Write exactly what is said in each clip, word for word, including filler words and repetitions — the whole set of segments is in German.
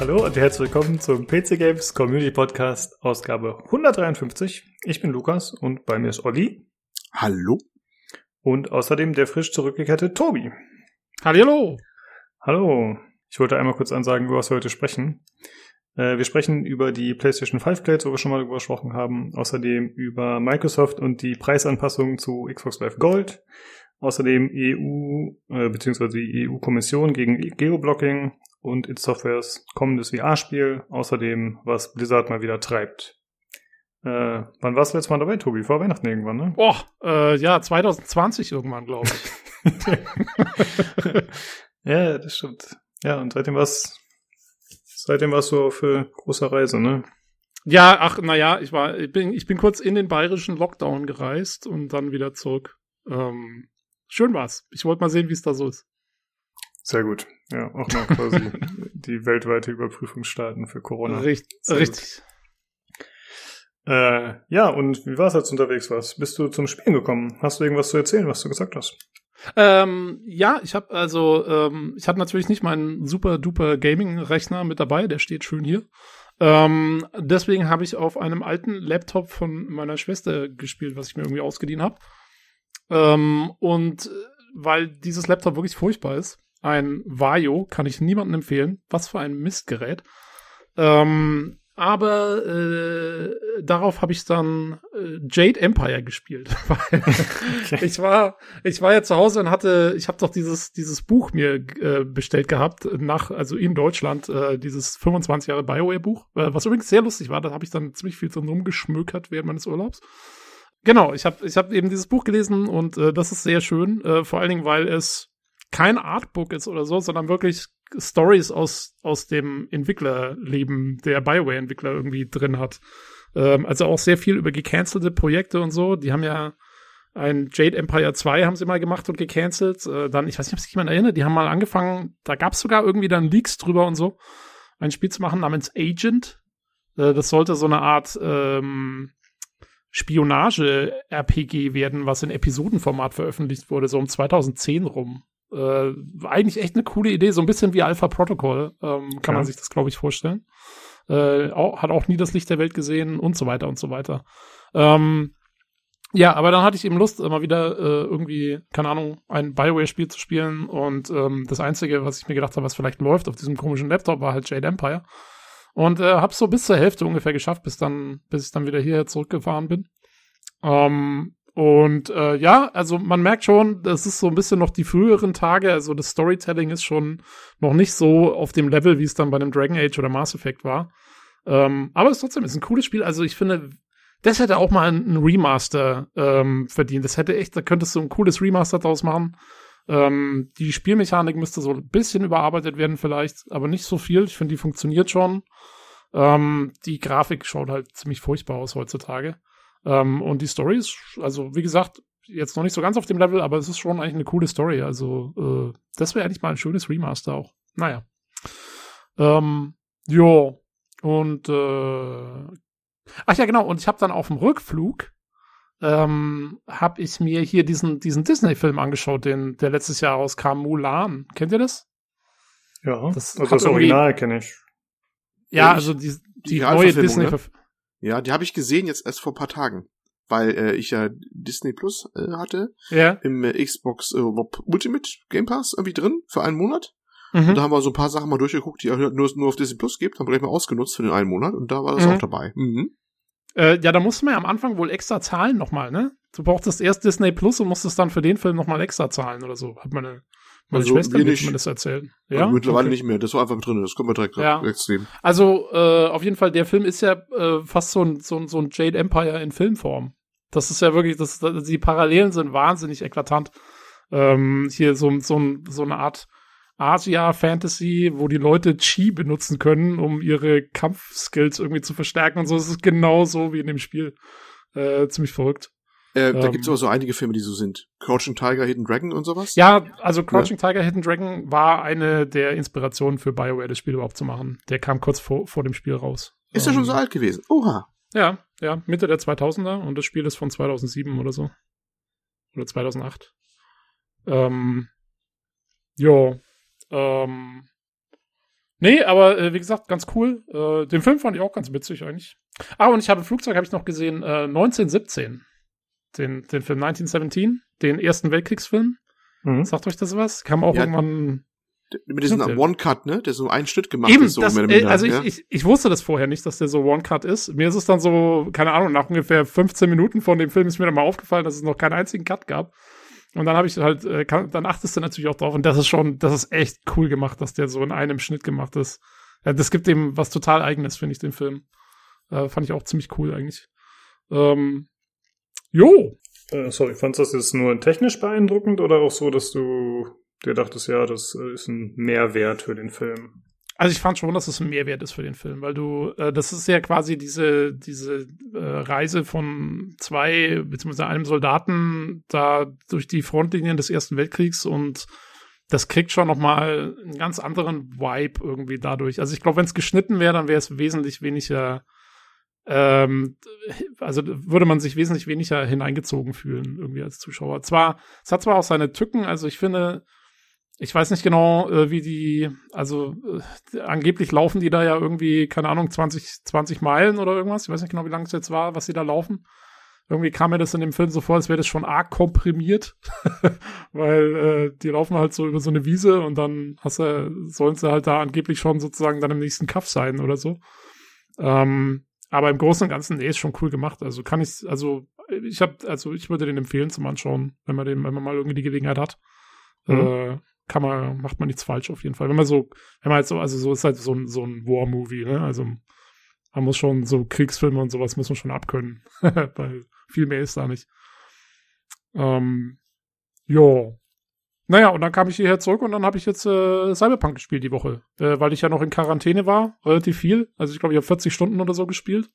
Hallo und herzlich willkommen zum P C Games Community Podcast, Ausgabe hundertdreiundfünfzig. Ich bin Lukas und bei mir ist Olli. Hallo. Und außerdem der frisch zurückgekehrte Tobi. Hallihallo. Hallo. Ich wollte einmal kurz ansagen, über was wir heute sprechen. Äh, wir sprechen über die PlayStation fünf Plate, wo wir schon mal darüber gesprochen haben. Außerdem über Microsoft und die Preisanpassungen zu Xbox Live Gold. Außerdem E U, äh, beziehungsweise die E U-Kommission gegen Geoblocking und id Softwares kommendes V R-Spiel. Außerdem, was Blizzard mal wieder treibt. Äh, wann warst du letztes Mal dabei, Tobi? Vor Weihnachten irgendwann, ne? Boah, äh, ja, zwanzig zwanzig irgendwann, glaube ich. Ja, das stimmt. Ja, und seitdem war's, seitdem warst du auf äh, großer Reise, ne? Ja, ach, naja, ich war, ich bin, ich bin kurz in den bayerischen Lockdown gereist und dann wieder zurück. Ähm, schön war's. Ich wollte mal sehen, wie es da so ist. Sehr gut. Ja, auch mal quasi die weltweite Überprüfung starten für Corona. Richtig. Sehr richtig. Äh, ja, und wie war's, als du unterwegs warst? Bist du zum Spielen gekommen? Hast du irgendwas zu erzählen, was du gesagt hast? Ähm, ja, ich habe also, ähm, ich hatte natürlich nicht meinen super duper Gaming-Rechner mit dabei, der steht schön hier. Ähm, deswegen habe ich auf einem alten Laptop von meiner Schwester gespielt, was ich mir irgendwie ausgeliehen habe. Ähm, und weil dieses Laptop wirklich furchtbar ist, ein Vario, kann ich niemandem empfehlen. Was für ein Mistgerät. Ähm, aber äh, darauf habe ich dann äh, Jade Empire gespielt. Weil okay. ich war ich war ja zu Hause und hatte, ich habe doch dieses dieses Buch mir äh, bestellt gehabt, nach also in Deutschland, äh, dieses fünfundzwanzig Jahre BioWare-Buch, äh, was übrigens sehr lustig war. Da habe ich dann ziemlich viel drin rumgeschmökert während meines Urlaubs. Genau, ich habe ich hab eben dieses Buch gelesen und äh, das ist sehr schön, äh, vor allen Dingen, weil es kein Artbook ist oder so, sondern wirklich Stories aus aus dem Entwicklerleben der BioWare-Entwickler irgendwie drin hat. Ähm, also auch sehr viel über gecancelte Projekte und so. Die haben ja ein Jade Empire zwei haben sie mal gemacht und gecancelt. Äh, dann, ich weiß nicht, ob sich jemand erinnert, die haben mal angefangen, da gab es sogar irgendwie dann Leaks drüber und so, ein Spiel zu machen namens Agent. Äh, das sollte so eine Art ähm, Spionage-R P G werden, was in Episodenformat veröffentlicht wurde, so um zweitausendzehn rum. Äh, eigentlich echt eine coole Idee, so ein bisschen wie Alpha Protocol, ähm, kann ja. man sich das, glaube ich, vorstellen. Äh, auch, hat auch nie das Licht der Welt gesehen und so weiter und so weiter. Ähm, ja, aber dann hatte ich eben Lust, mal wieder äh, irgendwie, keine Ahnung, ein BioWare-Spiel zu spielen und ähm, das Einzige, was ich mir gedacht habe, was vielleicht läuft auf diesem komischen Laptop, war halt Jade Empire. Und äh, hab's so bis zur Hälfte ungefähr geschafft, bis dann, bis ich dann wieder hierher zurückgefahren bin. Ähm, und äh, ja, also man merkt schon, das ist so ein bisschen noch die früheren Tage, also das Storytelling ist schon noch nicht so auf dem Level, wie es dann bei einem Dragon Age oder Mass Effect war. Ähm, aber es ist trotzdem ist ein cooles Spiel. Also ich finde, das hätte auch mal ein Remaster ähm, verdient. Das hätte echt, da könntest du ein cooles Remaster draus machen. Ähm, die Spielmechanik müsste so ein bisschen überarbeitet werden vielleicht, aber nicht so viel. Ich finde, die funktioniert schon. Ähm, die Grafik schaut halt ziemlich furchtbar aus heutzutage. Ähm, und die Story ist, also wie gesagt, jetzt noch nicht so ganz auf dem Level, aber es ist schon eigentlich eine coole Story. Also äh, das wäre eigentlich mal ein schönes Remaster auch. Naja. Ähm, jo. Und äh, ach ja, genau. Und ich habe dann auf dem Rückflug ähm, habe ich mir hier diesen diesen Disney-Film angeschaut, den der letztes Jahr rauskam, Mulan. Kennt ihr das? Ja, das also das Original kenne ich. Ja, also die, die, die neue Disney. Ne? Ja, die habe ich gesehen jetzt erst vor ein paar Tagen, weil äh, ich ja Disney Plus äh, hatte ja. im äh, Xbox äh, Ultimate Game Pass irgendwie drin für einen Monat. Mhm. Und da haben wir so ein paar Sachen mal durchgeguckt, die nur, nur auf Disney Plus gibt, haben wir gleich mal ausgenutzt für den einen Monat und da war das mhm. auch dabei. Mhm. Äh, ja, da musste man ja am Anfang wohl extra zahlen nochmal, ne? Du brauchtest erst Disney Plus und musstest dann für den Film nochmal extra zahlen oder so. Hat meine, meine also Schwester mir nicht, zumindest erzählt. Ja? Mittlerweile okay. nicht mehr. Das war einfach drin. Das können wir direkt ja. nehmen. Also, äh, auf jeden Fall, der Film ist ja äh, fast so ein, so, ein, so ein Jade Empire in Filmform. Das ist ja wirklich, das, das, die Parallelen sind wahnsinnig eklatant. Ähm, hier so, so, so eine Art Asia-Fantasy, wo die Leute Chi benutzen können, um ihre Kampfskills irgendwie zu verstärken und so. Es ist genau so wie in dem Spiel. Äh, ziemlich verrückt. Äh, da ähm, gibt's aber so einige Filme, die so sind. Crouching Tiger, Hidden Dragon und sowas? Ja, also Crouching ja. Tiger, Hidden Dragon war eine der Inspirationen für BioWare, das Spiel überhaupt zu machen. Der kam kurz vor, vor dem Spiel raus. Ist ja ähm, schon so alt gewesen? Oha. Ja, ja, Mitte der zweitausender und das Spiel ist von zweitausendsieben oder so. Oder zweitausendacht. Ähm, jo, ähm, Nee, aber äh, wie gesagt, ganz cool. Äh, den Film fand ich auch ganz witzig eigentlich. Ah, und ich habe im Flugzeug, habe ich noch gesehen, äh, neunzehnhundertsiebzehn. Den, den Film neunzehnhundertsiebzehn, den Ersten Weltkriegsfilm. Mhm. Sagt euch das was? Kam auch ja, irgendwann... Mit diesem One-Cut, ne? Der so ein Schnitt gemacht Eben, ist. So das, äh, also ja? ich, ich, ich wusste das vorher nicht, dass der so One-Cut ist. Mir ist es dann so, keine Ahnung, nach ungefähr fünfzehn Minuten von dem Film ist mir dann mal aufgefallen, dass es noch keinen einzigen Cut gab. Und dann habe ich halt, äh, kann, dann achtest du natürlich auch drauf. Und das ist schon, das ist echt cool gemacht, dass der so in einem Schnitt gemacht ist. Ja, das gibt dem was total Eigenes, finde ich, den Film. Äh, fand ich auch ziemlich cool eigentlich. Ähm, jo. Äh, sorry, fandst du das jetzt nur technisch beeindruckend oder auch so, dass du dir dachtest, ja, das ist ein Mehrwert für den Film? Also ich fand schon, dass es ein Mehrwert ist für den Film, weil du, äh, das ist ja quasi diese diese äh, Reise von zwei, beziehungsweise einem Soldaten da durch die Frontlinien des Ersten Weltkriegs und das kriegt schon nochmal einen ganz anderen Vibe irgendwie dadurch. Also ich glaube, wenn es geschnitten wäre, dann wäre es wesentlich weniger, ähm, also würde man sich wesentlich weniger hineingezogen fühlen irgendwie als Zuschauer. Zwar, es hat zwar auch seine Tücken, also ich finde, ich weiß nicht genau, äh, wie die, also äh, angeblich laufen die da ja irgendwie, keine Ahnung, zwanzig, zwanzig Meilen oder irgendwas. Ich weiß nicht genau, wie lang es jetzt war, was sie da laufen. Irgendwie kam mir das in dem Film so vor, als wäre das schon arg komprimiert, weil äh, die laufen halt so über so eine Wiese und dann hast du, sollen sie halt da angeblich schon sozusagen dann im nächsten Kaff sein oder so. Ähm, aber im Großen und Ganzen, nee, ist schon cool gemacht. Also kann ich, also ich habe, also ich würde den empfehlen zum Anschauen, wenn man den, wenn man mal irgendwie die Gelegenheit hat. Mhm. Äh, kann man, macht man nichts falsch auf jeden Fall. Wenn man so, wenn man halt so, also so ist halt so ein, so ein War-Movie, ne? Also man muss schon so Kriegsfilme und sowas muss man schon abkönnen. Weil viel mehr ist da nicht. Ähm, jo. Naja, und dann kam ich hierher zurück und dann habe ich jetzt äh, Cyberpunk gespielt die Woche. Äh, weil ich ja noch in Quarantäne war, relativ viel. Also ich glaube, ich habe vierzig Stunden oder so gespielt.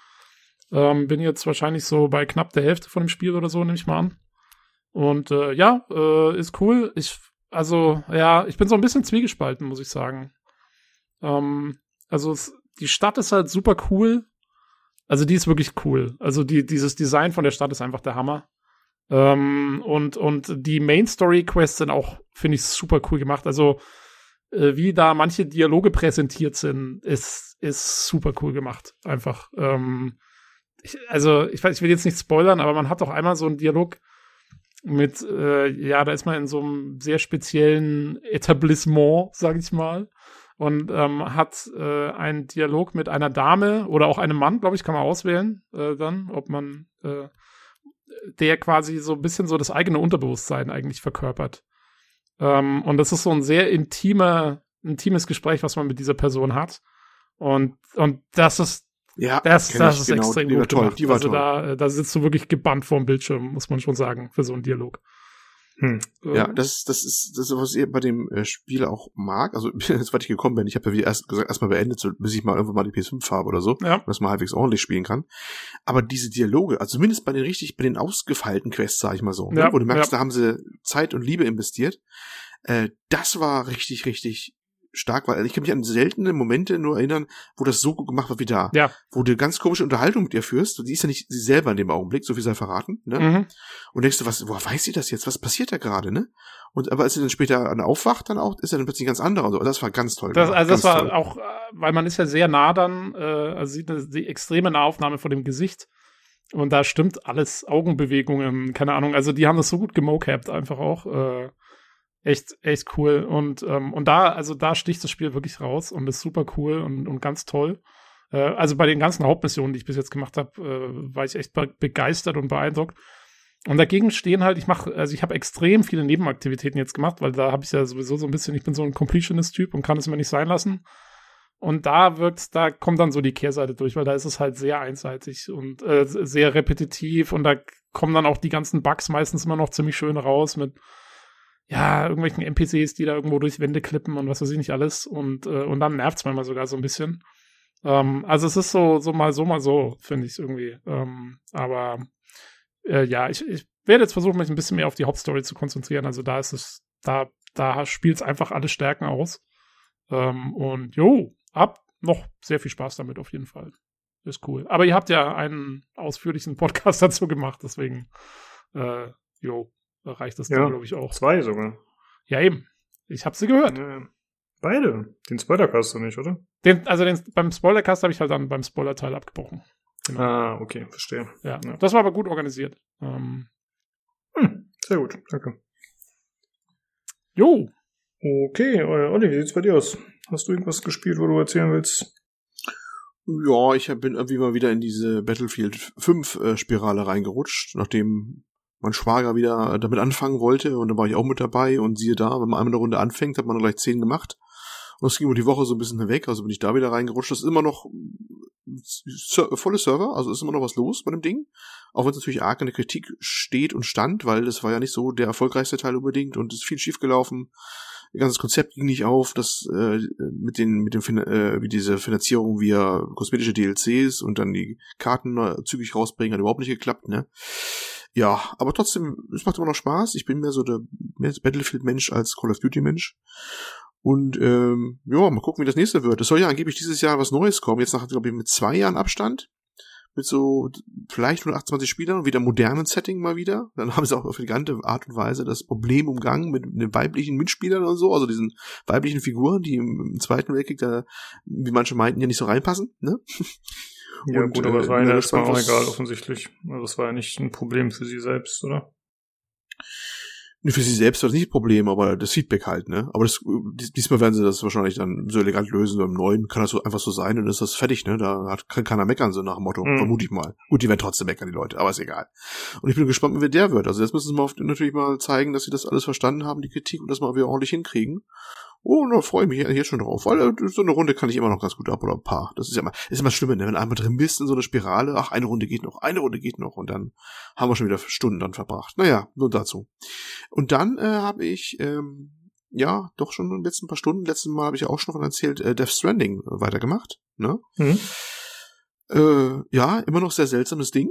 Ähm, bin jetzt wahrscheinlich so bei knapp der Hälfte von dem Spiel oder so, nehme ich mal an. Und äh, ja, äh, ist cool. Ich Also, ja, ich bin so ein bisschen zwiegespalten, muss ich sagen. Ähm, also, es, die Stadt ist halt super cool. Also, die ist wirklich cool. Also, die, dieses Design von der Stadt ist einfach der Hammer. Ähm, und, und die Main-Story-Quests sind auch, finde ich, super cool gemacht. Also, äh, wie da manche Dialoge präsentiert sind, ist, ist super cool gemacht. Einfach. Ähm, ich, also, ich weiß, ich will jetzt nicht spoilern, aber man hat doch einmal so einen Dialog mit, äh, ja, da ist man in so einem sehr speziellen Etablissement, sag ich mal, und ähm, hat äh, einen Dialog mit einer Dame oder auch einem Mann, glaube ich, kann man auswählen äh, dann, ob man, äh, der quasi so ein bisschen so das eigene Unterbewusstsein eigentlich verkörpert. Ähm, und das ist so ein sehr intimer, intimes Gespräch, was man mit dieser Person hat. Und, und das ist Ja, das, das ist genau. extrem die gut toll, gemacht. Die war also toll. da, da sitzt du wirklich gebannt vorm Bildschirm, muss man schon sagen, für so einen Dialog. Hm. Ja, das, das ist, das ist, was ich bei dem äh, Spiel auch mag. Also, jetzt, was ich gekommen bin, ich habe ja wie erst gesagt, erstmal beendet, so, bis ich mal irgendwann mal die P S fünf habe oder so, ja. dass man halbwegs ordentlich spielen kann. Aber diese Dialoge, also zumindest bei den richtig, bei den ausgefeilten Quests, sag ich mal so, ja, ne, wo du merkst, ja. da haben sie Zeit und Liebe investiert. Äh, das war richtig, richtig stark, weil ich kann mich an seltene Momente nur erinnern, wo das so gut gemacht wird wie da. Ja. Wo du ganz komische Unterhaltung mit ihr führst. Die ist ja nicht sie selber in dem Augenblick, so viel sei verraten, ne? Mhm. Und denkst du, was, woher weiß sie das jetzt? Was passiert da gerade, ne? Und aber als sie dann später aufwacht, dann auch, ist er dann plötzlich ganz anderer. So. Das war ganz toll. Das, also das war toll. auch, weil man ist ja sehr nah dann, äh, also sieht eine die extreme Nahaufnahme von dem Gesicht. Und da stimmt alles, Augenbewegungen, keine Ahnung. Also die haben das so gut gemocapt einfach auch. Äh, Echt, echt cool. Und, ähm, und da, also da sticht das Spiel wirklich raus und ist super cool und, und ganz toll. Äh, also bei den ganzen Hauptmissionen, die ich bis jetzt gemacht habe, äh, war ich echt be- begeistert und beeindruckt. Und dagegen stehen halt, ich mache, also ich habe extrem viele Nebenaktivitäten jetzt gemacht, weil da habe ich ja sowieso so ein bisschen, ich bin so ein Completionist-Typ und kann es mir nicht sein lassen. Und da wirkt's, da kommt dann so die Kehrseite durch, weil da ist es halt sehr einseitig und äh, sehr repetitiv und da kommen dann auch die ganzen Bugs meistens immer noch ziemlich schön raus mit ja, irgendwelchen N P Cs, die da irgendwo durch Wände klippen und was weiß ich nicht alles. Und, äh, und dann nervt's manchmal sogar so ein bisschen. Ähm, also es ist so, so mal so, mal so, finde ich irgendwie. Ähm, aber äh, ja, ich, ich werde jetzt versuchen, mich ein bisschen mehr auf die Hauptstory zu konzentrieren. Also da ist es, da, da spielt's einfach alle Stärken aus. Ähm, und jo, hab noch sehr viel Spaß damit auf jeden Fall. Ist cool. Aber ihr habt ja einen ausführlichen Podcast dazu gemacht, deswegen, äh, jo. reicht das ja, dann, glaube ich, auch. Zwei sogar. Ja, eben. Ich habe sie gehört. Ja. Beide? Den Spoilercast du nicht, oder? Den, also den, beim Spoilercast habe ich halt dann beim Spoilerteil abgebrochen. Genau. Ah, okay, verstehe. Ja, ja, das war aber gut organisiert. Ähm. Hm, sehr gut, danke. Jo. Okay, Olli, wie sieht's bei dir aus? Hast du irgendwas gespielt, wo du erzählen willst? Ja, ich bin irgendwie mal wieder in diese Battlefield fünf äh, Spirale reingerutscht, nachdem mein Schwager wieder damit anfangen wollte und dann war ich auch mit dabei und siehe da, wenn man einmal eine Runde anfängt, hat man gleich zehn gemacht und es ging über die Woche so ein bisschen hinweg, also bin ich da wieder reingerutscht. Das ist immer noch ser- volle Server, also ist immer noch was los bei dem Ding, auch wenn es natürlich arg in der Kritik steht und stand, weil das war ja nicht so der erfolgreichste Teil unbedingt und es ist viel schief gelaufen. Das ganze Konzept ging nicht auf, das äh, mit den mit dem fin- äh, wie diese Finanzierung via kosmetische D L Cs und dann die Karten äh, zügig rausbringen, hat überhaupt nicht geklappt, ne? Ja, aber trotzdem, es macht immer noch Spaß. Ich bin mehr so der mehr Battlefield-Mensch als Call of Duty-Mensch. Und ähm, ja, mal gucken, wie das nächste wird. Es soll ja angeblich dieses Jahr was Neues kommen. Jetzt nach, glaube ich, mit zwei Jahren Abstand. Mit so vielleicht hundertachtundzwanzig Spielern und wieder modernen Setting mal wieder. Dann haben sie auch auf elegante Art und Weise das Problem umgangen mit den weiblichen Mitspielern und so, also diesen weiblichen Figuren, die im, im Zweiten Weltkrieg da, wie manche meinten, ja nicht so reinpassen, ne? Ja, und, gut, aber es äh, war ja ja, erstmal auch was- egal, offensichtlich. Also es war ja nicht ein Problem für sie selbst, oder? Für sie selbst war das nicht das Problem, aber das Feedback halt, ne? Aber das, dies- diesmal werden sie das wahrscheinlich dann so elegant lösen. Im Neuen kann das so einfach so sein und dann ist das fertig, ne? Da hat, kann keiner meckern, so nach dem Motto, Mhm. vermute ich mal. Gut, die werden trotzdem meckern, die Leute, aber ist egal. Und ich bin gespannt, wie der wird. Also jetzt müssen sie mal auf, natürlich mal zeigen, dass sie das alles verstanden haben, die Kritik, und das mal wieder ordentlich hinkriegen. Oh, da freue ich mich jetzt schon drauf, weil äh, so eine Runde kann ich immer noch ganz gut ab oder ein paar. Das ist ja immer, ist immer schlimm, ne? Wenn du einmal drin bist in so einer Spirale, ach, eine Runde geht noch, eine Runde geht noch und dann haben wir schon wieder Stunden dann verbracht. Naja, nur dazu. Und dann äh, habe ich, ähm, ja, doch schon in den letzten paar Stunden, letzten Mal habe ich ja auch schon davon erzählt, äh, Death Stranding äh, weitergemacht, ne? Mhm. Äh, ja, immer noch sehr seltsames Ding.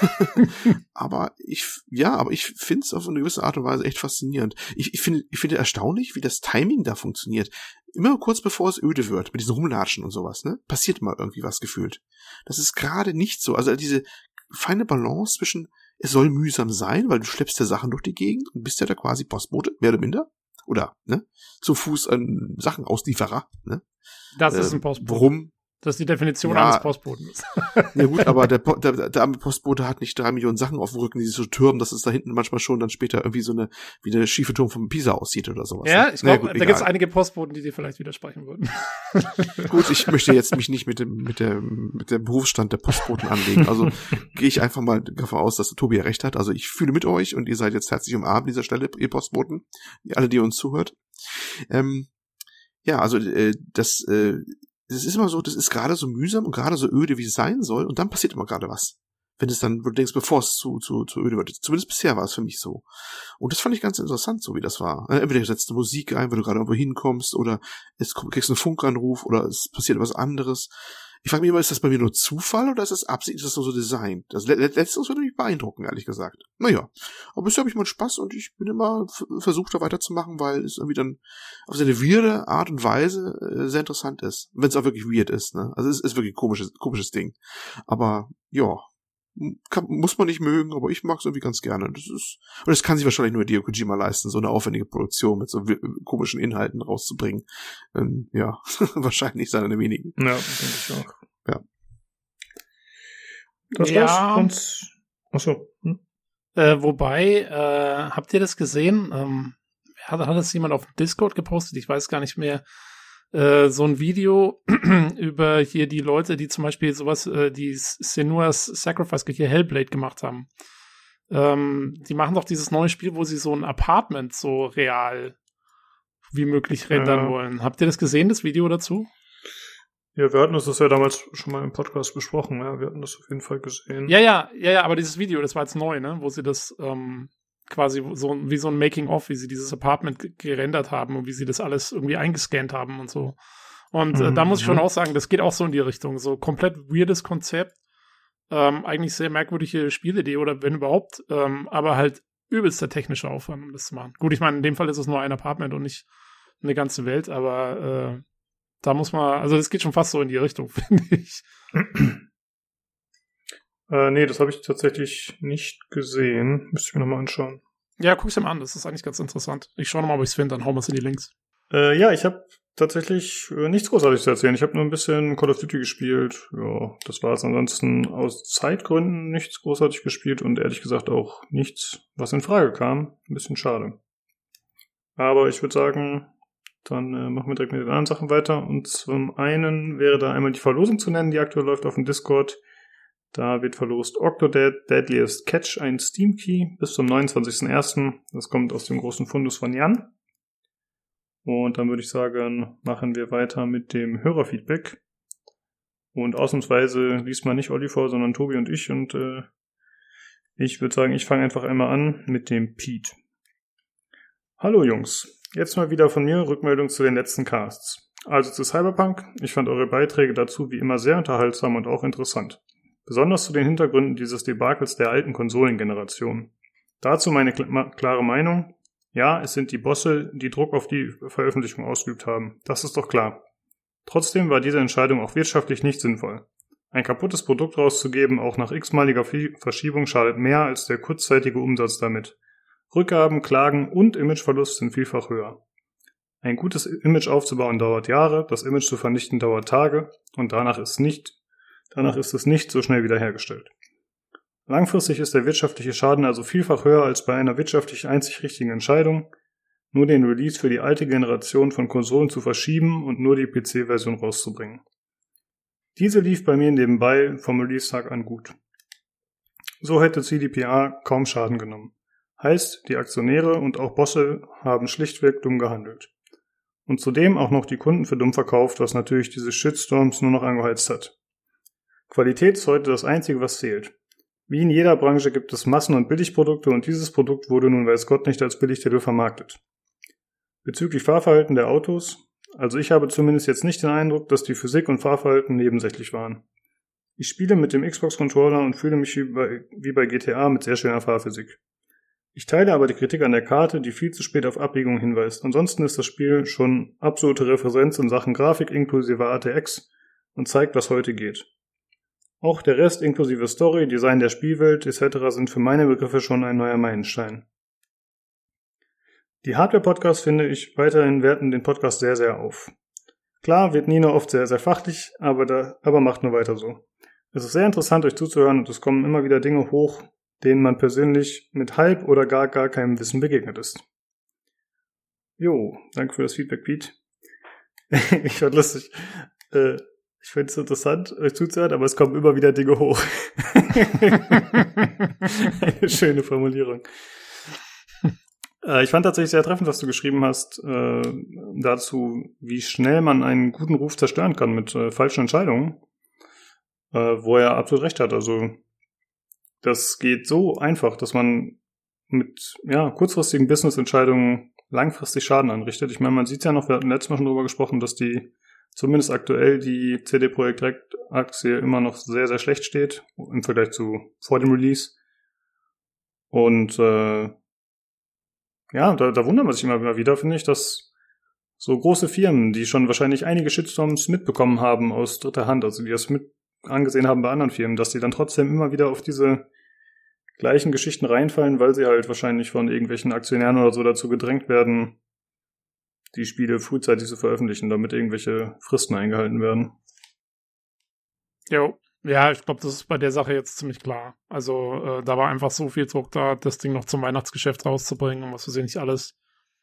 aber ich, ja, aber ich finde es auf eine gewisse Art und Weise echt faszinierend. Ich, ich finde, ich finde erstaunlich, wie das Timing da funktioniert. Immer kurz bevor es öde wird, mit diesen Rumlatschen und sowas, ne, passiert mal irgendwie was gefühlt. Das ist gerade nicht so. Also diese feine Balance zwischen, es soll mühsam sein, weil du schleppst ja Sachen durch die Gegend und bist ja da quasi Postbote, mehr oder minder. Oder, ne, zu Fuß ein Sachenauslieferer, ne. Das ist Äh, ein Postbote. Warum? Das ist die Definition Ja. eines Postboten. Ja gut, aber der, Po- der, der arme Postbote hat nicht drei Millionen Sachen auf dem Rücken, die sich so türmen, dass es da hinten manchmal schon dann später irgendwie so eine, wie der schiefe Turm von Pisa aussieht oder sowas. Ja, ne? ich Naja, glaube, gut, da gibt es egal. einige Postboten, die dir vielleicht widersprechen würden. Gut, ich möchte jetzt mich nicht mit dem, mit der, mit dem Berufsstand der Postboten anlegen. Also gehe ich einfach mal davon aus, dass der Tobi ja recht hat. Also ich fühle mit euch und ihr seid jetzt herzlich umarmt an dieser Stelle, ihr Postboten, alle, die uns zuhört. Ähm, ja, also äh, das, äh, das ist immer so, das ist gerade so mühsam und gerade so öde, wie es sein soll, und dann passiert immer gerade was. Wenn es dann, wo du denkst, bevor es zu, zu, zu öde wird. Zumindest bisher war es für mich so. Und das fand ich ganz interessant, so wie das war. Äh, Entweder du setzt eine Musik ein, wenn du gerade irgendwo hinkommst, oder es kommt, kriegst einen Funkanruf, oder es passiert was anderes. Ich frage mich immer, ist das bei mir nur Zufall, oder ist das absichtlich, ist das nur so designt? Das Letzteres würde mich beeindrucken, ehrlich gesagt. Naja, aber bisher habe ich mal Spaß und ich bin immer f- versucht, da weiterzumachen, weil es irgendwie dann auf seine weirde Art und Weise äh, sehr interessant ist. Wenn es auch wirklich weird ist, ne? Also es ist wirklich ein komisches, komisches Ding. Aber, ja, kann, muss man nicht mögen, aber ich mag es irgendwie ganz gerne. Das ist, und das kann sich wahrscheinlich nur Hideo Kojima leisten, so eine aufwendige Produktion mit so wi- komischen Inhalten rauszubringen. Ähm, ja, wahrscheinlich seine der wenigen. Ja, denke ich auch. Ja. Das Ja. war's. Sonst, achso. Hm? Äh, wobei, äh, habt ihr das gesehen? Ähm, hat, hat das jemand auf Discord gepostet? Ich weiß gar nicht mehr. Äh, so ein Video über hier die Leute, die zum Beispiel sowas, äh, die Senua's Sacrifice, hier Hellblade gemacht haben. Ähm, die machen doch dieses neue Spiel, wo sie so ein Apartment so real wie möglich rendern Ja. wollen. Habt ihr das gesehen, das Video dazu? Ja, wir hatten uns das ja damals schon mal im Podcast besprochen, ja. Wir hatten das auf jeden Fall gesehen. Ja, ja, ja, ja, aber dieses Video, das war jetzt neu, ne, wo sie das ähm, quasi so wie so ein Making-of, wie sie dieses Apartment g- gerendert haben und wie sie das alles irgendwie eingescannt haben und so. Und äh, da muss ich schon Mhm. auch sagen, das geht auch so in die Richtung. So komplett weirdes Konzept, ähm, eigentlich sehr merkwürdige Spielidee oder wenn überhaupt, ähm, aber halt übelster technischer Aufwand, um das zu machen. Gut, ich meine, in dem Fall ist es nur ein Apartment und nicht eine ganze Welt, aber äh, da muss man, also das geht schon fast so in die Richtung, finde ich. Äh, nee, das habe ich tatsächlich nicht gesehen. Müsste ich mir nochmal anschauen. Ja, guck's dir mal an, das ist eigentlich ganz interessant. Ich schaue nochmal, ob ich's finde, dann hauen wir es in die Links. Äh, ja, ich habe tatsächlich äh, nichts Großartiges zu erzählen. Ich habe nur ein bisschen Call of Duty gespielt. Ja, das war es. Ansonsten aus Zeitgründen nichts großartig gespielt und ehrlich gesagt auch nichts, was in Frage kam. Ein bisschen schade. Aber ich würde sagen, dann äh, machen wir direkt mit den anderen Sachen weiter. Und zum einen wäre da einmal die Verlosung zu nennen, die aktuell läuft auf dem Discord. Da wird verlost Octodad Deadliest Catch, ein Steam Key, bis zum neunundzwanzigsten ersten Das kommt aus dem großen Fundus von Jan. Und dann würde ich sagen, machen wir weiter mit dem Hörerfeedback. Und ausnahmsweise liest man nicht Olli vor, sondern Tobi und ich. Und äh, ich würde sagen, ich fange einfach einmal an mit dem Pete. Hallo Jungs, jetzt mal wieder von mir Rückmeldung zu den letzten Casts. Also zu Cyberpunk, ich fand eure Beiträge dazu wie immer sehr unterhaltsam und auch interessant. Besonders zu den Hintergründen dieses Debakels der alten Konsolengeneration. Dazu meine kl- klare Meinung. Ja, es sind die Bosse, die Druck auf die Veröffentlichung ausgeübt haben. Das ist doch klar. Trotzdem war diese Entscheidung auch wirtschaftlich nicht sinnvoll. Ein kaputtes Produkt rauszugeben, auch nach x-maliger Verschiebung, schadet mehr als der kurzzeitige Umsatz damit. Rückgaben, Klagen und Imageverlust sind vielfach höher. Ein gutes Image aufzubauen dauert Jahre, das Image zu vernichten dauert Tage und danach ist nicht Danach ist es nicht so schnell wiederhergestellt. Langfristig ist der wirtschaftliche Schaden also vielfach höher als bei einer wirtschaftlich einzig richtigen Entscheidung, nur den Release für die alte Generation von Konsolen zu verschieben und nur die P C-Version rauszubringen. Diese lief bei mir nebenbei vom Release-Tag an gut. So hätte C D P R kaum Schaden genommen. Heißt, die Aktionäre und auch Bosse haben schlichtweg dumm gehandelt. Und zudem auch noch die Kunden für dumm verkauft, was natürlich diese Shitstorms nur noch angeheizt hat. Qualität ist heute das Einzige, was zählt. Wie in jeder Branche gibt es Massen- und Billigprodukte und dieses Produkt wurde nun weiß Gott nicht als Billigtitel vermarktet. Bezüglich Fahrverhalten der Autos, also ich habe zumindest jetzt nicht den Eindruck, dass die Physik und Fahrverhalten nebensächlich waren. Ich spiele mit dem Xbox-Controller und fühle mich wie bei, wie bei G T A mit sehr schöner Fahrphysik. Ich teile aber die Kritik an der Karte, die viel zu spät auf Abbiegungen hinweist. Ansonsten ist das Spiel schon absolute Referenz in Sachen Grafik inklusive A T X und zeigt, was heute geht. Auch der Rest inklusive Story, Design der Spielwelt et cetera sind für meine Begriffe schon ein neuer Meilenstein. Die Hardware-Podcasts, finde ich, weiterhin werten den Podcast sehr, sehr auf. Klar wird Nino oft sehr, sehr fachlich, aber, da, aber macht nur weiter so. Es ist sehr interessant, euch zuzuhören und es kommen immer wieder Dinge hoch, denen man persönlich mit halb oder gar gar keinem Wissen begegnet ist. Jo, danke für das Feedback, Pete. Ich fand lustig. Äh, Ich finde es interessant, euch zuzuhören, aber es kommen immer wieder Dinge hoch. Eine schöne Formulierung. Äh, ich fand tatsächlich sehr treffend, was du geschrieben hast, äh, dazu, wie schnell man einen guten Ruf zerstören kann mit äh, falschen Entscheidungen, äh, wo er absolut recht hat. Also das geht so einfach, dass man mit ja kurzfristigen Business-Entscheidungen langfristig Schaden anrichtet. Ich meine, man sieht ja noch, wir hatten letztes Mal schon darüber gesprochen, dass die zumindest aktuell die C D Projekt Red-Aktie immer noch sehr, sehr schlecht steht im Vergleich zu vor dem Release. Und äh, ja, da, da wundert man sich immer wieder, finde ich, dass so große Firmen, die schon wahrscheinlich einige Shitstorms mitbekommen haben aus dritter Hand, also die das mit angesehen haben bei anderen Firmen, dass die dann trotzdem immer wieder auf diese gleichen Geschichten reinfallen, weil sie halt wahrscheinlich von irgendwelchen Aktionären oder so dazu gedrängt werden, die Spiele frühzeitig zu veröffentlichen, damit irgendwelche Fristen eingehalten werden. Jo, ja, ich glaube, das ist bei der Sache jetzt ziemlich klar. Also äh, da war einfach so viel Druck da, das Ding noch zum Weihnachtsgeschäft rauszubringen und was weiß ich nicht alles.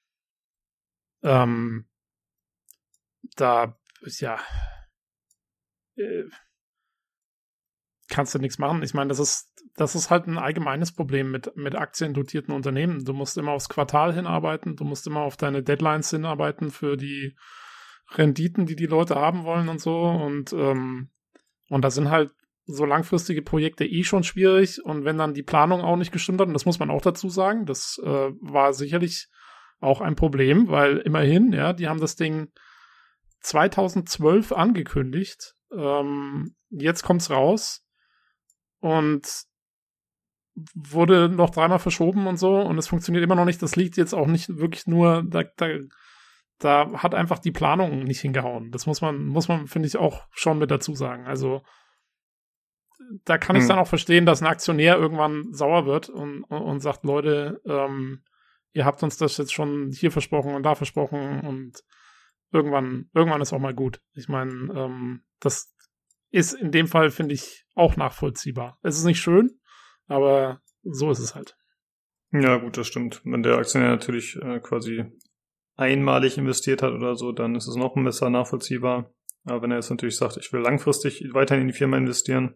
Ähm, da, ja, äh, kannst du nichts machen. Ich meine, das ist, das ist halt ein allgemeines Problem mit, mit aktiendotierten Unternehmen. Du musst immer aufs Quartal hinarbeiten, du musst immer auf deine Deadlines hinarbeiten für die Renditen, die die Leute haben wollen und so. Und, ähm, und da sind halt so langfristige Projekte eh schon schwierig. Und wenn dann die Planung auch nicht gestimmt hat, und das muss man auch dazu sagen, das äh, war sicherlich auch ein Problem, weil immerhin, ja, die haben das Ding zweitausendzwölf angekündigt. Ähm, jetzt kommt's raus. Und wurde noch dreimal verschoben und so und es funktioniert immer noch nicht. Das liegt jetzt auch nicht wirklich nur, da, da, da hat einfach die Planung nicht hingehauen. Das muss man, muss man, finde ich, auch schon mit dazu sagen. Also da kann ich hm. dann auch verstehen, dass ein Aktionär irgendwann sauer wird und, und, und sagt, Leute, ähm, ihr habt uns das jetzt schon hier versprochen und da versprochen und irgendwann, irgendwann ist auch mal gut. Ich meine, ähm, das ist in dem Fall, finde ich, auch nachvollziehbar. Es ist nicht schön, aber so ist es halt. Ja, gut, das stimmt. Wenn der Aktionär natürlich äh, quasi einmalig investiert hat oder so, dann ist es noch besser nachvollziehbar. Aber wenn er jetzt natürlich sagt, ich will langfristig weiterhin in die Firma investieren,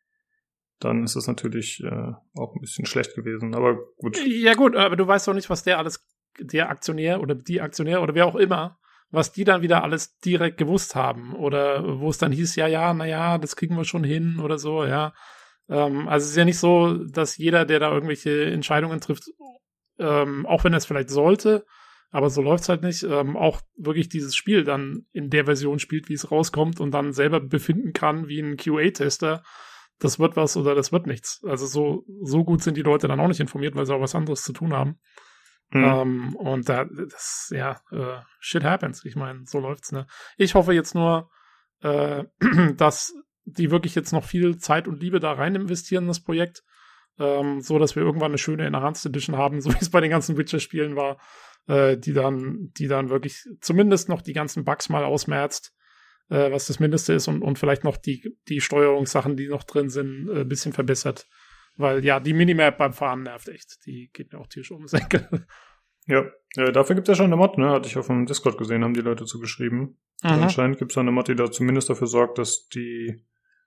dann ist es natürlich äh, auch ein bisschen schlecht gewesen. Aber gut. Ja gut, aber du weißt doch nicht, was der alles, der Aktionär oder die Aktionär oder wer auch immer, was die dann wieder alles direkt gewusst haben. Oder wo es dann hieß, ja, ja, naja, das kriegen wir schon hin oder so, ja. Ähm, also es ist ja nicht so, dass jeder, der da irgendwelche Entscheidungen trifft, ähm, auch wenn er es vielleicht sollte, aber so läuft's halt nicht, ähm, auch wirklich dieses Spiel dann in der Version spielt, wie es rauskommt und dann selber befinden kann wie ein Q A-Tester, das wird was oder das wird nichts. Also so, so gut sind die Leute dann auch nicht informiert, weil sie auch was anderes zu tun haben. Mhm. Ähm, und da, das, ja, äh, shit happens. Ich meine, so läuft's, ne? Ich hoffe jetzt nur, äh, dass die wirklich jetzt noch viel Zeit und Liebe da rein investieren in das Projekt, ähm, so dass wir irgendwann eine schöne Enhanced Edition haben, so wie es bei den ganzen Witcher-Spielen war, äh, die dann, die dann wirklich zumindest noch die ganzen Bugs mal ausmerzt, äh, was das Mindeste ist und, und vielleicht noch die, die Steuerungssachen, die noch drin sind, ein äh, bisschen verbessert. Weil ja, die Minimap beim Fahren nervt echt. Die geht mir auch tierisch um den Senkel. Ja, ja, dafür gibt's ja schon eine Mod, ne? Hatte ich auf dem Discord gesehen, haben die Leute zugeschrieben. Mhm. Also anscheinend gibt's da eine Mod, die da zumindest dafür sorgt, dass die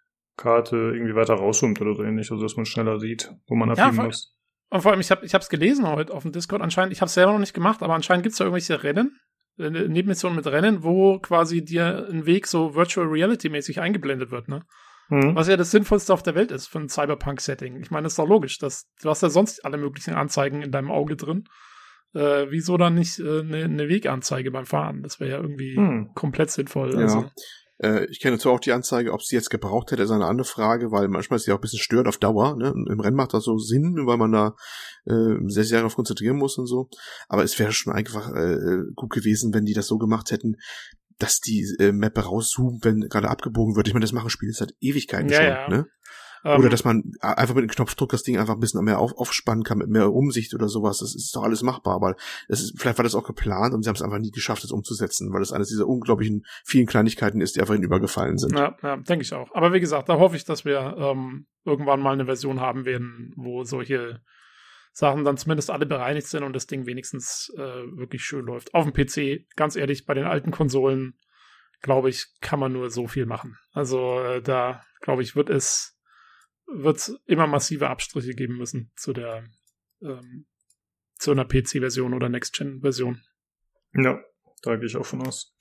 Karte irgendwie weiter rauszoomt oder so ähnlich, also dass man schneller sieht, wo man abbiegen ja, muss. Und vor allem, ich habe ich hab's gelesen heute auf dem Discord, anscheinend, ich habe es selber noch nicht gemacht, aber anscheinend gibt's da irgendwelche Rennen, äh, Nebenmissionen mit Rennen, wo quasi dir ein Weg so Virtual Reality-mäßig eingeblendet wird, ne? Mhm. Was ja das Sinnvollste auf der Welt ist für ein Cyberpunk-Setting. Ich meine, das ist doch logisch, dass, du hast ja sonst alle möglichen Anzeigen in deinem Auge drin. Äh, wieso dann nicht eine äh, ne Weganzeige beim Fahren? Das wäre ja irgendwie mhm. komplett sinnvoll. Ja. Also. Äh, ich kenne zwar auch die Anzeige, ob sie jetzt gebraucht hätte, ist eine andere Frage, weil manchmal ist sie auch ein bisschen stört auf Dauer. Ne? Im Rennen macht das so Sinn, weil man da äh, sehr, sehr darauf konzentrieren muss und so. Aber es wäre schon einfach äh, gut gewesen, wenn die das so gemacht hätten, dass die äh, Map rauszoomt, wenn gerade abgebogen wird. Ich meine, das machen Spiele seit Ewigkeiten ja, schon. Ja. Ne? Oder dass man einfach mit einem Knopfdruck das Ding einfach ein bisschen mehr auf, aufspannen kann, mit mehr Umsicht oder sowas. Das ist doch alles machbar, aber das ist, vielleicht war das auch geplant und sie haben es einfach nie geschafft, das umzusetzen, weil das eines dieser unglaublichen vielen Kleinigkeiten ist, die einfach hinübergefallen sind. Ja, ja, denke ich auch. Aber wie gesagt, da hoffe ich, dass wir ähm, irgendwann mal eine Version haben werden, wo solche Sachen dann zumindest alle bereinigt sind und das Ding wenigstens äh, wirklich schön läuft. Auf dem P C, ganz ehrlich, bei den alten Konsolen, glaube ich, kann man nur so viel machen. Also äh, da, glaube ich, wird es wird es immer massive Abstriche geben müssen zu der ähm, zu einer P C-Version oder Next-Gen-Version. Ja, da gehe ich auch von aus.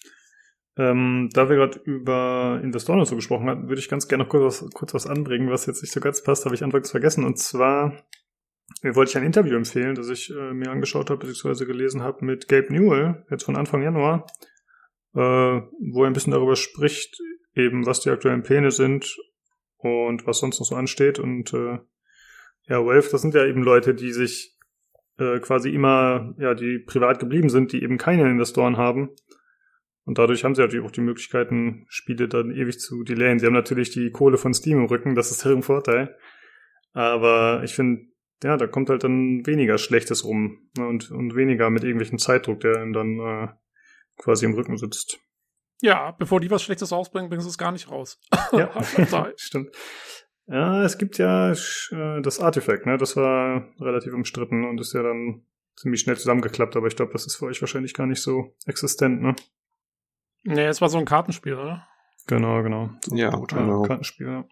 Ähm, da wir gerade über Investoren und so gesprochen hatten, würde ich ganz gerne noch kurz was, kurz was anbringen, was jetzt nicht so ganz passt, habe ich anfangs vergessen. Und zwar äh, wollte ich ein Interview empfehlen, das ich äh, mir angeschaut habe, beziehungsweise gelesen habe mit Gabe Newell, jetzt von Anfang Januar, äh, wo er ein bisschen darüber spricht, eben was die aktuellen Pläne sind und was sonst noch so ansteht. Und äh, ja, Valve, das sind ja eben Leute, die sich äh, quasi immer, ja, die privat geblieben sind, die eben keine Investoren haben. Und dadurch haben sie natürlich auch die Möglichkeiten, Spiele dann ewig zu delayen. Sie haben natürlich die Kohle von Steam im Rücken, das ist deren Vorteil. Aber ich finde, ja, da kommt halt dann weniger Schlechtes rum, ne, und, und weniger mit irgendwelchen Zeitdruck, der ihnen dann äh, quasi im Rücken sitzt. Ja, bevor die was Schlechtes rausbringen, bringen sie es gar nicht raus. Ja, stimmt. Ja, es gibt ja äh, das Artifact, ne? Das war relativ umstritten und ist ja dann ziemlich schnell zusammengeklappt, aber ich glaube, das ist für euch wahrscheinlich gar nicht so existent, ne? Nee, es war so ein Kartenspiel, oder? Genau, genau. So ja, ein genau. Kartenspiel, ja.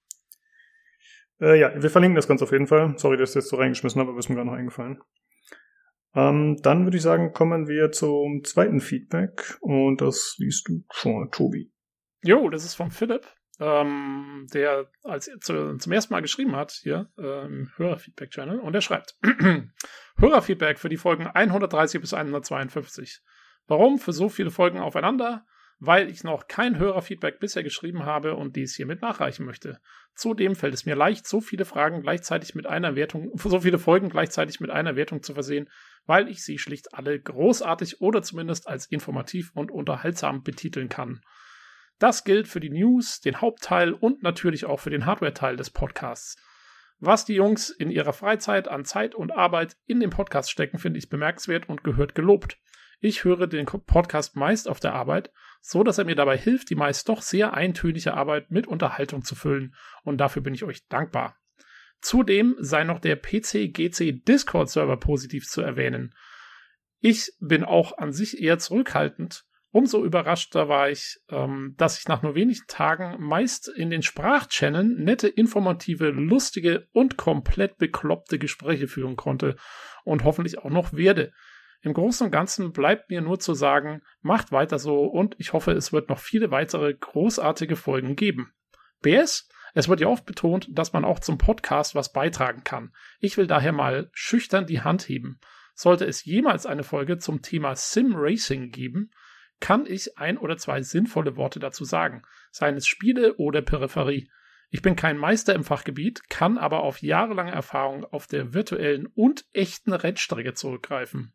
Äh, ja, wir verlinken das Ganze auf jeden Fall. Sorry, dass ich das jetzt so reingeschmissen habe, aber ist mir gerade noch eingefallen. Ähm, dann würde ich sagen, kommen wir zum zweiten Feedback und das liest du vor, Tobi. Jo, das ist von Philipp, ähm, der als zu, zum ersten Mal geschrieben hat hier äh, im Hörerfeedback-Channel und er schreibt Hörerfeedback für die Folgen hundertdreißig bis hundertzweiundfünfzig. Warum für so viele Folgen aufeinander? Weil ich noch kein Hörerfeedback bisher geschrieben habe und dies hiermit nachreichen möchte. Zudem fällt es mir leicht, so viele Fragen gleichzeitig mit einer Wertung, so viele Folgen gleichzeitig mit einer Wertung zu versehen, weil ich sie schlicht alle großartig oder zumindest als informativ und unterhaltsam betiteln kann. Das gilt für die News, den Hauptteil und natürlich auch für den Hardware-Teil des Podcasts. Was die Jungs in ihrer Freizeit an Zeit und Arbeit in den Podcast stecken, finde ich bemerkenswert und gehört gelobt. Ich höre den Podcast meist auf der Arbeit, so dass er mir dabei hilft, die meist doch sehr eintönige Arbeit mit Unterhaltung zu füllen. Und dafür bin ich euch dankbar. Zudem sei noch der P C G C Discord-Server positiv zu erwähnen. Ich bin auch an sich eher zurückhaltend. Umso überraschter war ich, ähm, dass ich nach nur wenigen Tagen meist in den Sprachchanneln nette, informative, lustige und komplett bekloppte Gespräche führen konnte und hoffentlich auch noch werde. Im Großen und Ganzen bleibt mir nur zu sagen, macht weiter so und ich hoffe, es wird noch viele weitere großartige Folgen geben. P S, es wird ja oft betont, dass man auch zum Podcast was beitragen kann. Ich will daher mal schüchtern die Hand heben. Sollte es jemals eine Folge zum Thema Sim Racing geben, kann ich ein oder zwei sinnvolle Worte dazu sagen, seien es Spiele oder Peripherie. Ich bin kein Meister im Fachgebiet, kann aber auf jahrelange Erfahrung auf der virtuellen und echten Rennstrecke zurückgreifen.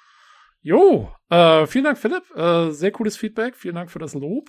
Jo, äh, vielen Dank, Philipp. Äh, sehr cooles Feedback. Vielen Dank für das Lob.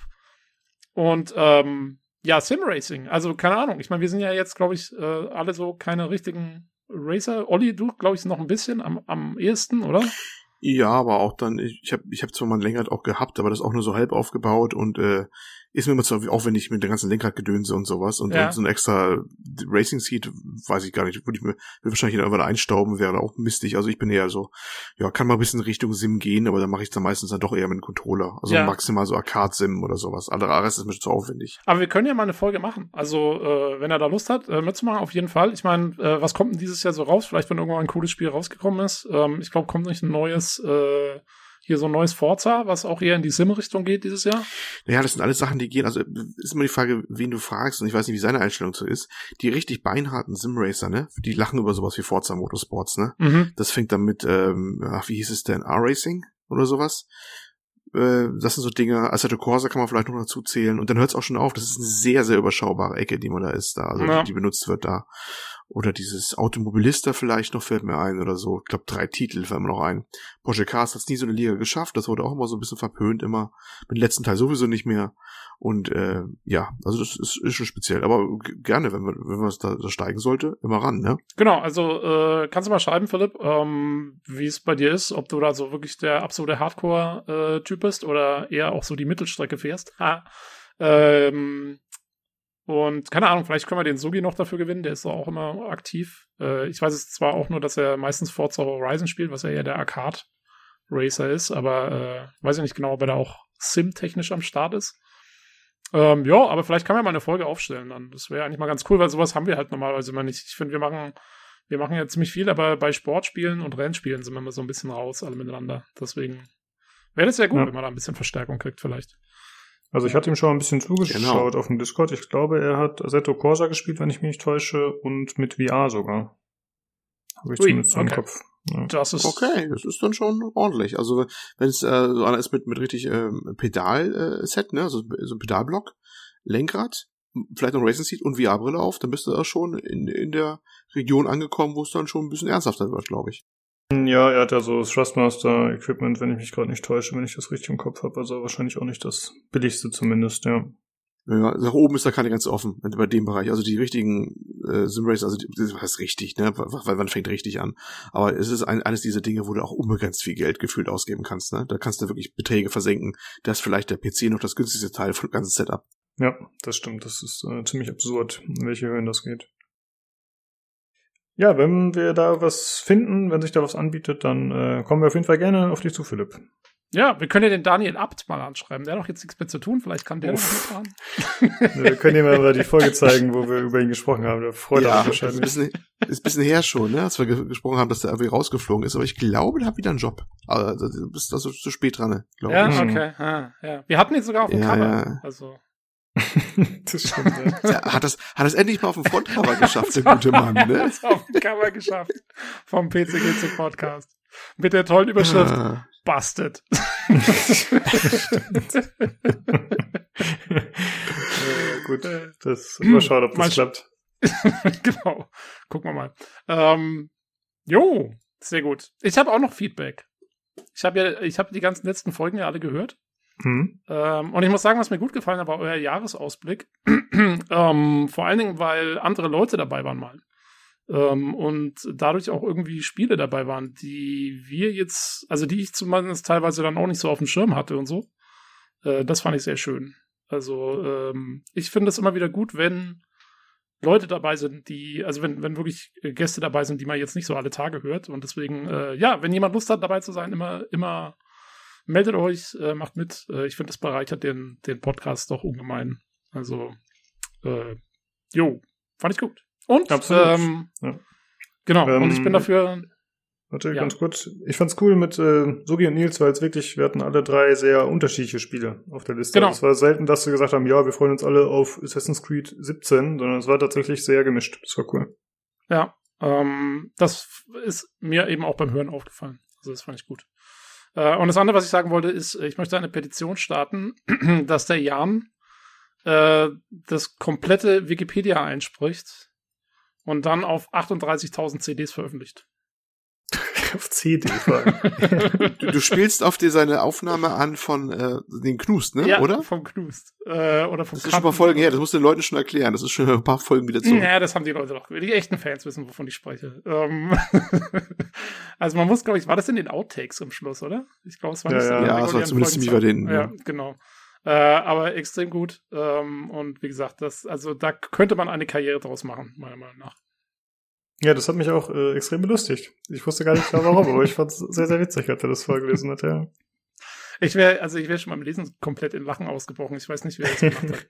Und ähm, ja, Sim Racing. Also keine Ahnung. Ich meine, wir sind ja jetzt, glaube ich, äh, alle so keine richtigen Racer. Olli, du, glaube ich, noch ein bisschen am, am ehesten, oder? Ja, aber auch dann, ich, ich habe ich hab zwar mal ein Lenkrad auch gehabt, aber das auch nur so halb aufgebaut und äh, ist mir immer zu aufwendig mit der ganzen Lenkradgedönse und sowas und, Ja. und so ein extra Racing Seat, weiß ich gar nicht, würde ich mir würde wahrscheinlich irgendwann einstauben, wäre auch mistig. Also ich bin eher so, ja, kann mal ein bisschen Richtung Sim gehen, aber dann mache ich dann meistens dann doch eher mit dem Controller. Also Ja. maximal so Arcade-Sim oder sowas. Andere Rest ist mir zu aufwendig. Aber wir können ja mal eine Folge machen. Also, äh, wenn er da Lust hat, äh, mitzumachen, auf jeden Fall. Ich meine, äh, was kommt denn dieses Jahr so raus? Vielleicht, wenn irgendwann ein cooles Spiel rausgekommen ist. Ähm, ich glaube, kommt nicht ein neues, äh, hier so ein neues Forza, was auch eher in die Sim-Richtung geht dieses Jahr. Naja, das sind alles Sachen, die gehen, also ist immer die Frage, wen du fragst, und ich weiß nicht, wie seine Einstellung so ist. Die richtig beinharten Sim-Racer, ne, die lachen über sowas wie Forza Motorsports, ne. Mhm. Das fängt dann mit, ähm, ach, wie hieß es denn, R-Racing oder sowas. Äh, das sind so Dinge, Assetto Corsa kann man vielleicht noch dazu zählen, und dann hört es auch schon auf, das ist eine sehr, sehr überschaubare Ecke, die man da ist, da, also Ja. die, die benutzt wird da. Oder dieses Automobilista vielleicht noch, fällt mir ein oder so. Ich glaube, drei Titel fällt mir noch ein. Porsche Cars hat es nie so eine Liga geschafft. Das wurde auch immer so ein bisschen verpönt, immer. Mit dem letzten Teil sowieso nicht mehr. Und äh, ja, also das ist, ist schon speziell. Aber g- gerne, wenn wir wenn wir es da, da steigen sollte, immer ran, ne? Genau, also äh, kannst du mal schreiben, Philipp, ähm, wie es bei dir ist, ob du da so wirklich der absolute Hardcore-Typ bist oder eher auch so die Mittelstrecke fährst. Ha. Ähm, und keine Ahnung, vielleicht können wir den Sugi noch dafür gewinnen, der ist doch auch immer aktiv. Äh, ich weiß es zwar auch nur, dass er meistens Forza Horizon spielt, was ja eher der Arcade-Racer ist, aber äh, weiß ich nicht genau, ob er da auch sim-technisch am Start ist. Ähm, ja, aber vielleicht kann man mal eine Folge aufstellen dann. Das wäre eigentlich mal ganz cool, weil sowas haben wir halt normalerweise immer nicht. Ich finde, wir machen, wir machen ja ziemlich viel, aber bei Sportspielen und Rennspielen sind wir immer so ein bisschen raus, alle miteinander. Deswegen wäre das sehr gut, Ja. wenn man da ein bisschen Verstärkung kriegt vielleicht. Also ich hatte ihm schon ein bisschen zugeschaut Genau. auf dem Discord. Ich glaube, er hat Assetto Corsa gespielt, wenn ich mich nicht täusche, und mit V R sogar. Habe ich Ui, zumindest so im okay. Kopf. Ja. Das ist Okay, das ist dann schon ordentlich. Also wenn es äh, so einer ist mit mit richtig ähm, Pedal-Set, ne, also so ein Pedalblock, Lenkrad, vielleicht noch ein Racing Seat und V R-Brille auf, dann bist du da schon in in der Region angekommen, wo es dann schon ein bisschen ernsthafter wird, glaube ich. Ja, er hat ja so das Thrustmaster-Equipment, wenn ich mich gerade nicht täusche, wenn ich das richtig im Kopf habe. Also wahrscheinlich auch nicht das billigste zumindest, ja. Ja, nach oben ist da keine Grenze offen bei dem Bereich. Also die richtigen äh, Simracer, also die, das heißt richtig, ne? Weil man fängt richtig an. Aber es ist ein, eines dieser Dinge, wo du auch unbegrenzt viel Geld gefühlt ausgeben kannst, ne? Da kannst du wirklich Beträge versenken. Da ist vielleicht der P C noch das günstigste Teil vom ganzen Setup. Ja, das stimmt. Das ist äh, ziemlich absurd, in welche Höhen das geht. Ja, wenn wir da was finden, wenn sich da was anbietet, dann äh, kommen wir auf jeden Fall gerne auf dich zu, Philipp. ja, wir können ja den Daniel Abt mal anschreiben. Der hat doch jetzt nichts mehr zu tun. Vielleicht kann der noch mitfahren. Wir können ihm mal die Folge zeigen, wo wir über ihn gesprochen haben. Der freut Ja, sich ist ein wahrscheinlich. bisschen, ist ein bisschen her schon, ne? Als wir ge gesprochen haben, dass der irgendwie rausgeflogen ist. Aber ich glaube, der hat wieder einen Job. Also, du bist also zu spät dran, ne? Glaube Ja, ich. okay. Ah, ja. Wir hatten ihn sogar auf dem Ja, Cover. ja. Also. Das stimmt, ja. Der hat das, hat das endlich mal auf dem Frontcover geschafft, der gute Mann, ne? Das auf dem Cover geschafft. Vom P C G C Podcast. Mit der tollen Überschrift Ah. Busted. Ja, gut, das mal schauen, ob das Mal sch- klappt. Genau. Gucken wir mal. Ähm, jo, sehr gut. Ich habe auch noch Feedback. Ich habe ja, ich habe die ganzen letzten Folgen ja alle gehört. Hm? Ähm, und ich muss sagen, was mir gut gefallen hat, war euer Jahresausblick. ähm, vor allen Dingen, weil andere Leute dabei waren mal. Ähm, und dadurch auch irgendwie Spiele dabei waren, die wir jetzt, also die ich zumindest teilweise dann auch nicht so auf dem Schirm hatte und so. Äh, das fand ich sehr schön. Also ähm, ich finde es immer wieder gut, wenn Leute dabei sind, die, also wenn, wenn wirklich Gäste dabei sind, die man jetzt nicht so alle Tage hört. Und deswegen, äh, ja, wenn jemand Lust hat, dabei zu sein, immer, immer meldet euch, äh, macht mit. Äh, ich finde, das bereichert den, den Podcast doch ungemein. Also, äh, jo, fand ich gut. Und, Absolut. Ähm, ja. genau, ähm, und ich bin dafür. Warte, ja. ganz kurz. Ich fand's cool mit äh, Sugi und Nils, weil es wirklich, wir hatten alle drei sehr unterschiedliche Spiele auf der Liste. Genau. Es war selten, dass wir gesagt haben, ja, wir freuen uns alle auf Assassin's Creed siebzehn, sondern es war tatsächlich sehr gemischt. Das war cool. Ja, ähm, das ist mir eben auch beim Hören aufgefallen. Also das fand ich gut. Äh, und das andere, was ich sagen wollte, ist, ich möchte eine Petition starten, dass der Jan äh, das komplette Wikipedia einspricht und dann auf achtunddreißigtausend C Ds veröffentlicht. Auf C D fragen. du, du spielst auf dir seine Aufnahme an von äh, den Knust, ne? Ja, Oder? vom Knust. Äh, oder vom Das ist schon ein paar Folgen her, das musst du den Leuten schon erklären. Das ist schon ein paar Folgen wieder zurück. Ja, das haben die Leute doch. Die echten Fans wissen, wovon ich spreche. Ähm also man muss, glaube ich, war das in den Outtakes im Schluss, oder? Ich glaube, es war ja, nicht so. ja. Ja, es war zumindest ziemlich bei denen. Ja, ja, genau. Äh, aber extrem gut. Ähm, und wie gesagt, das, also da könnte man eine Karriere draus machen, meiner Meinung nach. Ja, das hat mich auch äh, extrem belustigt. Ich wusste gar nicht klar warum, aber ich fand es sehr, sehr witzig, als er das vorgelesen hat, ja. Ich wäre, also ich wäre schon beim Lesen komplett in Lachen ausgebrochen. Ich weiß nicht, wer das gemacht hat.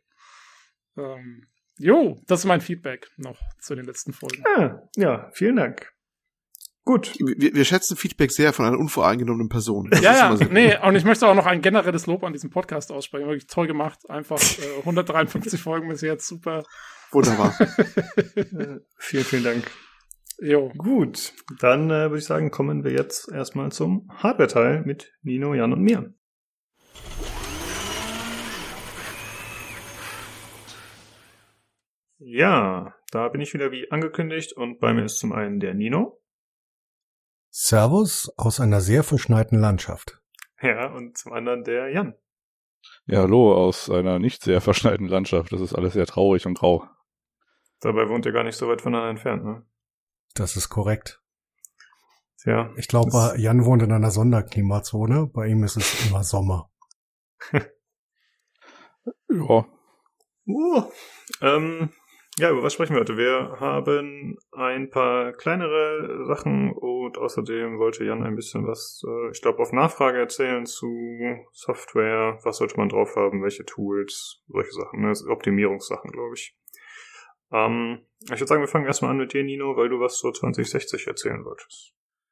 ähm, jo, das ist mein Feedback noch zu den letzten Folgen. Ah, ja, vielen Dank. Gut. Wir, wir schätzen Feedback sehr von einer unvoreingenommenen Person. Das ja, ist ja, immer sehr nee, und ich möchte auch noch ein generelles Lob an diesem Podcast aussprechen. Wirklich toll gemacht. Einfach äh, hundertdreiundfünfzig Folgen bis jetzt, super. Wunderbar. äh, vielen, vielen Dank. Jo. Gut, dann äh, würde ich sagen, kommen wir jetzt erstmal zum Hardware-Teil mit Nino, Jan und mir. Ja, da bin ich wieder wie angekündigt und bei mir ist zum einen der Nino. Servus aus einer sehr verschneiten Landschaft. Ja, und zum anderen der Jan. Ja, hallo aus einer nicht sehr verschneiten Landschaft. Das ist alles sehr traurig und grau. Dabei wohnt ihr gar nicht so weit voneinander entfernt, ne? Das ist korrekt. Ja. Ich glaube, Jan wohnt in einer Sonderklimazone. Bei ihm ist es immer Sommer. Ja. Uh, ähm, ja, über was sprechen wir heute? Wir haben ein paar kleinere Sachen und außerdem wollte Jan ein bisschen was, äh, ich glaube, auf Nachfrage erzählen zu Software. Was sollte man drauf haben? Welche Tools? Solche Sachen, ne? Optimierungssachen, glaube ich. Ähm, ich würde sagen, wir fangen erstmal an mit dir, Nino, weil du was zur zwanzig sechzig erzählen wolltest.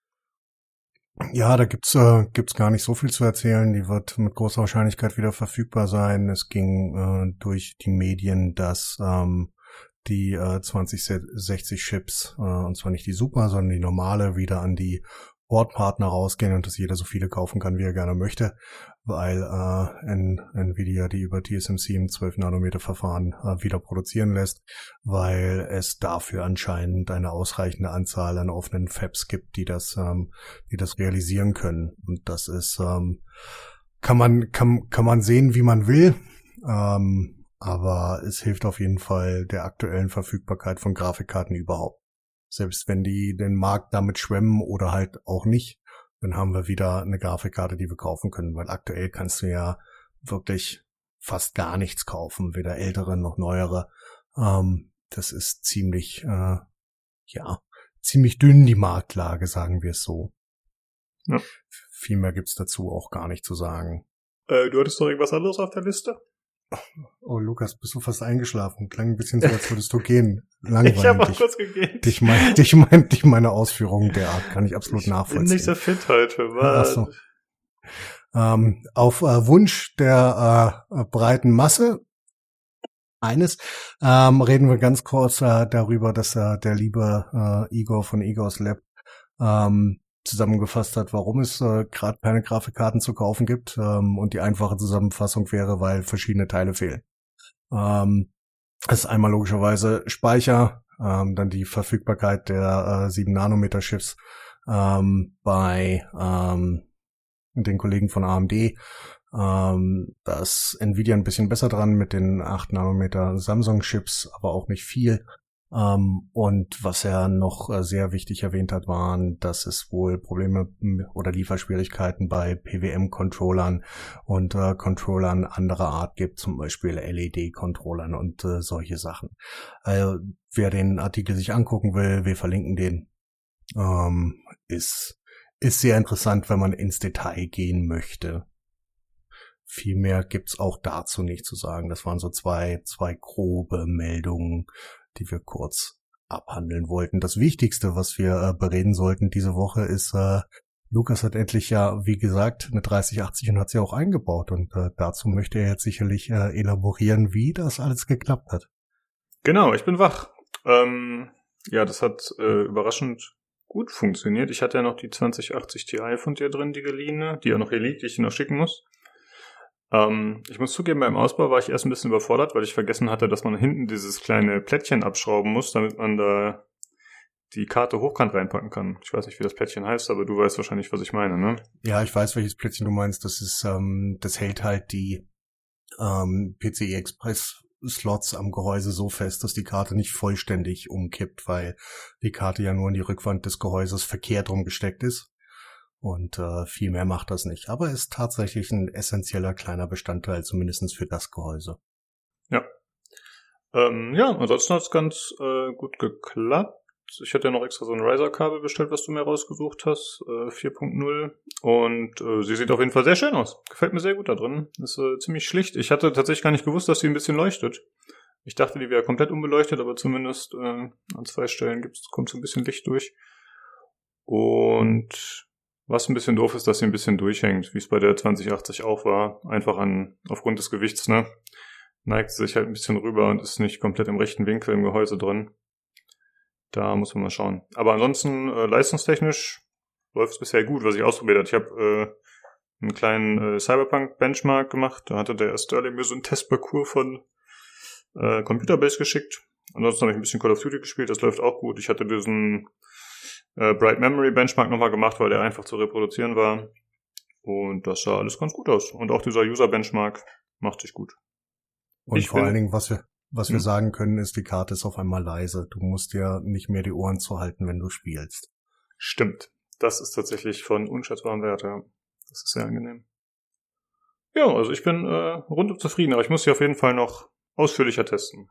Ja, da gibt's äh, gibt's gar nicht so viel zu erzählen. Die wird mit großer Wahrscheinlichkeit wieder verfügbar sein. Es ging äh, durch die Medien, dass ähm, die äh, zwanzig sechzig Chips, äh, und zwar nicht die Super, sondern die normale, wieder an die Boardpartner rausgehen und dass jeder so viele kaufen kann, wie er gerne möchte, weil äh, N- Nvidia die über T S M C im zwölf Nanometer Verfahren äh, wieder produzieren lässt, weil es dafür anscheinend eine ausreichende Anzahl an offenen Fabs gibt, die das ähm, die das realisieren können. Und das ist ähm, kann man kann kann man sehen, wie man will, ähm, aber es hilft auf jeden Fall der aktuellen Verfügbarkeit von Grafikkarten überhaupt. Selbst wenn die den Markt damit schwemmen oder halt auch nicht, dann haben wir wieder eine Grafikkarte, die wir kaufen können, weil aktuell kannst du ja wirklich fast gar nichts kaufen, weder ältere noch neuere. Ähm, das ist ziemlich, äh, ja, ziemlich dünn die Marktlage, sagen wir es so. Ja. Viel mehr gibt's dazu auch gar nicht zu sagen. Äh, du hattest doch irgendwas anderes auf der Liste? Oh, Lukas, bist du fast eingeschlafen? Klang ein bisschen so, als würdest du gehen. Langweilig. Ich habe auch kurz gegeben. Dich, mein, dich, mein, dich meine Ausführungen derart kann ich absolut ich nachvollziehen. Ich bin nicht so fit heute. Was? Ach so. Ähm, auf äh, Wunsch der äh, breiten Masse eines ähm, reden wir ganz kurz äh, darüber, dass äh, der liebe äh, Igor von Igor's Lab ähm, zusammengefasst hat, warum es äh, gerade keine Grafikkarten zu kaufen gibt, ähm, und die einfache Zusammenfassung wäre, weil verschiedene Teile fehlen. Ähm, das ist einmal logischerweise Speicher, ähm, dann die Verfügbarkeit der äh, sieben Nanometer Chips ähm, bei ähm, den Kollegen von A M D. Ähm, da ist Nvidia ein bisschen besser dran mit den acht Nanometer Samsung Chips, aber auch nicht viel. Ähm, und was er noch äh, sehr wichtig erwähnt hat, waren, dass es wohl Probleme oder Lieferschwierigkeiten bei P W M-Controllern und äh, Controllern anderer Art gibt, zum Beispiel L E D-Controllern und äh, solche Sachen. Also, wer den Artikel sich angucken will, wir verlinken den. Ähm, ist, ist sehr interessant, wenn man ins Detail gehen möchte. Viel mehr gibt's auch dazu nicht zu sagen. Das waren so zwei, zwei grobe Meldungen, die wir kurz abhandeln wollten. Das Wichtigste, was wir äh, bereden sollten diese Woche, ist, äh, Lukas hat endlich ja, wie gesagt, eine dreißig achtzig und hat sie auch eingebaut. Und äh, dazu möchte er jetzt sicherlich äh, elaborieren, wie das alles geklappt hat. Genau, ich bin wach. Ähm, ja, das hat äh, überraschend gut funktioniert. Ich hatte ja noch die zwanzig achtzig Ti von dir drin, die geliehene, die ja noch hier liegt, die ich dir noch schicken muss. Ähm, ich muss zugeben, beim Ausbau war ich erst ein bisschen überfordert, weil ich vergessen hatte, dass man hinten dieses kleine Plättchen abschrauben muss, damit man da die Karte hochkant reinpacken kann. Ich weiß nicht, wie das Plättchen heißt, aber du weißt wahrscheinlich, was ich meine, ne? Ja, ich weiß, welches Plättchen du meinst. Das ist, ähm, das hält halt die ähm, P C I Express Slots am Gehäuse so fest, dass die Karte nicht vollständig umkippt, weil die Karte ja nur in die Rückwand des Gehäuses verkehrt rumgesteckt ist. Und äh, viel mehr macht das nicht. Aber ist tatsächlich ein essentieller kleiner Bestandteil, zumindest für das Gehäuse. Ja. Ähm, ja, ansonsten hat es ganz äh, gut geklappt. Ich hatte ja noch extra so ein Riser-Kabel bestellt, was du mir rausgesucht hast, äh, vier Punkt null. Und äh, sie sieht auf jeden Fall sehr schön aus. Gefällt mir sehr gut da drin. Ist äh, ziemlich schlicht. Ich hatte tatsächlich gar nicht gewusst, dass sie ein bisschen leuchtet. Ich dachte, die wäre komplett unbeleuchtet, aber zumindest äh, an zwei Stellen gibt's, kommt so ein bisschen Licht durch. Und was ein bisschen doof ist, dass sie ein bisschen durchhängt, wie es bei der zwanzig achtzig auch war. Einfach an aufgrund des Gewichts, ne? Neigt sie sich halt ein bisschen rüber und ist nicht komplett im rechten Winkel im Gehäuse drin. Da muss man mal schauen. Aber ansonsten, äh, leistungstechnisch läuft es bisher gut, was ich ausprobiert habe. Ich habe äh, einen kleinen äh, Cyberpunk-Benchmark gemacht. Da hatte der Sterling mir so einen Testparcours von äh, Computerbase geschickt. Ansonsten habe ich ein bisschen Call of Duty gespielt. Das läuft auch gut. Ich hatte diesen äh, Bright Memory Benchmark nochmal gemacht, weil der einfach zu reproduzieren war. Und das sah alles ganz gut aus. Und auch dieser User-Benchmark macht sich gut. Und ich vor bin, allen Dingen, was wir Was wir Hm. sagen können, ist, die Karte ist auf einmal leise. Du musst dir nicht mehr die Ohren zuhalten, wenn du spielst. Stimmt. Das ist tatsächlich von unschätzbarem Wert, ja. Das ist sehr angenehm. Ja, also ich bin äh, rundum zufrieden, aber ich muss sie auf jeden Fall noch ausführlicher testen.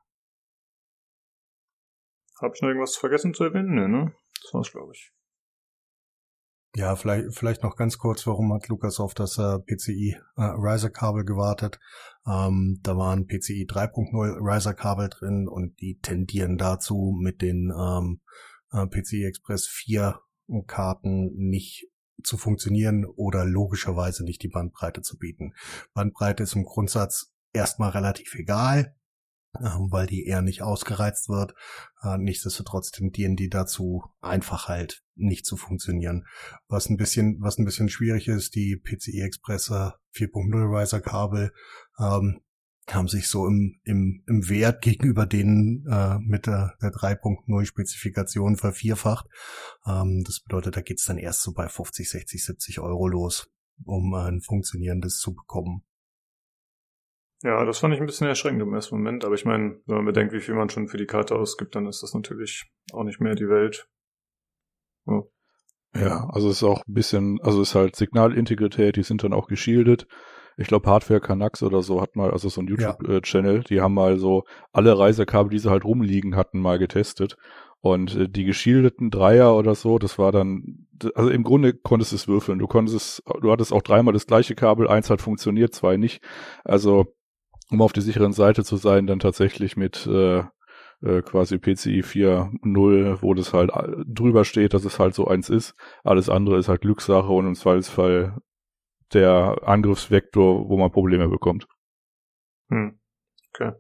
Habe ich noch irgendwas vergessen zu erwähnen? Nee, ne? Das war's, glaube ich. Ja, vielleicht, vielleicht noch ganz kurz, warum hat Lukas auf das äh, P C I äh, Riser-Kabel gewartet? Ähm, da waren P C I drei Punkt null Riser-Kabel drin und die tendieren dazu, mit den ähm, äh, P C I Express vier Karten nicht zu funktionieren oder logischerweise nicht die Bandbreite zu bieten. Bandbreite ist im Grundsatz erstmal relativ egal, ähm, weil die eher nicht ausgereizt wird. Äh, nichtsdestotrotz tendieren die dazu, einfach halt nicht zu funktionieren. Was ein bisschen, was ein bisschen schwierig ist, die P C I Express vier Punkt null Riser Kabel ähm, haben sich so im, im, im Wert gegenüber denen äh, mit der, der drei Punkt null Spezifikation vervierfacht. Ähm, das bedeutet, da geht's dann erst so bei fünfzig, sechzig, siebzig Euro los, um äh, ein funktionierendes zu bekommen. Ja, das fand ich ein bisschen erschreckend im ersten Moment, aber ich meine, wenn man bedenkt, wie viel man schon für die Karte ausgibt, dann ist das natürlich auch nicht mehr die Welt. Ja. Ja, also es ist auch ein bisschen, also es ist halt Signalintegrität, die sind dann auch geschildet. Ich glaube, Hardware Canucks oder so hat mal, also so ein YouTube-Channel, ja. Die haben mal so alle Reisekabel, die sie halt rumliegen hatten, mal getestet. Und äh, die geschildeten Dreier oder so, das war dann, also im Grunde konntest du es würfeln. Du konntest es, du hattest auch dreimal das gleiche Kabel, eins hat funktioniert, zwei nicht. Also, um auf der sicheren Seite zu sein, dann tatsächlich mit äh, äh, quasi P C I vier Punkt null, wo das halt drüber steht, dass es halt so eins ist. Alles andere ist halt Glückssache und im Zweifelsfall der Angriffsvektor, wo man Probleme bekommt. Hm. Okay.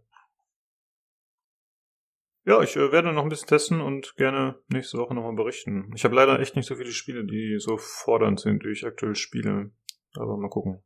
Ja, ich äh, werde noch ein bisschen testen und gerne nächste Woche nochmal berichten. Ich habe leider echt nicht so viele Spiele, die so fordernd sind, wie ich aktuell spiele. Aber mal gucken.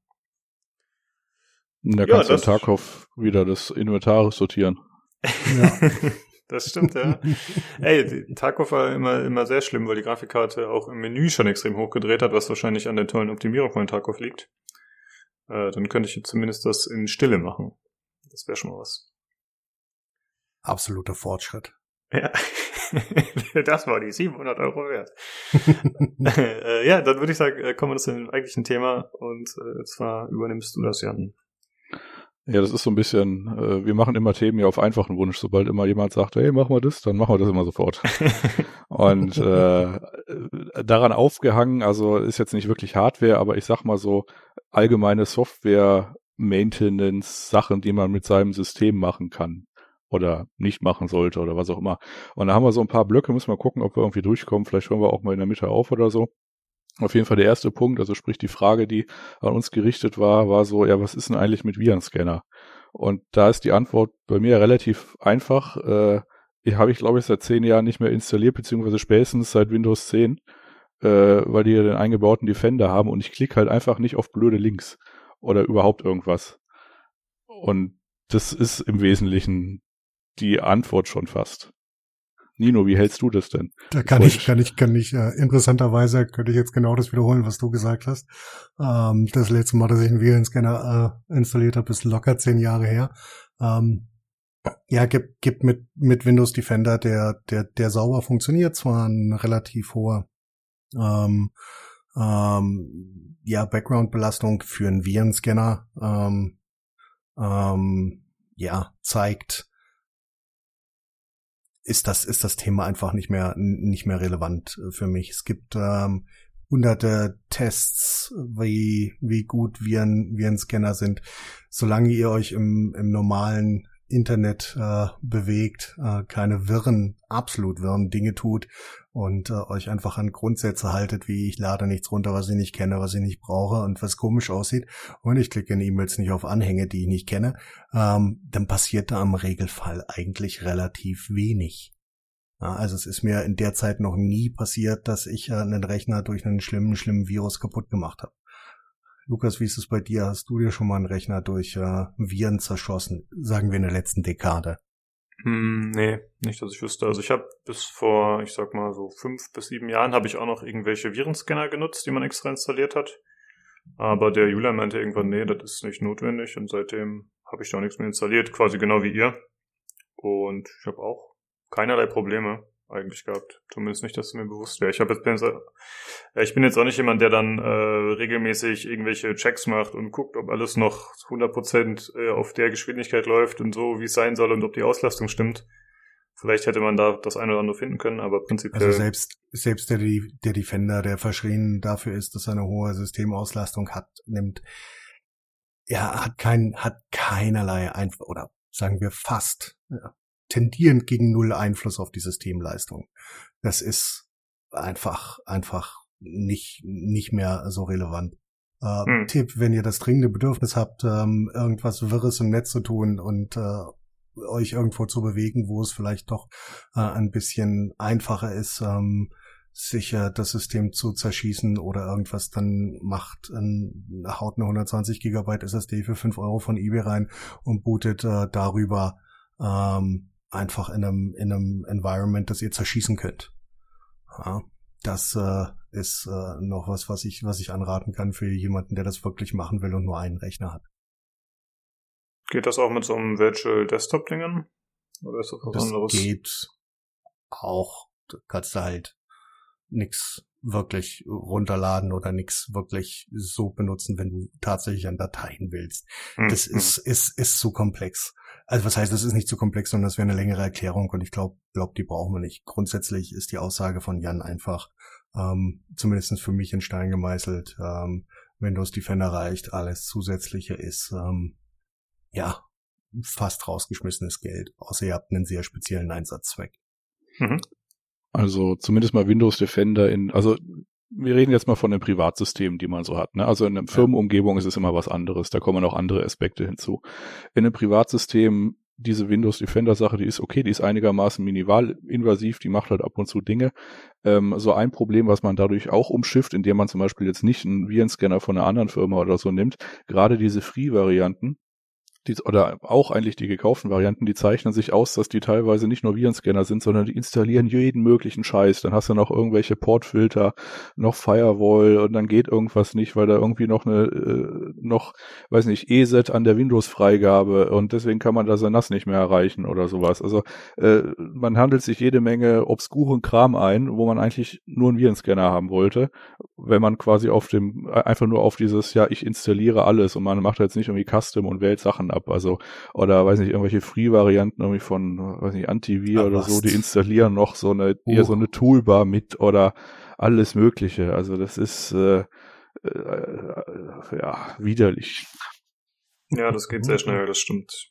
Da Ja, kannst du das- an Tarkov wieder das Inventar sortieren. Ja. Das stimmt, ja. Ey, die- Tarkov war immer, immer sehr schlimm, weil die Grafikkarte auch im Menü schon extrem hochgedreht hat, was wahrscheinlich an der tollen Optimierung von Tarkov liegt. Äh, dann könnte ich jetzt zumindest das in Stille machen. Das wäre schon mal was. Absoluter Fortschritt. Ja, das war die siebenhundert Euro wert. äh, ja, dann würde ich sagen, kommen wir zu dem eigentlichen Thema und äh, zwar übernimmst du das, Jan. Ja, das ist so ein bisschen, äh, wir machen immer Themen ja auf einfachen Wunsch. Sobald immer jemand sagt, hey, mach mal das, dann machen wir das immer sofort. Und äh, daran aufgehangen, also ist jetzt nicht wirklich Hardware, aber ich sag mal so allgemeine Software-Maintenance-Sachen, die man mit seinem System machen kann oder nicht machen sollte oder was auch immer. Und da haben wir so ein paar Blöcke, müssen wir gucken, ob wir irgendwie durchkommen. Vielleicht hören wir auch mal in der Mitte auf oder so. Auf jeden Fall der erste Punkt, also sprich die Frage, die an uns gerichtet war, war so, ja, was ist denn eigentlich mit Virenscanner? Und da ist die Antwort bei mir relativ einfach. Äh, die habe ich, glaube ich, seit zehn Jahren nicht mehr installiert, beziehungsweise spätestens seit Windows zehn, äh, weil die ja den eingebauten Defender haben und ich klicke halt einfach nicht auf blöde Links oder überhaupt irgendwas. Und das ist im Wesentlichen die Antwort schon fast. Nino, wie hältst du das denn? Da kann ich, kann ich, kann ich, äh, interessanterweise könnte ich jetzt genau das wiederholen, was du gesagt hast. Ähm, das letzte Mal, dass ich einen Virenscanner äh, installiert habe, ist locker zehn Jahre her. Ähm, ja, gibt, gibt mit, mit Windows Defender, der, der, der sauber funktioniert, zwar ein relativ hoher, ähm, ähm, ja, Background-Belastung für einen Virenscanner, ähm, ähm, ja, zeigt, ist das ist das Thema einfach nicht mehr nicht mehr relevant für mich. Es gibt ähm, hunderte Tests, wie wie gut Viren Virenscanner sind. Solange ihr euch im im normalen Internet äh, bewegt, äh, keine wirren, absolut wirren Dinge tut und äh, euch einfach an Grundsätze haltet, wie ich lade nichts runter, was ich nicht kenne, was ich nicht brauche und was komisch aussieht und ich klicke in E-Mails nicht auf Anhänge, die ich nicht kenne, ähm, dann passiert da im Regelfall eigentlich relativ wenig. Ja, also es ist mir in der Zeit noch nie passiert, dass ich äh, einen Rechner durch einen schlimmen, schlimmen Virus kaputt gemacht habe. Lukas, wie ist es bei dir? Hast du dir schon mal einen Rechner durch äh, Viren zerschossen? Sagen wir in der letzten Dekade. Hm, nee, nicht, dass ich wüsste. Also ich habe bis vor, ich sag mal so fünf bis sieben Jahren habe ich auch noch irgendwelche Virenscanner genutzt, die man extra installiert hat. Aber der Julian meinte irgendwann, nee, das ist nicht notwendig. Und seitdem habe ich da auch nichts mehr installiert, quasi genau wie ihr. Und ich habe auch keinerlei Probleme eigentlich gehabt. Zumindest nicht, dass es mir bewusst wäre. Ich habe jetzt ich bin jetzt auch nicht jemand, der dann äh, regelmäßig irgendwelche Checks macht und guckt, ob alles noch hundert Prozent äh, auf der Geschwindigkeit läuft und so, wie es sein soll und ob die Auslastung stimmt. Vielleicht hätte man da das eine oder andere finden können, aber prinzipiell... Also selbst selbst der, der Defender, der verschrien dafür ist, dass er eine hohe Systemauslastung hat, nimmt, ja, hat kein, hat keinerlei Einfluss, oder sagen wir fast, ja, tendierend gegen null Einfluss auf die Systemleistung. Das ist einfach, einfach nicht, nicht mehr so relevant. Äh, hm. Tipp, wenn ihr das dringende Bedürfnis habt, ähm, irgendwas Wirres im Netz zu tun und äh, euch irgendwo zu bewegen, wo es vielleicht doch äh, ein bisschen einfacher ist, ähm, sicher das System zu zerschießen oder irgendwas, dann macht ein, haut eine hundertzwanzig Gigabyte S S D für fünf Euro von eBay rein und bootet äh, darüber ähm, einfach in einem, in einem Environment, das ihr zerschießen könnt. Ja, das äh, ist äh, noch was, was ich, was ich anraten kann für jemanden, der das wirklich machen will und nur einen Rechner hat. Geht das auch mit so einem Virtual Desktop-Dingen? Oder ist das was das anderes? Das geht auch. Du kannst da halt nix wirklich runterladen oder nix wirklich so benutzen, wenn du tatsächlich an Dateien willst. Mhm. Das ist, ist, ist zu komplex. Also was heißt, das ist nicht zu komplex, sondern das wäre eine längere Erklärung und ich glaube, glaub, die brauchen wir nicht. Grundsätzlich ist die Aussage von Jan einfach, ähm, zumindest für mich in Stein gemeißelt, ähm, Windows Defender reicht, alles Zusätzliche ist, ähm, ja, fast rausgeschmissenes Geld, außer ihr habt einen sehr speziellen Einsatzzweck. Mhm. Also zumindest mal Windows Defender in, also wir reden jetzt mal von den Privatsystemen, die man so hat. Ne? Also in einer Firmenumgebung ist es immer was anderes, da kommen noch andere Aspekte hinzu. In einem Privatsystem, diese Windows Defender Sache, die ist okay, die ist einigermaßen minimalinvasiv, die macht halt ab und zu Dinge. Ähm, so ein Problem, was man dadurch auch umschifft, indem man zum Beispiel jetzt nicht einen Virenscanner von einer anderen Firma oder so nimmt, gerade diese Free-Varianten, die, oder auch eigentlich die gekauften Varianten, die zeichnen sich aus, dass die teilweise nicht nur Virenscanner sind, sondern die installieren jeden möglichen Scheiß. Dann hast du noch irgendwelche Portfilter, noch Firewall und dann geht irgendwas nicht, weil da irgendwie noch eine, äh, noch, weiß nicht, E S E T an der Windows-Freigabe und deswegen kann man da sein N A S nicht mehr erreichen oder sowas. Also äh, man handelt sich jede Menge obskuren Kram ein, wo man eigentlich nur einen Virenscanner haben wollte, wenn man quasi auf dem, einfach nur auf dieses, ja, ich installiere alles und man macht jetzt nicht irgendwie Custom und wählt Sachen ab, also, oder weiß nicht, irgendwelche Free-Varianten irgendwie von, weiß nicht, Antivir oder so, die installieren noch so eine, uh. eher so eine Toolbar mit oder alles Mögliche, also das ist, äh, äh, ja, widerlich. Ja, das geht sehr schnell, das stimmt.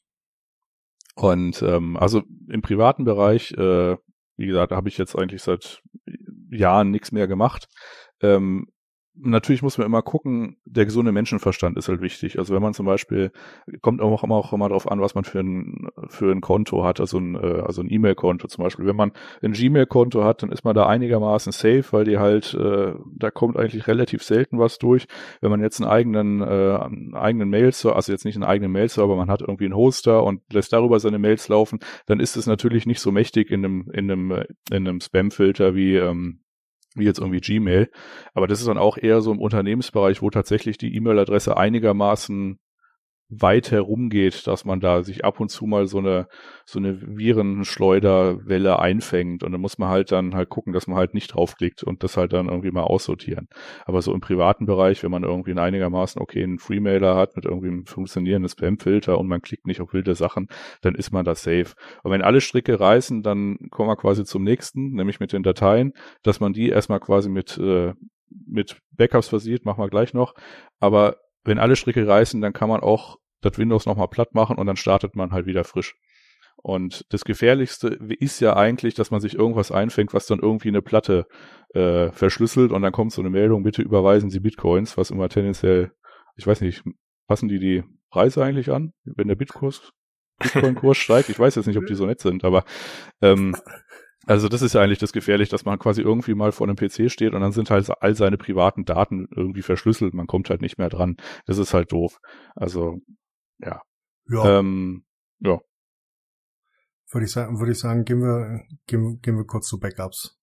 Und, ähm, also im privaten Bereich, äh, wie gesagt, habe ich jetzt eigentlich seit Jahren nichts mehr gemacht, ähm, natürlich muss man immer gucken, der gesunde Menschenverstand ist halt wichtig. Also wenn man zum Beispiel, kommt auch immer, auch immer darauf an, was man für ein, für ein Konto hat, also ein, also ein E-Mail-Konto zum Beispiel. Wenn man ein Gmail-Konto hat, dann ist man da einigermaßen safe, weil die halt, äh, da kommt eigentlich relativ selten was durch. Wenn man jetzt einen eigenen, äh, einen eigenen Mail-Server, also jetzt nicht einen eigenen Mail-Server, man hat irgendwie einen Hoster und lässt darüber seine Mails laufen, dann ist es natürlich nicht so mächtig in einem, in einem, in einem Spam-Filter wie, ähm, wie jetzt irgendwie Gmail, aber das ist dann auch eher so im Unternehmensbereich, wo tatsächlich die E-Mail-Adresse einigermaßen weit herumgeht, dass man da sich ab und zu mal so eine so eine Virenschleuderwelle einfängt und dann muss man halt dann halt gucken, dass man halt nicht draufklickt und das halt dann irgendwie mal aussortieren. Aber so im privaten Bereich, wenn man irgendwie einen einigermaßen okayen Freemailer hat mit irgendwie einem funktionierenden Spam-Filter und man klickt nicht auf wilde Sachen, dann ist man da safe. Und wenn alle Stricke reißen, dann kommen wir quasi zum nächsten, nämlich mit den Dateien, dass man die erstmal quasi mit äh, mit Backups versieht, machen wir gleich noch, aber wenn alle Stricke reißen, dann kann man auch das Windows nochmal platt machen und dann startet man halt wieder frisch. Und das Gefährlichste ist ja eigentlich, dass man sich irgendwas einfängt, was dann irgendwie eine Platte äh, verschlüsselt und dann kommt so eine Meldung, bitte überweisen Sie Bitcoins, was immer tendenziell, ich weiß nicht, passen die die Preise eigentlich an, wenn der Bitkurs, Bitcoin-Kurs steigt? Ich weiß jetzt nicht, ob die so nett sind, aber ähm, also das ist ja eigentlich das Gefährliche, dass man quasi irgendwie mal vor einem P C steht und dann sind halt all seine privaten Daten irgendwie verschlüsselt. Man kommt halt nicht mehr dran. Das ist halt doof. Also, ja. Ja. Ähm, ja. Würde ich sagen, würde ich sagen, gehen wir, gehen, gehen wir kurz zu Backups.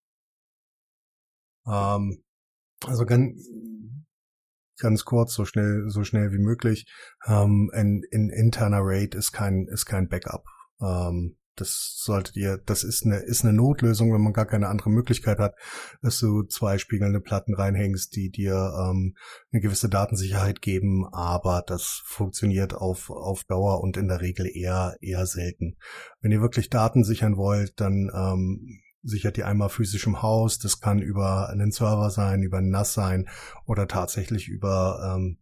Ähm, also ganz, ganz kurz, so schnell, so schnell wie möglich. Ähm, ein, ein interner RAID ist kein, ist kein Backup. Ähm, Das solltet ihr, das ist eine, ist eine Notlösung, wenn man gar keine andere Möglichkeit hat, dass du zwei spiegelnde Platten reinhängst, die dir ähm, eine gewisse Datensicherheit geben, aber das funktioniert auf, auf Dauer und in der Regel eher, eher selten. Wenn ihr wirklich Daten sichern wollt, dann ähm, sichert ihr einmal physisch im Haus, das kann über einen Server sein, über ein N A S sein oder tatsächlich über ähm,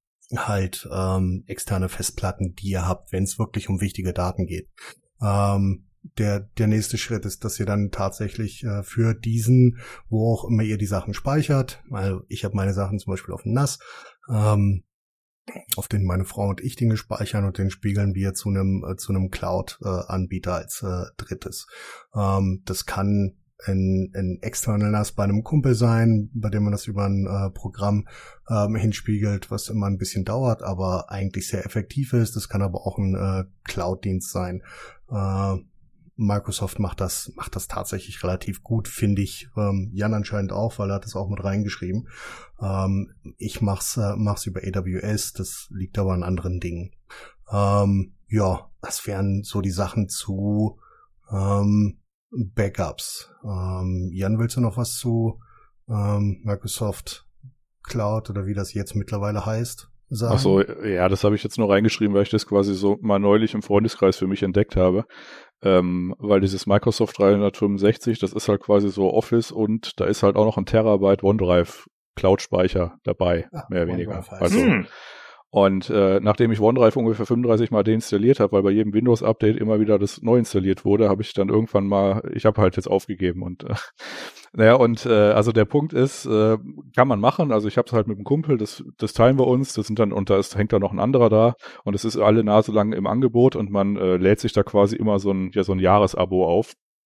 halt ähm, externe Festplatten, die ihr habt, wenn es wirklich um wichtige Daten geht. Ähm, der der nächste Schritt ist, dass ihr dann tatsächlich äh, für diesen, wo auch immer ihr die Sachen speichert, weil ich habe meine Sachen zum Beispiel auf dem N A S, ähm, auf den meine Frau und ich Dinge speichern und den spiegeln wir zu einem äh, zu einem Cloud-Anbieter äh, als äh, drittes. Ähm, das kann ein, ein externer N A S bei einem Kumpel sein, bei dem man das über ein äh, Programm ähm, hinspiegelt, was immer ein bisschen dauert, aber eigentlich sehr effektiv ist. Das kann aber auch ein äh, Cloud-Dienst sein. Äh, Microsoft macht das macht das tatsächlich relativ gut, finde ich. Ähm, Jan anscheinend auch, weil er hat das auch mit reingeschrieben. Ähm, ich mach's äh, mach's über A W S, das liegt aber an anderen Dingen. Ähm, ja, das wären so die Sachen zu ähm, Backups. Ähm, Jan, willst du noch was zu ähm, Microsoft Cloud oder wie das jetzt mittlerweile heißt sagen? Ach so, ja, das habe ich jetzt nur reingeschrieben, weil ich das quasi so mal neulich im Freundeskreis für mich entdeckt habe. Ähm, weil dieses Microsoft dreihundertfünfundsechzig, das ist halt quasi so Office und da ist halt auch noch ein Terabyte OneDrive Cloud-Speicher dabei, ah, mehr oder weniger. Also hm. Und äh, nachdem ich OneDrive ungefähr fünfunddreißig Mal deinstalliert habe, weil bei jedem Windows-Update immer wieder das neu installiert wurde, habe ich dann irgendwann mal, ich habe halt jetzt aufgegeben und äh, naja, und äh, also der Punkt ist, äh, kann man machen, also ich habe es halt mit dem Kumpel, das das teilen wir uns, das sind dann, und da ist, hängt da noch ein anderer da und es ist alle Nase lang im Angebot und man äh, lädt sich da quasi immer so ein, ja so ein Jahresabo auf.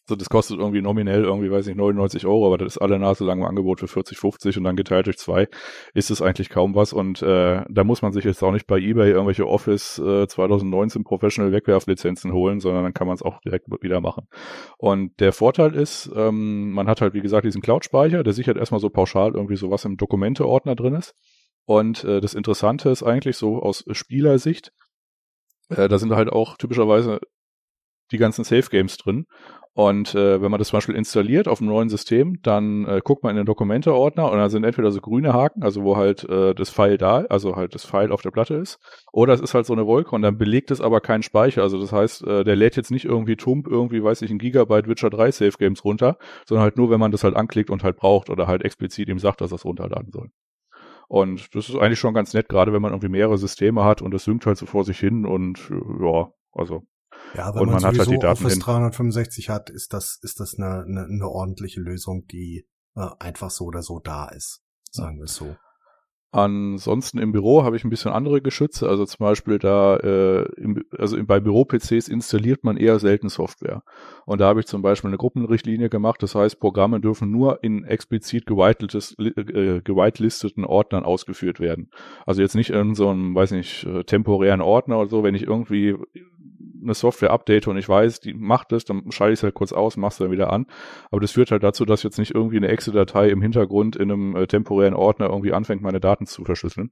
Also das kostet irgendwie nominell irgendwie, weiß nicht, neunundneunzig Euro, aber das ist alle Nase lang im Angebot für vierzig, fünfzig und dann geteilt durch zwei ist es eigentlich kaum was und äh, da muss man sich jetzt auch nicht bei eBay irgendwelche Office äh, zwanzig neunzehn Professional Wegwerflizenzen holen, sondern dann kann man es auch direkt wieder machen. Und der Vorteil ist, ähm, man hat halt wie gesagt diesen Cloud-Speicher, der sichert erstmal so pauschal irgendwie sowas im Dokumente-Ordner drin ist und äh, das Interessante ist eigentlich so aus Spielersicht, äh, da sind halt auch typischerweise die ganzen Safe-Games drin. Und äh, wenn man das zum Beispiel installiert auf einem neuen System, dann äh, guckt man in den Dokumente-Ordner und dann sind entweder so grüne Haken, also wo halt äh, das File da, also halt das File auf der Platte ist, oder es ist halt so eine Wolke und dann belegt es aber keinen Speicher. Also das heißt, äh, der lädt jetzt nicht irgendwie tump irgendwie, weiß ich, ein Gigabyte Witcher drei Safe-Games runter, sondern halt nur, wenn man das halt anklickt und halt braucht oder halt explizit ihm sagt, dass er es runterladen soll. Und das ist eigentlich schon ganz nett, gerade wenn man irgendwie mehrere Systeme hat und das synkt halt so vor sich hin und äh, ja, also Ja, wenn und man, man sowieso hat halt die Daten Office hin. dreihundertfünfundsechzig hat, ist das, ist das eine, eine, eine ordentliche Lösung, die äh, einfach so oder so da ist, sagen wir es so. Ansonsten im Büro habe ich ein bisschen andere Geschütze, also zum Beispiel da, äh, im, also bei Büro-P Cs installiert man eher selten Software. Und da habe ich zum Beispiel eine Gruppenrichtlinie gemacht, das heißt, Programme dürfen nur in explizit äh, gewitelisteten Ordnern ausgeführt werden. Also jetzt nicht in so einem, weiß nicht, temporären Ordner oder so, wenn ich irgendwie eine Software update und ich weiß, die macht das, dann schalte ich es halt kurz aus, mach's dann wieder an. Aber das führt halt dazu, dass jetzt nicht irgendwie eine Excel-Datei im Hintergrund in einem äh, temporären Ordner irgendwie anfängt, meine Daten zu verschlüsseln.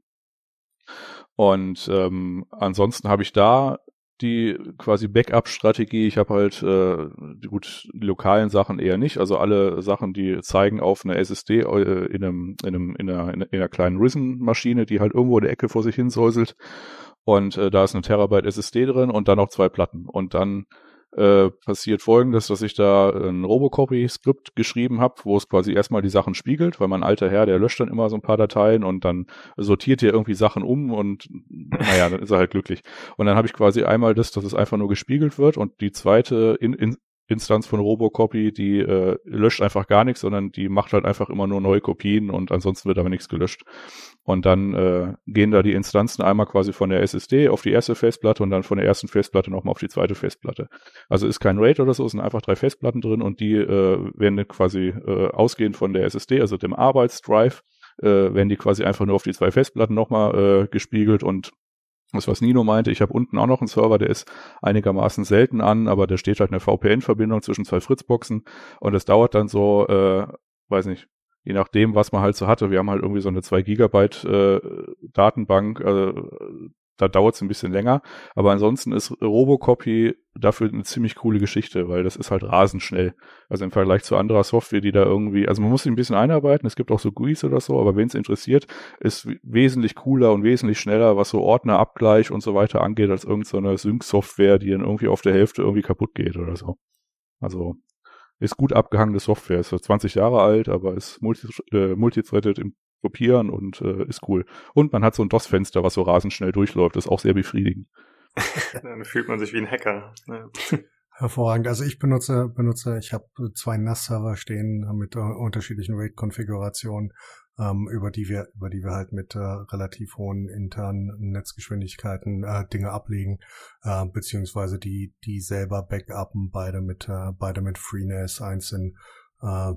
Und ähm, ansonsten habe ich da die quasi Backup-Strategie. Ich habe halt äh, die, gut, die lokalen Sachen eher nicht. Also alle Sachen, die zeigen auf eine S S D äh, in einem in einem in einer, in einer kleinen Risen-Maschine, die halt irgendwo in der Ecke vor sich hin säuselt. Und äh, da ist eine Terabyte S S D drin und dann noch zwei Platten. Und dann äh, passiert Folgendes, dass ich da ein Robocopy-Skript geschrieben habe, wo es quasi erstmal die Sachen spiegelt, weil mein alter Herr, der löscht dann immer so ein paar Dateien und dann sortiert er irgendwie Sachen um und naja, dann ist er halt glücklich. Und dann habe ich quasi einmal das, dass es einfach nur gespiegelt wird und die zweite in, in Instanz von Robocopy, die äh, löscht einfach gar nichts, sondern die macht halt einfach immer nur neue Kopien und ansonsten wird aber nichts gelöscht. Und dann äh, gehen da die Instanzen einmal quasi von der S S D auf die erste Festplatte und dann von der ersten Festplatte nochmal auf die zweite Festplatte. Also ist kein RAID oder so, es sind einfach drei Festplatten drin und die äh, werden quasi äh, ausgehend von der S S D, also dem Arbeitsdrive, äh, werden die quasi einfach nur auf die zwei Festplatten nochmal äh, gespiegelt und das, was Nino meinte, ich habe unten auch noch einen Server, der ist einigermaßen selten an, aber da steht halt eine V P N-Verbindung zwischen zwei Fritzboxen und es dauert dann so, äh, weiß nicht, je nachdem, was man halt so hatte. Wir haben halt irgendwie so eine zwei Gigabyte äh, Datenbank, äh, da dauert es ein bisschen länger, aber ansonsten ist Robocopy dafür eine ziemlich coole Geschichte, weil das ist halt rasend schnell. Also im Vergleich zu anderer Software, die da irgendwie, also man muss sich ein bisschen einarbeiten, es gibt auch so G U Is oder so, aber wen es interessiert, ist wesentlich cooler und wesentlich schneller, was so Ordnerabgleich und so weiter angeht, als irgendeine so Sync-Software, die dann irgendwie auf der Hälfte irgendwie kaputt geht oder so. Also ist gut abgehangene Software, ist zwanzig Jahre alt, aber ist multi, äh, multithreaded im Kopieren und äh, ist cool. Und man hat so ein DOS-Fenster, was so rasend schnell durchläuft, ist auch sehr befriedigend. Dann fühlt man sich wie ein Hacker. Ja. Hervorragend. Also ich benutze, benutze, ich habe zwei N A S-Server stehen mit äh, unterschiedlichen RAID-Konfigurationen, ähm, über die wir, über die wir halt mit äh, relativ hohen internen Netzgeschwindigkeiten äh, Dinge ablegen, äh, beziehungsweise die, die selber backuppen, beide mit, äh, beide mit FreeNAS, eins in äh,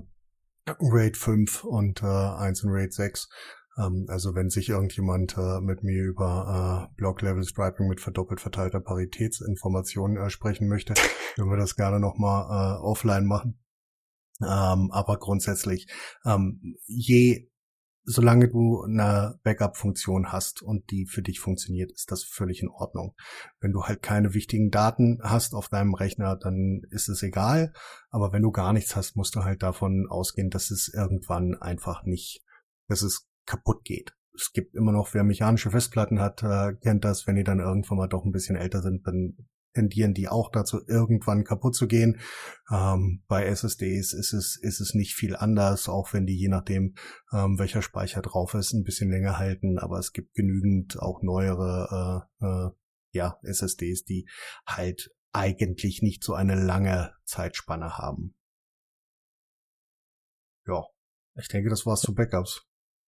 RAID fünf und äh, eins in RAID sechs. Ähm, also wenn sich irgendjemand äh, mit mir über äh, Block-Level-Striping mit verdoppelt verteilter Paritätsinformation äh, sprechen möchte, können wir das gerne nochmal äh, offline machen. Ähm, aber grundsätzlich, ähm, je solange du eine Backup-Funktion hast und die für dich funktioniert, ist das völlig in Ordnung. Wenn du halt keine wichtigen Daten hast auf deinem Rechner, dann ist es egal. Aber wenn du gar nichts hast, musst du halt davon ausgehen, dass es irgendwann einfach nicht, dass es kaputt geht. Es gibt immer noch, wer mechanische Festplatten hat, äh, kennt das, wenn die dann irgendwann mal doch ein bisschen älter sind, dann tendieren die auch dazu, irgendwann kaputt zu gehen. Ähm, bei S S Ds ist es ist es nicht viel anders, auch wenn die je nachdem, ähm, welcher Speicher drauf ist, ein bisschen länger halten. Aber es gibt genügend auch neuere äh, äh, ja S S Ds, die halt eigentlich nicht so eine lange Zeitspanne haben. Ja, ich denke, das war's zu Backups.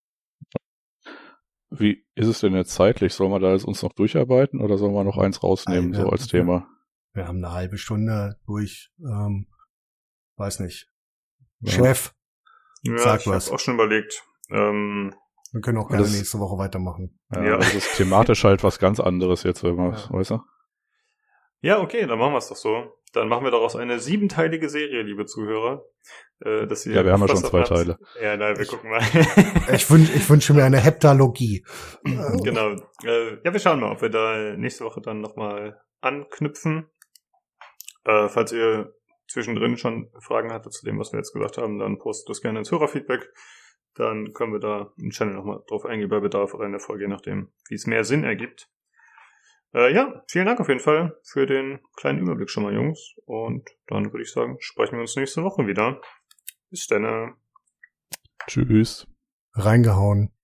Wie ist es denn jetzt zeitlich? Sollen wir da jetzt uns noch durcharbeiten oder sollen wir noch eins rausnehmen, Alter, so als Thema? Wir haben eine halbe Stunde durch. Ähm, weiß nicht. Ja. Chef, Ja, sag ich was. habe auch schon überlegt. Ähm, Wir können auch gerne Das- nächste Woche weitermachen. Ja, Ja. das ist thematisch halt was ganz anderes jetzt, wenn man, Ja. weißt du? ja, okay, dann machen wir es doch so. Dann machen wir daraus eine siebenteilige Serie, liebe Zuhörer. Äh, dass ihr Ja, wir haben ja schon was zwei davon habt. Teile. Ja, nein, wir gucken mal. Ich wünsche ich wünsche mir eine Heptalogie. Genau. Äh, ja, wir schauen mal, ob wir da nächste Woche dann nochmal anknüpfen. Äh, falls ihr zwischendrin schon Fragen hattet zu dem, was wir jetzt gesagt haben, dann postet das gerne ins Hörerfeedback. Dann können wir da im Channel nochmal drauf eingehen bei Bedarf oder in der Folge, je nachdem, wie es mehr Sinn ergibt. Äh, ja, vielen Dank auf jeden Fall für den kleinen Überblick schon mal, Jungs. Und dann würde ich sagen, sprechen wir uns nächste Woche wieder. Bis dann. Tschüss. Reingehauen.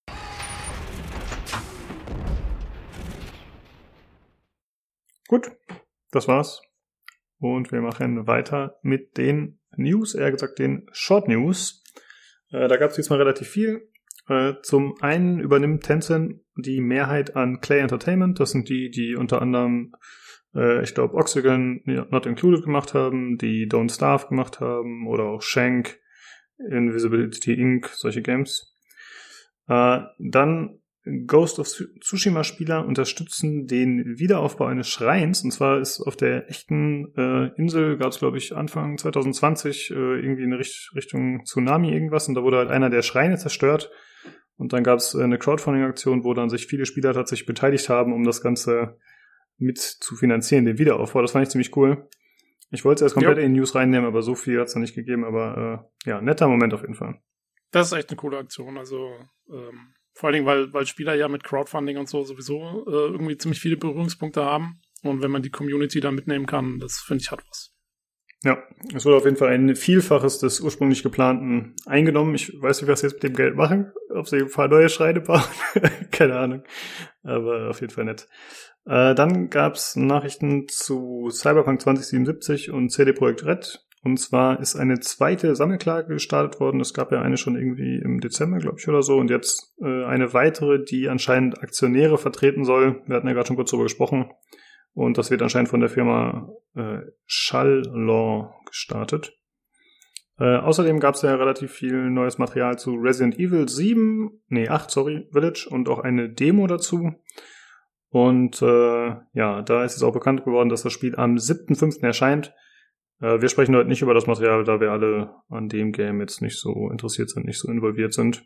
Gut, das war's. Und wir machen weiter mit den News, eher gesagt den Short News. Äh, da gab es diesmal relativ viel. Äh, zum einen übernimmt Tencent die Mehrheit an Clay Entertainment. Das sind die, die unter anderem, äh, ich glaube, Oxygen Not Included gemacht haben, die Don't Starve gemacht haben oder auch Shank, Invisibility Incorporated, solche Games. Äh, dann Ghost of Tsushima-Spieler unterstützen den Wiederaufbau eines Schreins. Und zwar ist auf der echten äh, Insel, gab es, glaube ich, Anfang zwanzig zwanzig äh, irgendwie in Richt- Richtung Tsunami irgendwas. Und da wurde halt einer der Schreine zerstört. Und dann gab es äh, eine Crowdfunding-Aktion, wo dann sich viele Spieler tatsächlich beteiligt haben, um das Ganze mit zu finanzieren, den Wiederaufbau. Das fand ich ziemlich cool. Ich wollte es erst komplett Jo. in die News reinnehmen, aber so viel hat es noch nicht gegeben. Aber äh, ja, netter Moment auf jeden Fall. Das ist echt eine coole Aktion. Also ähm, vor allen Dingen, weil, weil Spieler ja mit Crowdfunding und so sowieso äh, irgendwie ziemlich viele Berührungspunkte haben. Und wenn man die Community da mitnehmen kann, das finde ich hat was. Ja, es wurde auf jeden Fall ein Vielfaches des ursprünglich geplanten eingenommen. Ich weiß nicht, was sie jetzt mit dem Geld machen. Ob sie ein paar neue Schreine bauen. Keine Ahnung. Aber auf jeden Fall nett. Äh, dann gab's Nachrichten zu Cyberpunk zwanzig siebenundsiebzig und C D Projekt Red. Und zwar ist eine zweite Sammelklage gestartet worden. Es gab ja eine schon irgendwie im Dezember, glaube ich, oder so. Und jetzt äh, eine weitere, die anscheinend Aktionäre vertreten soll. Wir hatten ja gerade schon kurz darüber gesprochen. Und das wird anscheinend von der Firma äh, Shalom gestartet. Äh, außerdem gab es ja relativ viel neues Material zu Resident Evil sieben, nee, acht, sorry, Village und auch eine Demo dazu. Und äh, ja, da ist es auch bekannt geworden, dass das Spiel am siebten fünften erscheint. Äh, wir sprechen heute nicht über das Material, da wir alle an dem Game jetzt nicht so interessiert sind, nicht so involviert sind.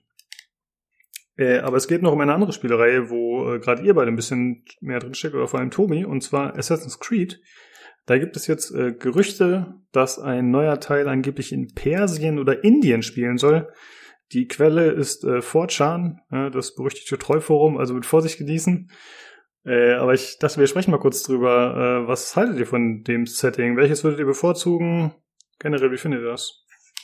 Äh, aber es geht noch um eine andere Spielereihe, wo äh, gerade ihr beide ein bisschen mehr drinsteckt, oder vor allem Tobi, und zwar Assassin's Creed. Da gibt es jetzt äh, Gerüchte, dass ein neuer Teil angeblich in Persien oder Indien spielen soll. Die Quelle ist äh, four chan, äh, das berüchtigte Trollforum, also mit Vorsicht genießen. Äh, aber ich dachte, wir sprechen mal kurz drüber. Äh, was haltet ihr von dem Setting? Welches würdet ihr bevorzugen? Generell, wie findet ihr das?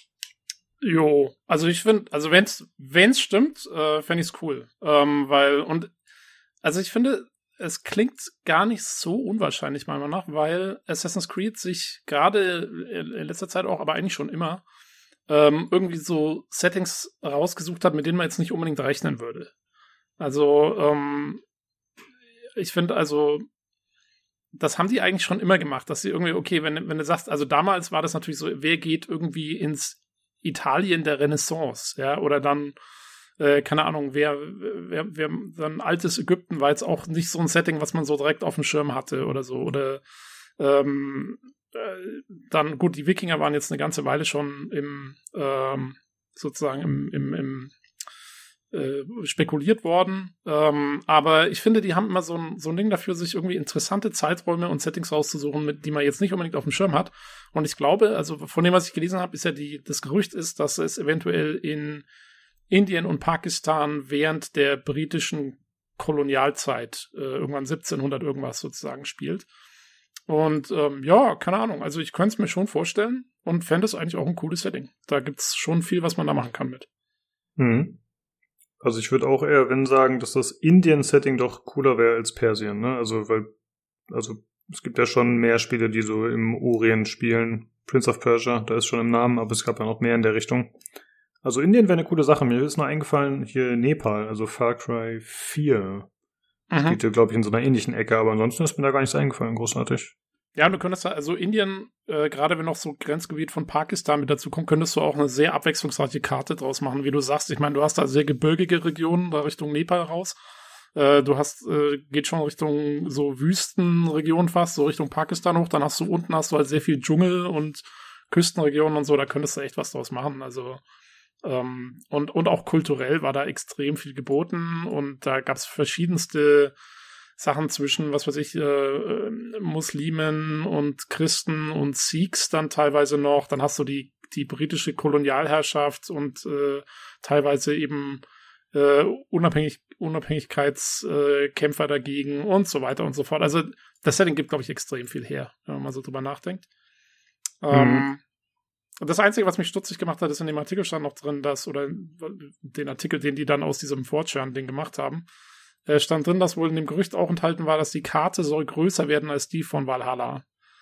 Jo, also ich finde, also wenn's wenn's stimmt, äh, fände ich's cool, ähm, weil und also ich finde, es klingt gar nicht so unwahrscheinlich meiner Meinung nach, weil Assassin's Creed sich gerade in letzter Zeit auch, aber eigentlich schon immer ähm, irgendwie so Settings rausgesucht hat, mit denen man jetzt nicht unbedingt rechnen würde. Also ähm, ich finde also das haben die eigentlich schon immer gemacht, dass sie irgendwie, okay, wenn, wenn du sagst, also damals war das natürlich so, wer geht irgendwie ins Italien der Renaissance, ja, oder dann, äh, keine Ahnung, wer, wer, wer, dann altes Ägypten war jetzt auch nicht so ein Setting, was man so direkt auf dem Schirm hatte oder so, oder ähm, äh, dann, gut, die Wikinger waren jetzt eine ganze Weile schon im, ähm, sozusagen im, im, im äh, spekuliert worden, ähm, aber ich finde, die haben immer so ein, so ein Ding dafür, sich irgendwie interessante Zeiträume und Settings rauszusuchen, mit die man jetzt nicht unbedingt auf dem Schirm hat. Und ich glaube, also von dem, was ich gelesen habe, ist ja die, das Gerücht ist, dass es eventuell in Indien und Pakistan während der britischen Kolonialzeit äh, irgendwann siebzehnhundert irgendwas sozusagen spielt. Und ähm, ja, keine Ahnung, also ich könnte es mir schon vorstellen und fände es eigentlich auch ein cooles Setting. Da gibt's schon viel, was man da machen kann mit. Mhm. Also ich würde auch eher, wenn sagen, dass das Indien-Setting doch cooler wäre als Persien, ne? Also, weil, also es gibt ja schon mehr Spiele, die so im Orient spielen. Prince of Persia, da ist schon im Namen, aber es gab ja noch mehr in der Richtung. Also Indien wäre eine coole Sache. Mir ist noch eingefallen, hier Nepal, also Far Cry vier. Das Mhm. geht ja, glaube ich, in so einer ähnlichen Ecke, aber ansonsten ist mir da gar nichts eingefallen, großartig. Ja, du könntest also Indien, äh, gerade wenn noch so Grenzgebiet von Pakistan mit dazu kommt, könntest du auch eine sehr abwechslungsreiche Karte draus machen, wie du sagst. Ich meine, du hast da sehr gebirgige Regionen, da Richtung Nepal raus. Äh, du hast, äh, geht schon Richtung so Wüstenregionen fast, so Richtung Pakistan hoch. Dann hast du unten hast du halt sehr viel Dschungel und Küstenregionen und so, da könntest du echt was draus machen. Also, ähm, und, und auch kulturell war da extrem viel geboten und da gab es verschiedenste Sachen zwischen, was weiß ich, äh, Muslimen und Christen und Sikhs dann teilweise noch. Dann hast du die, die britische Kolonialherrschaft und äh, teilweise eben äh, Unabhängig, Unabhängigkeitskämpfer äh, dagegen und so weiter und so fort. Also das Setting gibt, glaube ich, extrem viel her, wenn man mal so drüber nachdenkt. Mhm. Ähm, das Einzige, was mich stutzig gemacht hat, ist in dem Artikel stand noch drin, dass, oder den Artikel, den die dann aus diesem four chan-Ding gemacht haben, stand drin, dass wohl in dem Gerücht auch enthalten war, dass die Karte soll größer werden als die von Valhalla.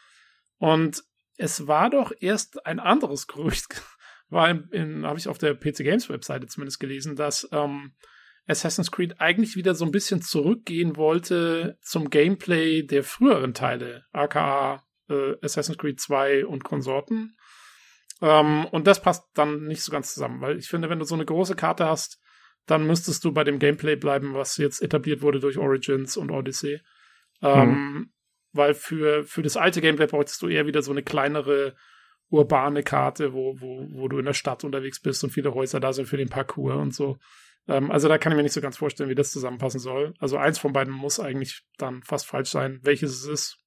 Und es war doch erst ein anderes Gerücht, war in, in habe ich auf der P C Games Webseite zumindest gelesen, dass ähm, Assassin's Creed eigentlich wieder so ein bisschen zurückgehen wollte zum Gameplay der früheren Teile, aka äh, Assassin's Creed zwei und Konsorten. Ähm, und das passt dann nicht so ganz zusammen, weil ich finde, wenn du so eine große Karte hast, dann müsstest du bei dem Gameplay bleiben, was jetzt etabliert wurde durch Origins und Odyssey. Ähm, mhm. Weil für, für das alte Gameplay bräuchtest du eher wieder so eine kleinere, urbane Karte, wo, wo, wo du in der Stadt unterwegs bist und viele Häuser da sind für den Parcours und so. Ähm, also da kann ich mir nicht so ganz vorstellen, wie das zusammenpassen soll. Also eins von beiden muss eigentlich dann fast falsch sein. Welches es ist,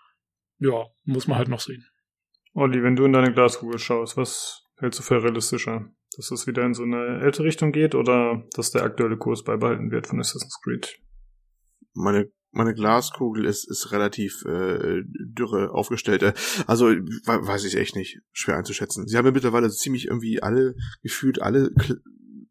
ja, muss man halt noch sehen. Olli, wenn du in deine Glaskugel schaust, was hältst du für realistischer? Dass es wieder in so eine ältere Richtung geht oder dass der aktuelle Kurs beibehalten wird von Assassin's Creed? Meine meine Glaskugel ist ist relativ äh, dürre aufgestellt. Also weiß ich echt nicht, schwer einzuschätzen. Sie haben ja mittlerweile ziemlich irgendwie alle, gefühlt alle K-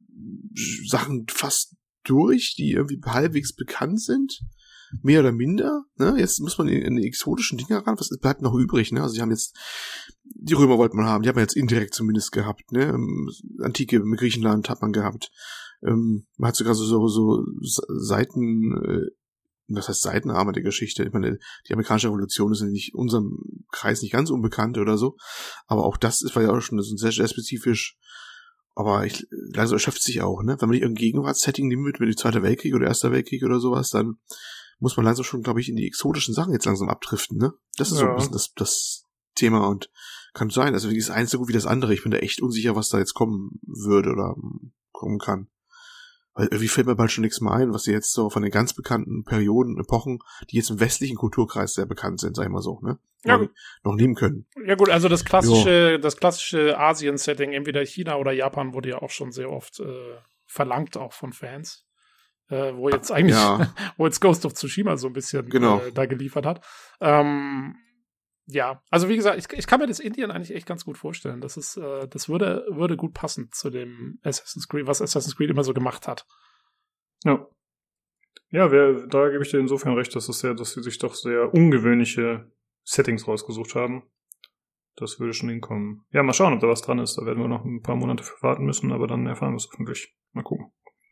Sachen fast durch, die irgendwie halbwegs bekannt sind. Mehr oder minder, ne? Jetzt muss man in, in die exotischen Dinger ran. Was bleibt noch übrig, ne? Also sie haben jetzt, die Römer wollten man haben, die haben wir jetzt indirekt zumindest gehabt, ne? Antike Griechenland hat man gehabt. Ähm, man hat sogar so, so, so Seiten, äh, was heißt Seitenarme der Geschichte? Ich meine, die amerikanische Revolution ist in nicht unserem Kreis nicht ganz unbekannt oder so. Aber auch das ist war ja auch schon sehr, sehr spezifisch. Aber ich, langsam erschöpft sich auch, ne? Wenn man nicht irgendein Gegenwartssetting nimmt, wie der Zweite Weltkrieg oder Erster Weltkrieg oder sowas, dann muss man langsam schon, glaube ich, in die exotischen Sachen jetzt langsam abdriften, ne? Das ist ja so ein bisschen das, das Thema und kann sein. Also das eine so gut wie das andere. Ich bin da echt unsicher, was da jetzt kommen würde oder kommen kann. Weil irgendwie fällt mir bald schon nichts mehr ein, was sie jetzt so von den ganz bekannten Perioden, Epochen, die jetzt im westlichen Kulturkreis sehr bekannt sind, sag ich mal so, ne? Ja, noch, noch nehmen können. Ja gut, also das klassische, jo. das klassische Asien-Setting, entweder China oder Japan, wurde ja auch schon sehr oft äh, verlangt, auch von Fans. Äh, wo jetzt eigentlich, ja. wo jetzt Ghost of Tsushima so ein bisschen genau. äh, da geliefert hat. Ähm, ja, also wie gesagt, ich, ich kann mir das Indien eigentlich echt ganz gut vorstellen. Das ist, äh, das würde, würde gut passen zu dem Assassin's Creed, was Assassin's Creed immer so gemacht hat. Ja. Ja, wer, da gebe ich dir insofern recht, dass es sehr, dass sie sich doch sehr ungewöhnliche Settings rausgesucht haben. Das würde schon hinkommen. Ja, mal schauen, ob da was dran ist. Da werden wir noch ein paar Monate für warten müssen, aber dann erfahren wir es hoffentlich. Mal gucken.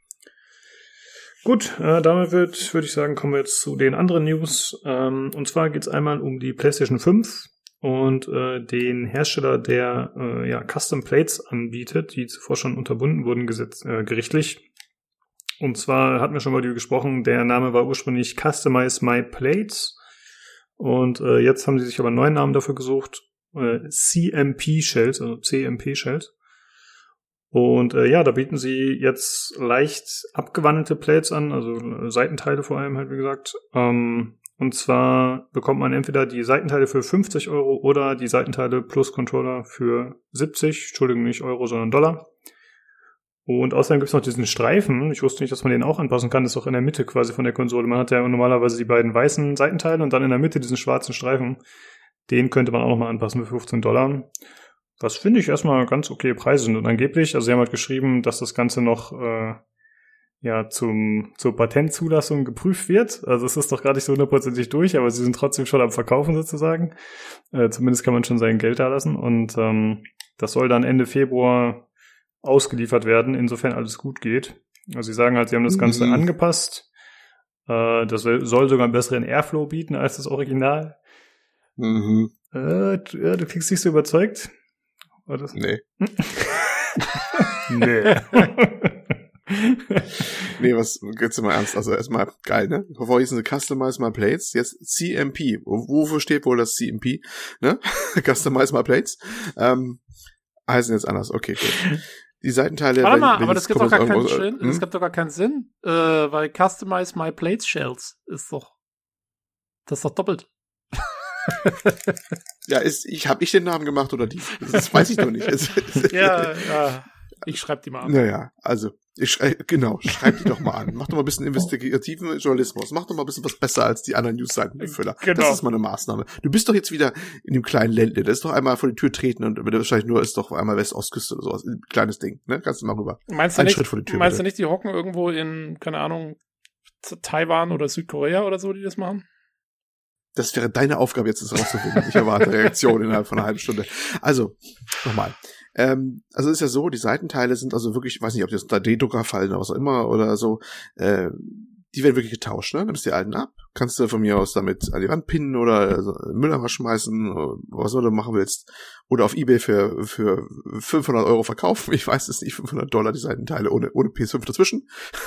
Gut, äh, damit wird, würde ich sagen, kommen wir jetzt zu den anderen News. Ähm, und zwar geht es einmal um die PlayStation fünf und äh, den Hersteller, der äh, ja Custom Plates anbietet, die zuvor schon unterbunden wurden gesetz, äh, gerichtlich. Und zwar hatten wir schon mal darüber gesprochen, der Name war ursprünglich Customize My Plates. Und äh, jetzt haben sie sich aber einen neuen Namen dafür gesucht, äh, C M P Shells, also C M P Shells. Und äh, ja, da bieten sie jetzt leicht abgewandelte Plates an, also Seitenteile vor allem halt, wie gesagt. Ähm, und zwar bekommt man entweder die Seitenteile für fünfzig Euro oder die Seitenteile plus Controller für siebzig, Entschuldigung, nicht Euro, sondern Dollar. Und außerdem gibt's noch diesen Streifen. Ich wusste nicht, dass man den auch anpassen kann. Das ist auch in der Mitte quasi von der Konsole. Man hat ja normalerweise die beiden weißen Seitenteile und dann in der Mitte diesen schwarzen Streifen. Den könnte man auch nochmal anpassen für fünfzehn Dollar. Was finde ich erstmal ganz okay Preise sind. Und angeblich, also sie haben halt geschrieben, dass das Ganze noch äh, ja zum zur Patentzulassung geprüft wird. Also es ist doch gar nicht so hundertprozentig durch, aber sie sind trotzdem schon am Verkaufen sozusagen. Äh, zumindest kann man schon sein Geld da lassen. Und ähm, das soll dann Ende Februar ausgeliefert werden, insofern alles gut geht. Also sie sagen halt, sie haben das Ganze mhm. angepasst. Äh, das soll sogar einen besseren Airflow bieten als das Original. Mhm. Äh, du, ja, du klingst nicht so überzeugt. Oder? Nee. nee. Nee, was, jetzt mal ernst, also erstmal geil, ne? Bevor hießen sie Customize My Plates, jetzt C M P. Wofür steht wohl das C M P, ne? Customize My Plates. Ähm, heißen jetzt anders, okay, gut. Die Seitenteile... Warte wenn, mal, wenn aber das gibt doch gar keinen irgendwo, Sinn, hm? das gibt doch gar keinen Sinn, äh, weil Customize My Plates Shells ist doch, das ist doch doppelt. Ja, ist, ich, hab ich den Namen gemacht oder die? Das weiß ich doch nicht. ja, ja. Ich schreib die mal an. Naja, also, ich schrei, genau, schreib die doch mal an. Mach doch mal ein bisschen investigativen Journalismus. Mach doch mal ein bisschen was besser als die anderen Newsseitenfüller. Genau. Das ist mal eine Maßnahme. Du bist doch jetzt wieder in dem kleinen Ländle. Das ist doch einmal vor die Tür treten und wahrscheinlich nur ist doch einmal West-Ostküste oder sowas. Ein kleines Ding, ne? Kannst du mal rüber. Meinst du Ein nicht, Schritt vor die Tür, meinst bitte. du nicht, die hocken irgendwo in, keine Ahnung, Taiwan oder Südkorea oder so, die das machen? Das wäre deine Aufgabe, jetzt das rauszufinden. Ich erwarte Reaktion innerhalb von einer halben Stunde. Also, nochmal. Ähm, also es ist ja so, die Seitenteile sind also wirklich, ich weiß nicht, ob die aus drei D-Drucker fallen oder was auch immer oder so, äh, die werden wirklich getauscht, ne? Nimmst die alten ab, kannst du von mir aus damit an die Wand pinnen oder also Mülleimer schmeißen, oder was du machen willst, oder auf eBay für für fünfhundert Euro verkaufen, ich weiß es nicht, fünfhundert Dollar die Seitenteile ohne ohne P S fünf dazwischen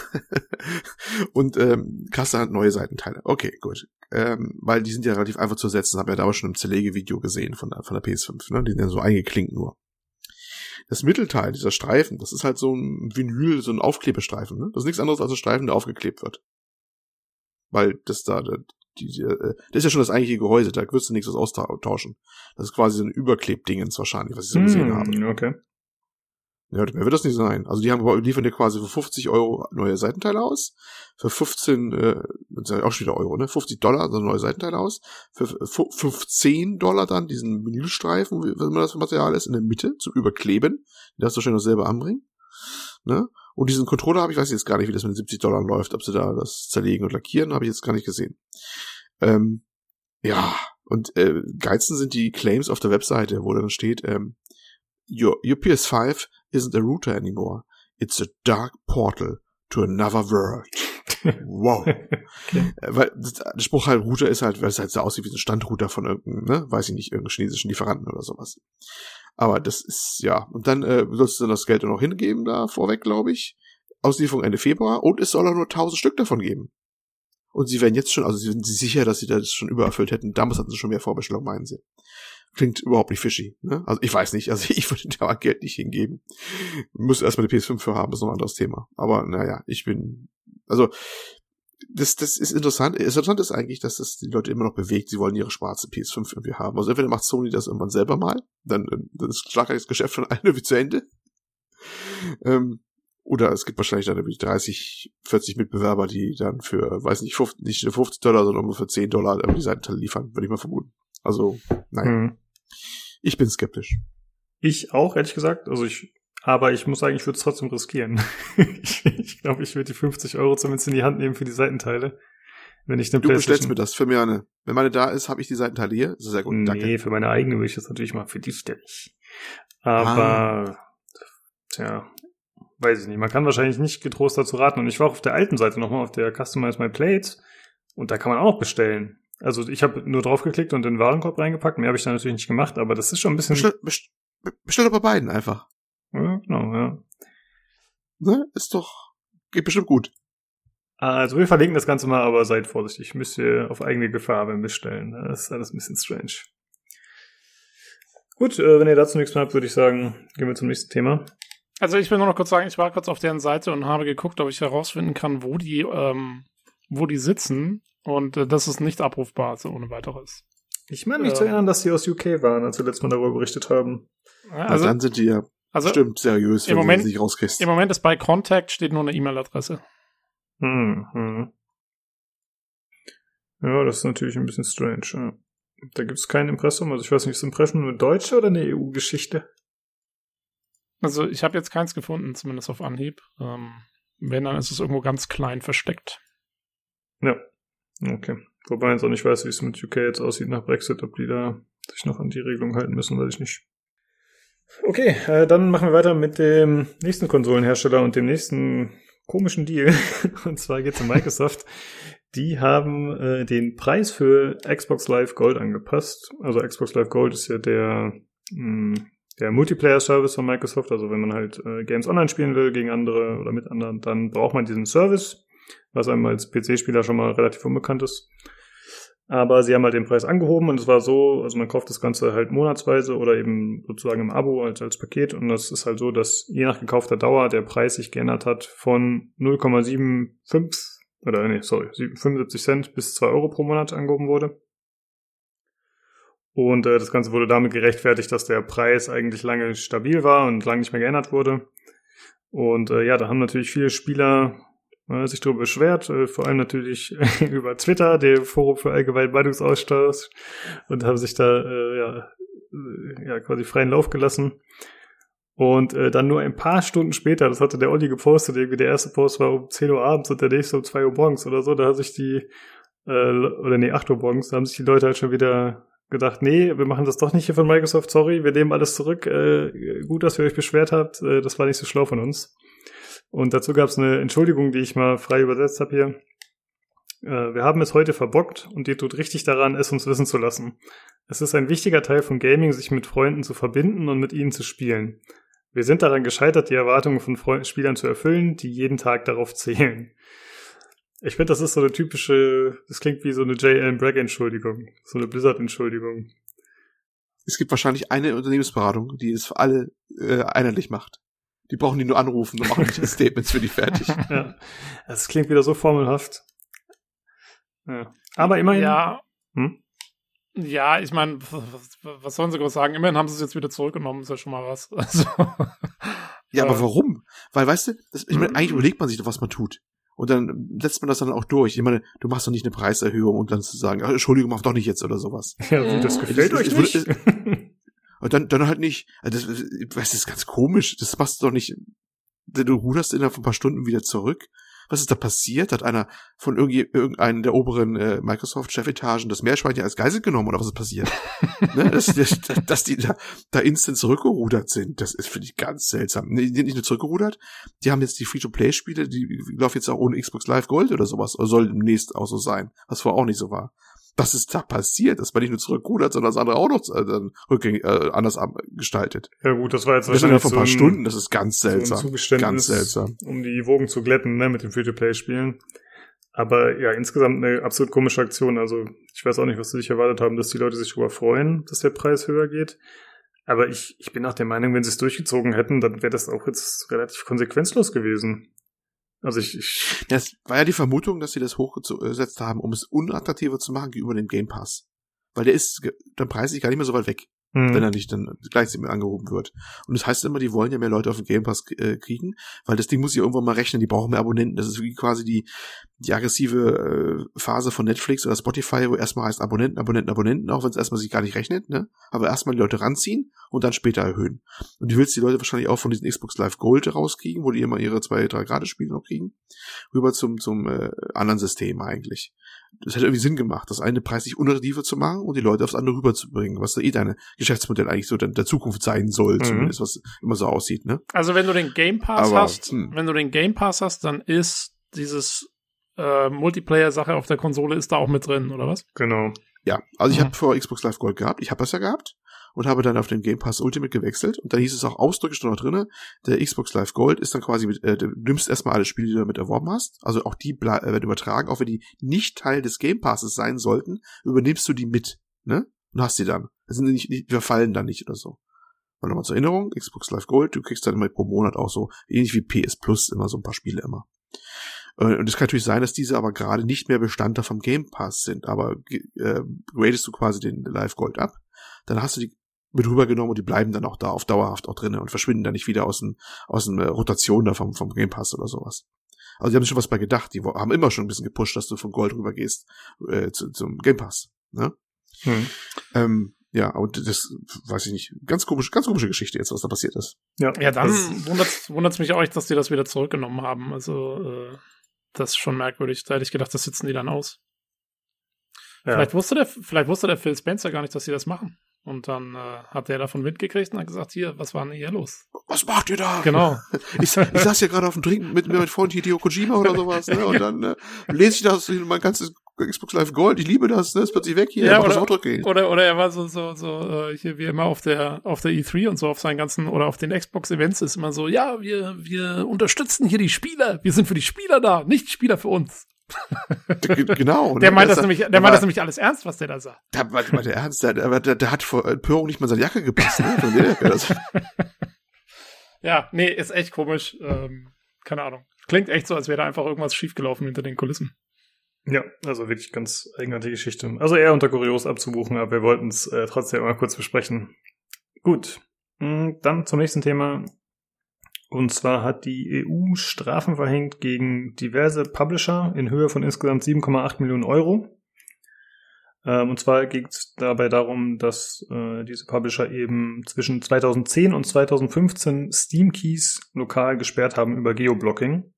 und ähm, kriegst du halt neue Seitenteile. Okay, gut. Ähm, weil die sind ja relativ einfach zu ersetzen, habe ja damals schon im Zerlegevideo gesehen von der, von der P S fünf, ne? Die sind ja so eingeklinkt nur. Das Mittelteil, dieser Streifen, das ist halt so ein Vinyl, so ein Aufklebestreifen, ne? Das ist nichts anderes als ein Streifen, der aufgeklebt wird. Weil das da, die, die, das ist ja schon das eigentliche Gehäuse, da wirst du nichts austauschen. Das ist quasi so ein Überklebdingens wahrscheinlich, was ich so gesehen hm, habe. Okay. Ja, mehr wird das nicht sein. Also die haben liefern dir quasi für fünfzig Euro neue Seitenteile aus, für fünfzehn, äh, das ist ja auch schon wieder Euro, ne? fünfzig Dollar so neue Seitenteile aus, für fünfzehn Dollar dann diesen Vinylstreifen, was immer das für Material ist, in der Mitte zum Überkleben. Den darfst du wahrscheinlich noch selber anbringen. Ne? Und diesen Controller habe ich, weiß jetzt gar nicht, wie das mit siebzig Dollar läuft, ob sie da das zerlegen und lackieren, habe ich jetzt gar nicht gesehen. Ähm, ja, und äh, geilsten sind die Claims auf der Webseite, wo dann steht, ähm, Your, your P S five isn't a router anymore. It's a dark portal to another world. Wow. Okay. Weil der Spruch halt Router ist halt, weil es halt so aussieht wie ein Standrouter von irgendeinem, ne, weiß ich nicht, irgendeinem chinesischen Lieferanten oder sowas. Aber das ist, ja, und dann äh, sollst du dann das Geld auch noch hingeben da vorweg, glaube ich. Auslieferung Ende Februar und es soll auch nur tausend Stück davon geben. Und sie werden jetzt schon, also sie sind sich sicher, dass sie das schon übererfüllt hätten. Damals hatten sie schon mehr Vorbestellungen, meinen sie. Klingt überhaupt nicht fishy, ne? Also ich weiß nicht, also ich würde da Geld nicht hingeben. Muss erstmal eine P S fünf für haben, ist noch ein anderes Thema. Aber naja, ich bin, also das das ist interessant. Interessant ist eigentlich, dass das die Leute immer noch bewegt. Sie wollen ihre schwarze P S fünf irgendwie haben. Also entweder macht Sony das irgendwann selber mal, dann, dann ist schlagartig das Geschäft von allen irgendwie zu Ende. Ähm, oder es gibt wahrscheinlich dann irgendwie dreißig, vierzig Mitbewerber, die dann für, weiß nicht, fünfzig, nicht fünfzig Dollar, sondern nur für zehn Dollar die Seitenteile liefern, würde ich mal vermuten. Also, nein. Hm. Ich bin skeptisch. Ich auch, ehrlich gesagt. Also ich, aber ich muss sagen, ich würde es trotzdem riskieren. ich ich glaube, ich würde die fünfzig Euro zumindest in die Hand nehmen für die Seitenteile. Wenn ich eine Du bestellst mir das für mir eine. Wenn meine da ist, habe ich die Seitenteile hier. Das ist sehr gut. Nee, Danke. für meine eigene würde ich das natürlich mal für die stelle ich. Aber, ah. tja, weiß ich nicht. Man kann wahrscheinlich nicht getrost dazu raten. Und ich war auch auf der alten Seite nochmal, auf der Customize My Plates. Und da kann man auch bestellen. Also ich habe nur draufgeklickt und in den Warenkorb reingepackt. Mehr habe ich da natürlich nicht gemacht, aber das ist schon ein bisschen... Bestell, bestell, bestell doch bei beiden einfach. Ja, genau, ja. Ne? Ist doch... Geht bestimmt gut. Also wir verlinken das Ganze mal, aber seid vorsichtig. Müsst ihr auf eigene Gefahr beim Bestellen. Das ist alles ein bisschen strange. Gut, äh, wenn ihr dazu nichts mehr habt, würde ich sagen, gehen wir zum nächsten Thema. Also ich will nur noch kurz sagen, ich war kurz auf deren Seite und habe geguckt, ob ich herausfinden kann, wo die, ähm, wo die sitzen. Und äh, das ist nicht abrufbar, so ohne weiteres. Ich meine mich ähm, zu erinnern, dass sie aus U K waren, als wir letztes Mal darüber berichtet haben. Also, dann sind die ja also bestimmt seriös, wenn im Moment, sie nicht rauskriegst. Im Moment ist bei Contact steht nur eine E-Mail-Adresse. Hm, hm. Ja, das ist natürlich ein bisschen strange. Ja. Da gibt es kein Impressum. Also ich weiß nicht, ist Impressum eine deutsche oder eine E U-Geschichte? Also ich habe jetzt keins gefunden, zumindest auf Anhieb. Ähm, wenn, dann ist es irgendwo ganz klein versteckt. Ja. Okay. Wobei ich jetzt auch nicht weiß, wie es mit U K jetzt aussieht nach Brexit, ob die da sich noch an die Regelung halten müssen, weiß ich nicht. Okay, äh, dann machen wir weiter mit dem nächsten Konsolenhersteller und dem nächsten komischen Deal. Und zwar geht es um Microsoft, Die haben äh, den Preis für Xbox Live Gold angepasst. Also Xbox Live Gold ist ja der, mh, der Multiplayer-Service von Microsoft. Also wenn man halt äh, Games online spielen will gegen andere oder mit anderen, dann braucht man diesen Service, was einem als P C-Spieler schon mal relativ unbekannt ist. Aber sie haben halt den Preis angehoben und es war so, also man kauft das Ganze halt monatsweise oder eben sozusagen im Abo als, als Paket und das ist halt so, dass je nach gekaufter Dauer der Preis sich geändert hat von null Komma fünfundsiebzig oder nee, sorry, fünfundsiebzig Cent bis zwei Euro pro Monat angehoben wurde. Und äh, das Ganze wurde damit gerechtfertigt, dass der Preis eigentlich lange stabil war und lange nicht mehr geändert wurde. Und äh, ja, da haben natürlich viele Spieler äh, sich darüber beschwert, äh, vor allem natürlich über Twitter, der Forum für allgemeinen Meinungsaustausch, und haben sich da äh, ja, äh, ja quasi freien Lauf gelassen. Und äh, dann nur ein paar Stunden später, das hatte der Olli gepostet, irgendwie der erste Post war um zehn Uhr abends und der nächste um zwei Uhr morgens oder so, da haben sich die, äh, oder nee, acht Uhr morgens, da haben sich die Leute halt schon wieder gedacht, nee, wir machen das doch nicht hier von Microsoft, sorry, wir nehmen alles zurück, äh, gut, dass ihr euch beschwert habt, äh, das war nicht so schlau von uns. Und dazu gab es eine Entschuldigung, die ich mal frei übersetzt habe hier. Äh, wir haben es heute verbockt und ihr tut richtig daran, es uns wissen zu lassen. Es ist ein wichtiger Teil von Gaming, sich mit Freunden zu verbinden und mit ihnen zu spielen. Wir sind daran gescheitert, die Erwartungen von Freunden, Spielern zu erfüllen, die jeden Tag darauf zählen. Ich finde, das ist so eine typische, das klingt wie so eine J. Allen Bragg-Entschuldigung, so eine Blizzard-Entschuldigung. Es gibt wahrscheinlich eine Unternehmensberatung, die es für alle äh, einheitlich macht. Die brauchen die nur anrufen und machen die Statements für die fertig. Ja, das klingt wieder so formelhaft. Ja. Aber immerhin. Ja, hm? ja ich meine, was, was sollen sie groß sagen? Immerhin haben sie es jetzt wieder zurückgenommen, ist ja schon mal was. Also, ja, äh, aber warum? Weil, weißt du, das, ich meine, eigentlich überlegt man sich doch, was man tut. Und dann setzt man das dann auch durch. Ich meine, du machst doch nicht eine Preiserhöhung und dann zu sagen, ach, Entschuldigung, mach doch nicht jetzt oder sowas. Ja, das gefällt das, euch das, nicht. Das, und dann, dann halt nicht. Das, das, das ist ganz komisch. Das machst du doch nicht. Du ruderst innerhalb von ein paar Stunden wieder zurück. Was ist da passiert? Hat einer von irgendwie, irgendeinen der oberen äh, Microsoft-Chefetagen das Meerschweinchen als Geisel genommen oder was ist passiert? ne, dass, dass, dass die da, da instant zurückgerudert sind, das ist, finde ich, ganz seltsam. Die sind nicht nur zurückgerudert, die haben jetzt die Free-to-Play-Spiele, die laufen jetzt auch ohne Xbox Live Gold oder sowas, oder soll demnächst auch so sein, was vorher auch nicht so war. Was ist da passiert? Das war nicht nur zurückgerudert, sondern das andere auch noch äh, dann rückgängig, äh, anders gestaltet. Ja gut, das war jetzt das sind ja wahrscheinlich vor ein paar so ein, Stunden, das ist ganz seltsam. So ein Zugeständnis, ganz seltsam. Um die Wogen zu glätten, ne, mit den Free-to-Play-Spielen. Aber ja, insgesamt eine absolut komische Aktion. Also ich weiß auch nicht, was sie sich erwartet haben, dass die Leute sich darüber freuen, dass der Preis höher geht. Aber ich, ich bin auch der Meinung, wenn sie es durchgezogen hätten, dann wäre das auch jetzt relativ konsequenzlos gewesen. Also ich, ich ja, es war ja die Vermutung, dass sie das hochgesetzt haben, um es unattraktiver zu machen gegenüber dem Game Pass. Weil der ist dann preislich gar nicht mehr so weit weg, hm. wenn er nicht dann gleich angehoben wird. Und das heißt immer, die wollen ja mehr Leute auf den Game Pass äh, kriegen, weil das Ding muss ja irgendwann mal rechnen, die brauchen mehr Abonnenten. Das ist wie quasi die die aggressive äh, Phase von Netflix oder Spotify, wo erstmal heißt Abonnenten, Abonnenten, Abonnenten, auch wenn es erstmal sich gar nicht rechnet, ne? Aber erstmal die Leute ranziehen und dann später erhöhen. Und du willst die Leute wahrscheinlich auch von diesem Xbox Live Gold rauskriegen, wo die immer ihre zwei, drei Grad Spiele noch kriegen, rüber zum zum äh, anderen System eigentlich. Das hätte irgendwie Sinn gemacht, das eine preislich unattraktiver zu machen und die Leute aufs andere rüberzubringen, was da eh deine Geschäftsmodell eigentlich so der, der Zukunft sein soll, mhm. zumindest, was immer so aussieht, ne? Also wenn du den Game Pass Aber, hast, hm. wenn du den Game Pass hast, dann ist dieses äh, Multiplayer-Sache auf der Konsole ist da auch mit drin, oder was? Genau. Ja, also ich mhm. habe vor Xbox Live Gold gehabt, ich habe das ja gehabt und habe dann auf den Game Pass Ultimate gewechselt und da hieß es auch ausdrücklich noch drinne, der Xbox Live Gold ist dann quasi mit, äh, du nimmst erstmal alle Spiele, die du damit erworben hast, also auch die ble- werden übertragen, auch wenn die nicht Teil des Game Passes sein sollten, übernimmst du die mit, ne? Und hast die dann. Das sind nicht, die verfallen dann nicht oder so. Und nochmal zur Erinnerung, Xbox Live Gold, du kriegst dann immer pro Monat auch so, ähnlich wie P S Plus, immer so ein paar Spiele immer. Und es kann natürlich sein, dass diese aber gerade nicht mehr Bestandteil vom Game Pass sind, aber äh, gradest du quasi den Live Gold ab, dann hast du die mit rübergenommen und die bleiben dann auch da auf dauerhaft auch drin und verschwinden dann nicht wieder aus dem aus dem äh, Rotation da vom vom Game Pass oder sowas. Also die haben sich schon was bei gedacht, die haben immer schon ein bisschen gepusht, dass du von Gold rübergehst äh, zu, zum Game Pass, ne? Hm. Ähm, ja, und das weiß ich nicht, ganz komisch, ganz komische Geschichte jetzt, was da passiert ist. Ja, ja dann wundert wundert's mich auch echt, dass die das wieder zurückgenommen haben. Also äh, das ist schon merkwürdig. Da hätte ich gedacht, das sitzen die dann aus. Ja. Vielleicht wusste der, vielleicht wusste der Phil Spencer gar nicht, dass sie das machen. Und dann äh, hat der davon mitgekriegt und hat gesagt, hier, was war denn hier los? Was macht ihr da? Genau. Ich, ich saß ja gerade auf dem Drink mit meinem Freund Hideo Kojima oder sowas, ne? Und dann äh, lese ich das, mein ganzes Xbox Live Gold, ich liebe das, ne? Ist plötzlich weg hier, ja, oder, oder, oder, oder er war so, so, so, äh, hier wie immer auf der, auf der E drei und so, auf seinen ganzen, oder auf den Xbox-Events ist immer so, ja, wir, wir unterstützen hier die Spieler, wir sind für die Spieler da, nicht Spieler für uns. Genau. Der ne? meint das, das nämlich, der war, meint das nämlich alles ernst, was der da sagt. Der meint der ernst, der, der, der, der hat vor Empörung nicht mal seine Jacke gepasst, ne? Von der, das ja, nee, ist echt komisch, ähm, keine Ahnung. Klingt echt so, als wäre da einfach irgendwas schiefgelaufen hinter den Kulissen. Ja, also wirklich ganz eigenartige Geschichte. Also eher unter kurios abzubuchen, aber wir wollten es äh, trotzdem mal kurz besprechen. Gut, dann zum nächsten Thema. Und zwar hat die E U Strafen verhängt gegen diverse Publisher in Höhe von insgesamt sieben Komma acht Millionen Euro. Ähm, und zwar geht es dabei darum, dass äh, diese Publisher eben zwischen zweitausendzehn und zweitausendfünfzehn Steam-Keys lokal gesperrt haben über Geoblocking.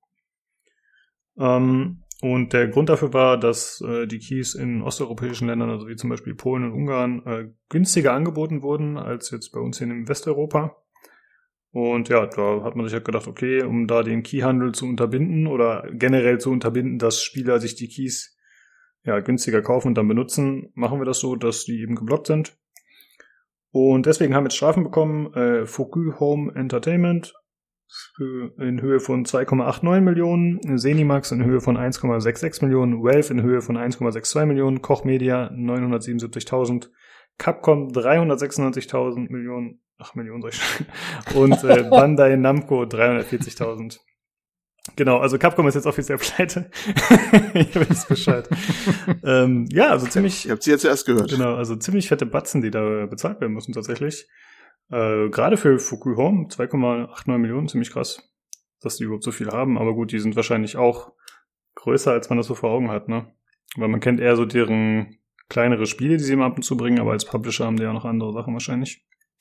Ähm, Und der Grund dafür war, dass äh, die Keys in osteuropäischen Ländern, also wie zum Beispiel Polen und Ungarn, äh, günstiger angeboten wurden als jetzt bei uns hier in Westeuropa. Und ja, da hat man sich halt gedacht, okay, um da den Keyhandel zu unterbinden oder generell zu unterbinden, dass Spieler sich die Keys ja günstiger kaufen und dann benutzen, machen wir das so, dass die eben geblockt sind. Und deswegen haben wir jetzt Strafen bekommen, äh, Focus Home Entertainment in Höhe von zwei Komma neunundachtzig Millionen, Zenimax in Höhe von eins Komma sechsundsechzig Millionen, Valve in Höhe von eins Komma zweiundsechzig Millionen, Koch Media neunhundertsiebenundsiebzigtausend, Capcom dreihundertsechsundneunzigtausend Millionen, ach Millionen soll ich schon, und äh, Bandai Namco dreihundertvierzigtausend. Genau, also Capcom ist jetzt offiziell pleite. Ihr wisst Bescheid. ähm, ja, also ziemlich... Ihr habt sie jetzt erst gehört. Genau, also ziemlich fette Batzen, die da bezahlt werden müssen tatsächlich. Äh, gerade für Focus Home, zwei Komma neunundachtzig Millionen, ziemlich krass, dass die überhaupt so viel haben. Aber gut, die sind wahrscheinlich auch größer, als man das so vor Augen hat, ne? Weil man kennt eher so deren kleinere Spiele, die sie immer ab und zu bringen, aber als Publisher haben die ja noch andere Sachen wahrscheinlich.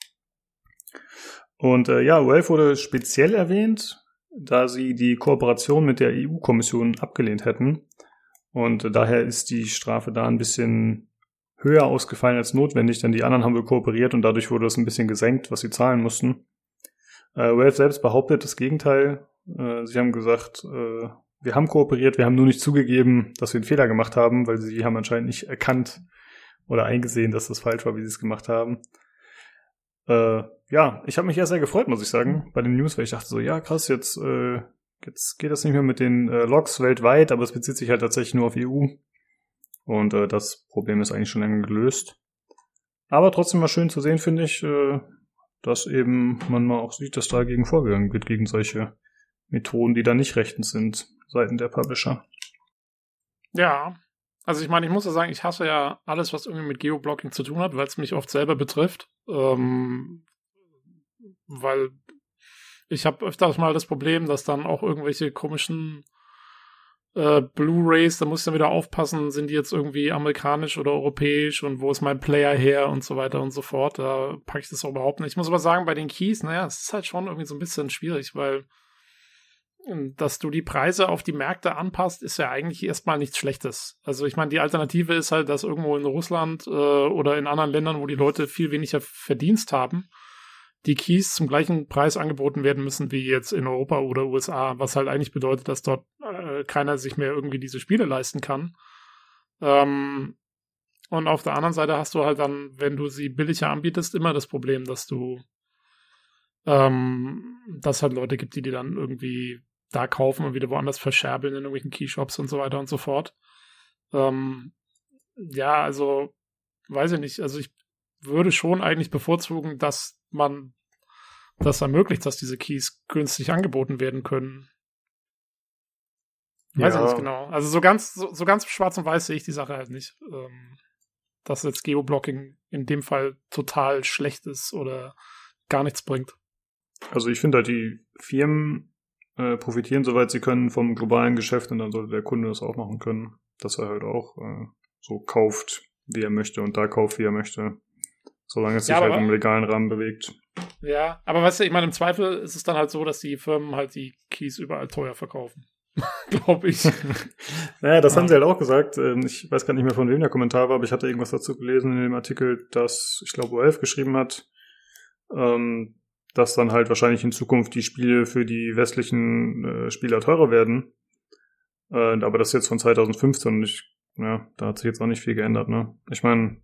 Und äh, ja, Valve wurde speziell erwähnt, da sie die Kooperation mit der E U-Kommission abgelehnt hätten. Und äh, daher ist die Strafe da ein bisschen höher ausgefallen als notwendig, denn die anderen haben wohl kooperiert und dadurch wurde es ein bisschen gesenkt, was sie zahlen mussten. Äh, Valve selbst behauptet das Gegenteil. Äh, sie haben gesagt, äh, wir haben kooperiert, wir haben nur nicht zugegeben, dass wir einen Fehler gemacht haben, weil sie haben anscheinend nicht erkannt oder eingesehen, dass das falsch war, wie sie es gemacht haben. Äh, ja, ich habe mich ja sehr gefreut, muss ich sagen, bei den News, weil ich dachte so, ja krass, jetzt, äh, jetzt geht das nicht mehr mit den äh, Logs weltweit, aber es bezieht sich halt tatsächlich nur auf E U. Und äh, das Problem ist eigentlich schon lange gelöst. Aber trotzdem mal schön zu sehen, finde ich, äh, dass eben man mal auch sieht, dass dagegen vorgegangen wird, gegen solche Methoden, die da nicht rechtens sind, seitens der Publisher. Ja, also ich meine, ich muss ja sagen, ich hasse ja alles, was irgendwie mit Geoblocking zu tun hat, weil es mich oft selber betrifft. Ähm, weil ich habe öfters mal das Problem, dass dann auch irgendwelche komischen äh, Blu-rays, da muss ich dann wieder aufpassen, sind die jetzt irgendwie amerikanisch oder europäisch und wo ist mein Player her und so weiter und so fort. Da packe ich das auch überhaupt nicht. Ich muss aber sagen, bei den Keys, naja, es ist halt schon irgendwie so ein bisschen schwierig, weil dass du die Preise auf die Märkte anpasst, ist ja eigentlich erstmal nichts Schlechtes. Also ich meine, die Alternative ist halt, dass irgendwo in Russland äh, oder in anderen Ländern, wo die Leute viel weniger Verdienst haben, die Keys zum gleichen Preis angeboten werden müssen wie jetzt in Europa oder U S A, was halt eigentlich bedeutet, dass dort äh, keiner sich mehr irgendwie diese Spiele leisten kann. Ähm, und auf der anderen Seite hast du halt dann, wenn du sie billiger anbietest, immer das Problem, dass du ähm, dass halt Leute gibt, die die dann irgendwie da kaufen und wieder woanders verscherbeln in irgendwelchen Keyshops und so weiter und so fort. Ähm, ja, also weiß ich nicht, also ich würde schon eigentlich bevorzugen, dass man das ermöglicht, dass diese Keys günstig angeboten werden können. Weiß ja. ich nicht genau. Also so ganz, so, so ganz schwarz und weiß sehe ich die Sache halt nicht. Ähm, dass jetzt Geoblocking in dem Fall total schlecht ist oder gar nichts bringt. Also ich finde halt, die Firmen äh, profitieren, soweit sie können, vom globalen Geschäft und dann sollte der Kunde das auch machen können, dass er halt auch äh, so kauft, wie er möchte und da kauft, wie er möchte, solange es ja, sich aber, halt im legalen Rahmen bewegt. Ja, aber weißt du, ich meine, im Zweifel ist es dann halt so, dass die Firmen halt die Keys überall teuer verkaufen. glaube ich. Naja, das ja. haben sie halt auch gesagt. Ich weiß gar nicht mehr, von wem der Kommentar war, aber ich hatte irgendwas dazu gelesen in dem Artikel, dass, ich glaube, O elf geschrieben hat, ähm, dass dann halt wahrscheinlich in Zukunft die Spiele für die westlichen äh, Spieler teurer werden. Äh, aber das ist jetzt von zwanzig fünfzehn und ich, ja, da hat sich jetzt auch nicht viel geändert, ne? Ich meine,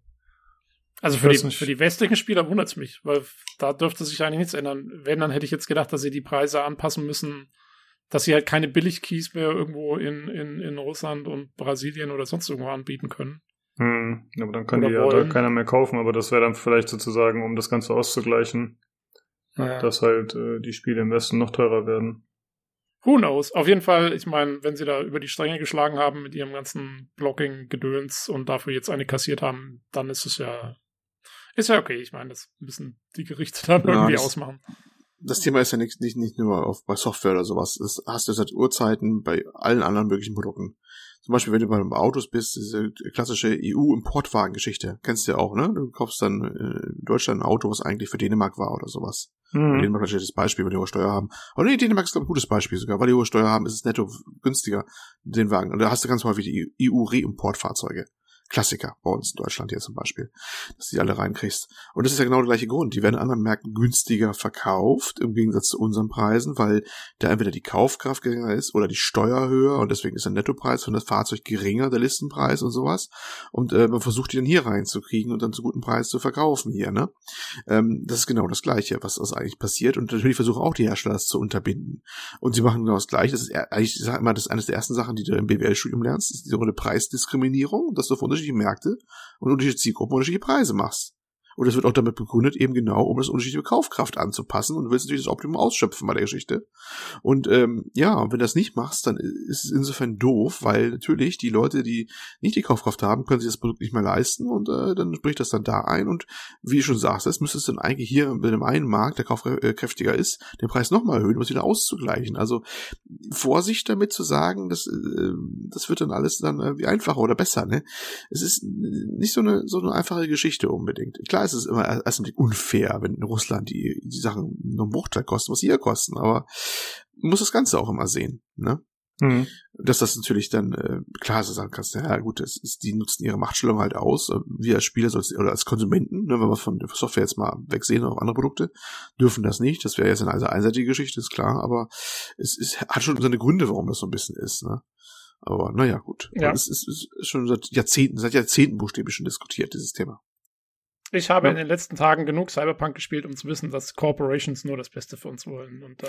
also für die, für die westlichen Spieler wundert es mich, weil da dürfte sich eigentlich nichts ändern. Wenn, dann hätte ich jetzt gedacht, dass sie die Preise anpassen müssen, dass sie halt keine Billig-Keys mehr irgendwo in, in, in Russland und Brasilien oder sonst irgendwo anbieten können. Hm, aber dann kann die ja da keiner mehr kaufen, aber das wäre dann vielleicht sozusagen, um das Ganze auszugleichen, naja. dass halt äh, die Spiele im Westen noch teurer werden. Who knows? Auf jeden Fall, ich meine, wenn sie da über die Stränge geschlagen haben mit ihrem ganzen Blocking-Gedöns und dafür jetzt eine kassiert haben, dann ist es ja ist ja okay. Ich meine, das müssen die Gerichte dann ja, irgendwie das, ausmachen. Das Thema ist ja nicht, nicht, nicht nur auf, bei Software oder sowas. Das hast du seit Urzeiten bei allen anderen möglichen Produkten. Zum Beispiel, wenn du bei Autos bist, diese klassische E U-Importwagen-Geschichte. Kennst du ja auch, ne? Du kaufst dann in Deutschland ein Auto, was eigentlich für Dänemark war oder sowas. Mhm. Dänemark ist das Beispiel, weil die hohe Steuer haben. Aber nee, Dänemark ist, glaube ich, ein gutes Beispiel sogar. Weil die hohe Steuer haben, ist es netto günstiger, den Wagen. Und da hast du ganz häufig die E U-Reimportfahrzeuge. Klassiker bei uns in Deutschland hier zum Beispiel, dass du die alle reinkriegst. Und das ist ja genau der gleiche Grund. Die werden in anderen Märkten günstiger verkauft, im Gegensatz zu unseren Preisen, weil da entweder die Kaufkraft geringer ist oder die Steuer höher und deswegen ist der Nettopreis von das Fahrzeug geringer, der Listenpreis und sowas. Und äh, man versucht die dann hier reinzukriegen und dann zu guten Preis zu verkaufen hier, ne? Ähm, das ist genau das Gleiche, was, was eigentlich passiert. Und natürlich versuchen auch die Hersteller das zu unterbinden. Und sie machen genau das Gleiche. Das ist eigentlich, ich sag immer, das ist eines der ersten Sachen, die du im B W L-Studium lernst, das ist die sogenannte Preisdiskriminierung, dass du von unterschiedliche Märkte und unterschiedliche Zielgruppen unterschiedliche Preise machst. Und das wird auch damit begründet, eben genau, um das unterschiedliche Kaufkraft anzupassen. Und du willst natürlich das Optimum ausschöpfen bei der Geschichte. Und ähm, ja, wenn du das nicht machst, dann ist es insofern doof, weil natürlich die Leute, die nicht die Kaufkraft haben, können sich das Produkt nicht mehr leisten und äh, dann spricht das dann da ein. Und wie du schon sagst, das müsstest du dann eigentlich hier bei dem einen Markt, der kaufkräftiger ist, den Preis nochmal erhöhen, um es wieder auszugleichen. Also Vorsicht damit zu sagen, das, äh, das wird dann alles dann irgendwie einfacher oder besser. Ne? Es ist nicht so eine, so eine einfache Geschichte unbedingt. Klar, es ist immer erstmal unfair, wenn in Russland die, die Sachen nur einen Bruchteil kosten, was sie hier kosten, aber man muss das Ganze auch immer sehen, ne? Mhm. Dass das natürlich dann, äh, klar, so sagen kannst, ja gut, das ist, die nutzen ihre Machtstellung halt aus, wir als Spieler oder als Konsumenten, ne, wenn wir von der Software jetzt mal wegsehen auf andere Produkte, dürfen das nicht, das wäre jetzt eine einseitige Geschichte, ist klar, aber es ist, hat schon seine Gründe, warum das so ein bisschen ist, ne? Aber naja, gut. Ja. Es ist, ist schon seit Jahrzehnten, seit Jahrzehnten buchstäblich schon diskutiert, dieses Thema. Ich habe ja. in den letzten Tagen genug Cyberpunk gespielt, um zu wissen, dass Corporations nur das Beste für uns wollen. Und da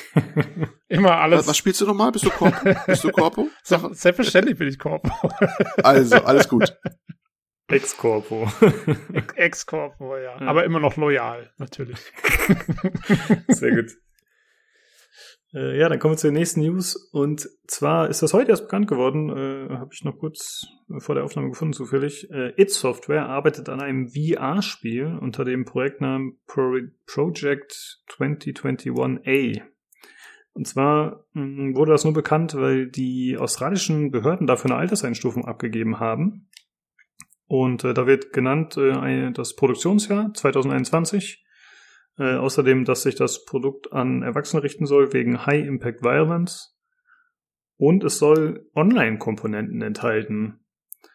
immer alles. Was, was spielst du nochmal? Bist du Corpo? Bist du Corpo? Selbstverständlich bin ich Corpo. Also, alles gut. Ex-Corpo. Ex-Corpo, ja. ja. Aber immer noch loyal, natürlich. Sehr gut. Äh, ja, dann kommen wir zur nächsten News. Und zwar ist das heute erst bekannt geworden, äh, habe ich noch kurz vor der Aufnahme gefunden, zufällig. Äh, id Software arbeitet an einem V R-Spiel unter dem Projektnamen Pro- Project zwanzig einundzwanzig A. Und zwar mh, wurde das nur bekannt, weil die australischen Behörden dafür eine Alterseinstufung abgegeben haben. Und äh, da wird genannt äh, ein, das Produktionsjahr zwanzig einundzwanzig. Äh, außerdem, dass sich das Produkt an Erwachsene richten soll wegen High Impact Violence. Und es soll Online-Komponenten enthalten.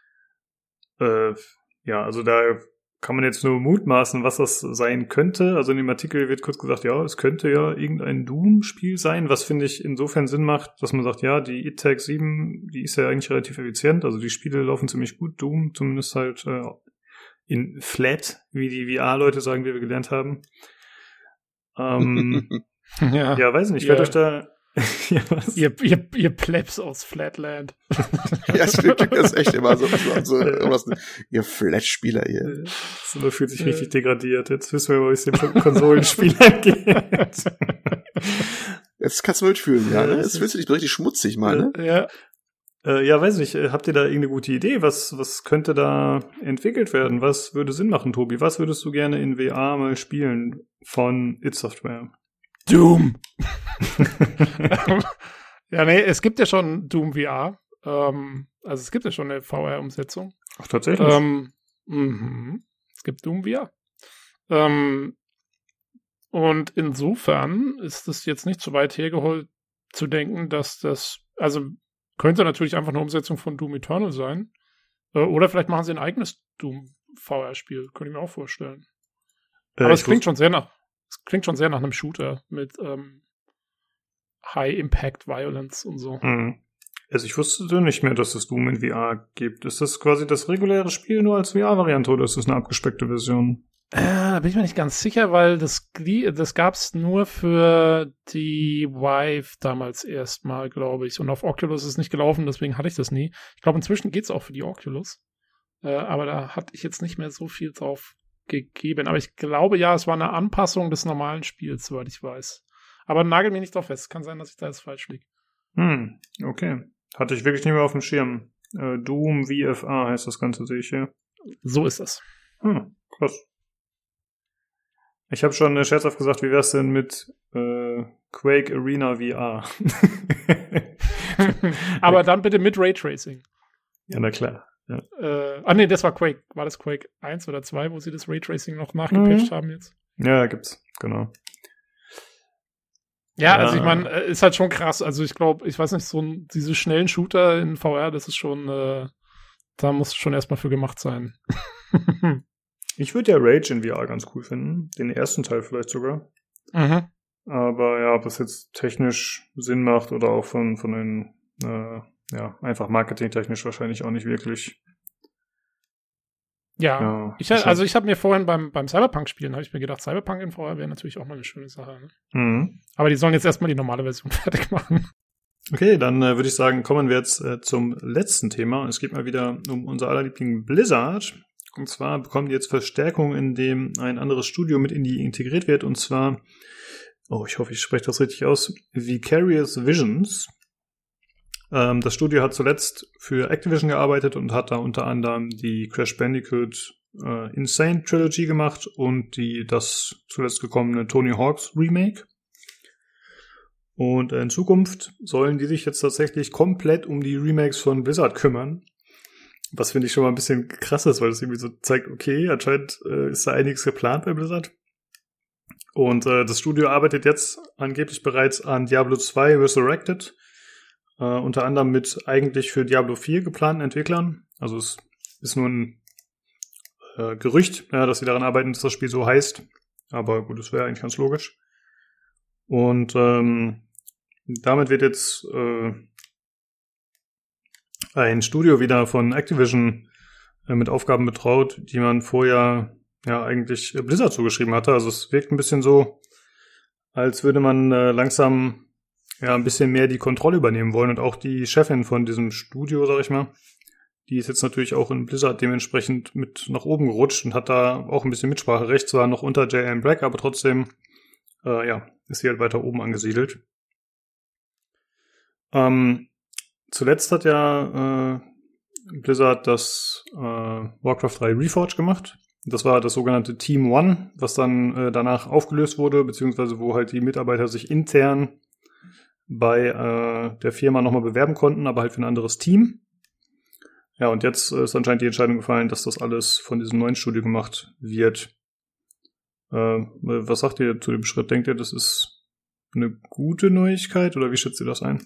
Äh, ja, also da kann man jetzt nur mutmaßen, was das sein könnte. Also in dem Artikel wird kurz gesagt, ja, es könnte ja irgendein Doom-Spiel sein, was finde ich insofern Sinn macht, dass man sagt, ja, die id Tech sieben, die ist ja eigentlich relativ effizient. Also die Spiele laufen ziemlich gut. Doom zumindest halt äh, in Flat, wie die V R-Leute sagen, wie wir gelernt haben. Ähm, ja. ja, weiß nicht, ich werde euch da... ja, was? Ihr, ihr, ihr Plebs aus Flatland. Ja, es klingt das echt immer so, so, so was, ihr Flat-Spieler hier. So fühlt sich richtig degradiert. Jetzt wissen wir, wo es den Konsolenspielern geht. Jetzt kannst du mitfühlen, ja, ne? Jetzt fühlst du dich richtig schmutzig, mal, ne? Ja. Äh, ja, weiß nicht, habt ihr da irgendeine gute Idee? Was, was könnte da entwickelt werden? Was würde Sinn machen, Tobi? Was würdest du gerne in V R mal spielen von id Software? Doom! Ja, nee, es gibt ja schon Doom V R. Ähm, also es gibt ja schon eine V R-Umsetzung. Ach, tatsächlich? Ähm, mhm. Es gibt Doom V R. Ähm, und insofern ist es jetzt nicht so weit hergeholt zu denken, dass das, also könnte natürlich einfach eine Umsetzung von Doom Eternal sein. Äh, oder vielleicht machen sie ein eigenes Doom-V R-Spiel. Könnte ich mir auch vorstellen. Äh, Aber es klingt schon sehr nach, es klingt schon sehr nach einem Shooter mit ähm, High-Impact-Violence und so. Mhm. Also ich wusste nicht mehr, dass es Doom in V R gibt. Ist das quasi das reguläre Spiel nur als V R-Variante oder ist das eine abgespeckte Version? Äh, da bin ich mir nicht ganz sicher, weil das, das gab's nur für die Vive damals erstmal, glaube ich. Und auf Oculus ist es nicht gelaufen, deswegen hatte ich das nie. Ich glaube, inzwischen geht's auch für die Oculus. Äh, aber da hatte ich jetzt nicht mehr so viel drauf gegeben. Aber ich glaube, ja, es war eine Anpassung des normalen Spiels, soweit ich weiß. Aber nagel mich nicht drauf fest. Kann sein, dass ich da jetzt falsch liege. Hm, okay. Hatte ich wirklich nicht mehr auf dem Schirm. Äh, Doom V F A heißt das Ganze, sehe ich hier. So ist es. Hm, krass. Ich habe schon äh, scherzhaft gesagt, wie wär's denn mit äh, Quake Arena V R? Aber dann bitte mit Raytracing. Ja, na klar. Ja. Äh, ah nee, das war Quake. War das Quake eins oder zwei, wo sie das Raytracing noch nachgepatcht mhm. haben jetzt? Ja, gibt's, genau. Ja, ja, also ich meine, ist halt schon krass. Also ich glaube, ich weiß nicht, so ein, diese schnellen Shooter in V R, das ist schon, äh, da muss schon erstmal für gemacht sein. Ich würde ja Rage in V R ganz cool finden. Den ersten Teil vielleicht sogar. Mhm. Aber ja, ob das jetzt technisch Sinn macht oder auch von, von den, äh, ja, einfach marketingtechnisch wahrscheinlich auch nicht wirklich. Ja, ja ich, also ich habe mir vorhin beim, beim Cyberpunk-Spielen, habe ich mir gedacht, Cyberpunk in V R wäre natürlich auch mal eine schöne Sache. Ne? Mhm. Aber die sollen jetzt erstmal die normale Version fertig machen. Okay, dann äh, würde ich sagen, kommen wir jetzt äh, zum letzten Thema. Es geht mal wieder um unser allerliebling Blizzard. Und zwar bekommen die jetzt Verstärkung, indem ein anderes Studio mit in die integriert wird. Und zwar, oh, ich hoffe, ich spreche das richtig aus, Vicarious Visions. Ähm, das Studio hat zuletzt für Activision gearbeitet und hat da unter anderem die Crash Bandicoot äh, Insane Trilogy gemacht und die das zuletzt gekommene Tony Hawk's Remake. Und in Zukunft sollen die sich jetzt tatsächlich komplett um die Remakes von Blizzard kümmern. Was finde ich schon mal ein bisschen krass ist, weil das irgendwie so zeigt, okay, anscheinend äh, ist da einiges geplant bei Blizzard. Und äh, das Studio arbeitet jetzt angeblich bereits an Diablo zwei Resurrected. Äh, unter anderem mit eigentlich für Diablo vier geplanten Entwicklern. Also es ist nur ein äh, Gerücht, ja, dass sie daran arbeiten, dass das Spiel so heißt. Aber gut, das wäre eigentlich ganz logisch. Und ähm, damit wird jetzt äh, ein Studio wieder von Activision äh, mit Aufgaben betraut, die man vorher ja eigentlich Blizzard zugeschrieben hatte. Also es wirkt ein bisschen so, als würde man äh, langsam ja ein bisschen mehr die Kontrolle übernehmen wollen. Und auch die Chefin von diesem Studio, sag ich mal, die ist jetzt natürlich auch in Blizzard dementsprechend mit nach oben gerutscht und hat da auch ein bisschen Mitspracherecht, zwar noch unter J M Black, aber trotzdem äh, ja, ist sie halt weiter oben angesiedelt. Ähm, zuletzt hat ja äh, Blizzard das äh, Warcraft drei Reforged gemacht. Das war das sogenannte Team One, was dann äh, danach aufgelöst wurde, beziehungsweise wo halt die Mitarbeiter sich intern bei äh, der Firma nochmal bewerben konnten, aber halt für ein anderes Team. Ja, und jetzt äh, ist anscheinend die Entscheidung gefallen, dass das alles von diesem neuen Studio gemacht wird. Äh, was sagt ihr zu dem Schritt? Denkt ihr, das ist eine gute Neuigkeit oder wie schätzt ihr das ein?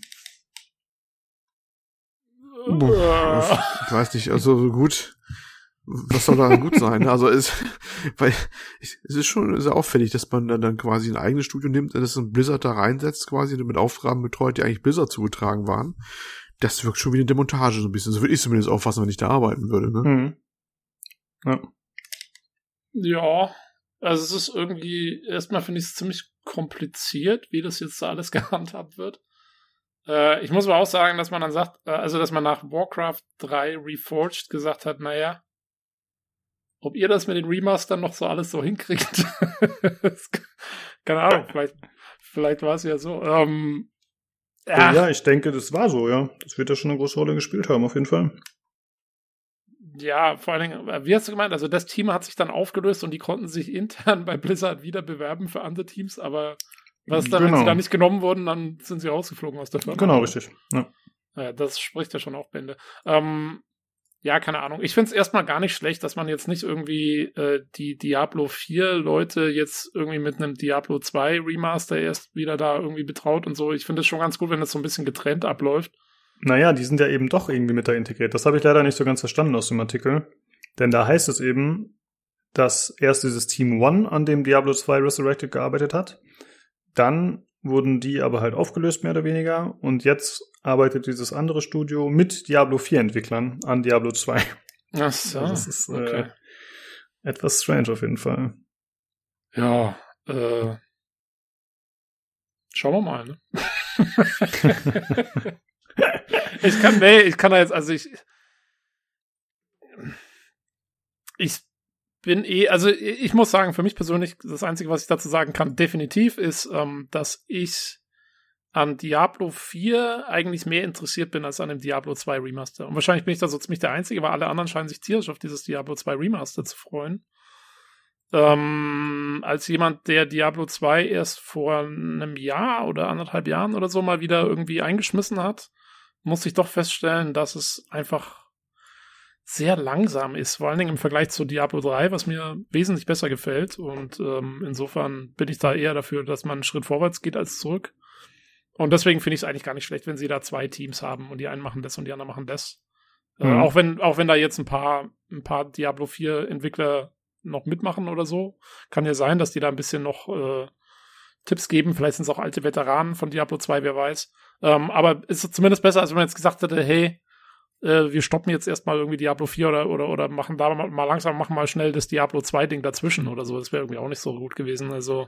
Ich weiß nicht, also gut, was soll da gut sein? Also es, weil es ist schon sehr auffällig, dass man dann, dann quasi ein eigenes Studio nimmt, das ein Blizzard da reinsetzt, quasi mit Aufgaben betreut, die eigentlich Blizzard zugetragen waren. Das wirkt schon wie eine Demontage so ein bisschen. So würde ich zumindest auffassen, wenn ich da arbeiten würde. Ne? Mhm. Ja. Ja, also es ist irgendwie, erstmal finde ich es ziemlich kompliziert, wie das jetzt da alles gehandhabt wird. Äh, ich muss aber auch sagen, dass man dann sagt, äh, also dass man nach Warcraft drei Reforged gesagt hat, naja, ob ihr das mit den Remastern noch so alles so hinkriegt, keine Ahnung, vielleicht, vielleicht war es ja so. Ähm, ja. ja, ich denke, das war so, ja. Das wird ja schon eine große Rolle gespielt haben, auf jeden Fall. Ja, vor allen Dingen, wie hast du gemeint, also das Team hat sich dann aufgelöst und die konnten sich intern bei Blizzard wieder bewerben für andere Teams, aber was dann, genau. Wenn sie da nicht genommen wurden, dann sind sie rausgeflogen aus der Firma. Genau, richtig. Ja. Ja, das spricht ja schon auch Bände. Ähm, ja, keine Ahnung. Ich finde es erstmal gar nicht schlecht, dass man jetzt nicht irgendwie äh, die Diablo vier Leute jetzt irgendwie mit einem Diablo zwei Remaster erst wieder da irgendwie betraut und so. Ich finde es schon ganz gut, wenn das so ein bisschen getrennt abläuft. Naja, die sind ja eben doch irgendwie mit da integriert. Das habe ich leider nicht so ganz verstanden aus dem Artikel. Denn da heißt es eben, dass erst dieses Team One an dem Diablo zwei Resurrected gearbeitet hat. Dann wurden die aber halt aufgelöst, mehr oder weniger. Und jetzt arbeitet dieses andere Studio mit Diablo vier Entwicklern an Diablo zwei. Ach so, also das ist okay. äh, etwas strange auf jeden Fall. Ja, äh, schauen wir mal, ne? ich kann, nee, ich kann da jetzt, also ich, ich bin eh, also ich muss sagen, für mich persönlich, das Einzige, was ich dazu sagen kann, definitiv ist, ähm, dass ich an Diablo vier eigentlich mehr interessiert bin als an dem Diablo zwei Remaster. Und wahrscheinlich bin ich da so ziemlich der Einzige, weil alle anderen scheinen sich tierisch auf dieses Diablo zwei Remaster zu freuen. Ähm, als jemand, der Diablo zwei erst vor einem Jahr oder anderthalb Jahren oder so mal wieder irgendwie eingeschmissen hat, muss ich doch feststellen, dass es einfach sehr langsam ist, vor allen Dingen im Vergleich zu Diablo drei, was mir wesentlich besser gefällt. Und ähm, insofern bin ich da eher dafür, dass man einen Schritt vorwärts geht als zurück. Und deswegen finde ich es eigentlich gar nicht schlecht, wenn sie da zwei Teams haben und die einen machen das und die anderen machen das. Mhm. Äh, auch wenn, auch wenn da jetzt ein paar, ein paar Diablo vier Entwickler noch mitmachen oder so. Kann ja sein, dass die da ein bisschen noch äh, Tipps geben. Vielleicht sind es auch alte Veteranen von Diablo zwei, wer weiß. Ähm, aber es ist zumindest besser, als wenn man jetzt gesagt hätte, hey, äh, wir stoppen jetzt erstmal irgendwie Diablo vier oder, oder, oder machen da mal, mal langsam, machen mal schnell das Diablo zwei Ding dazwischen oder so. Das wäre irgendwie auch nicht so gut gewesen. Also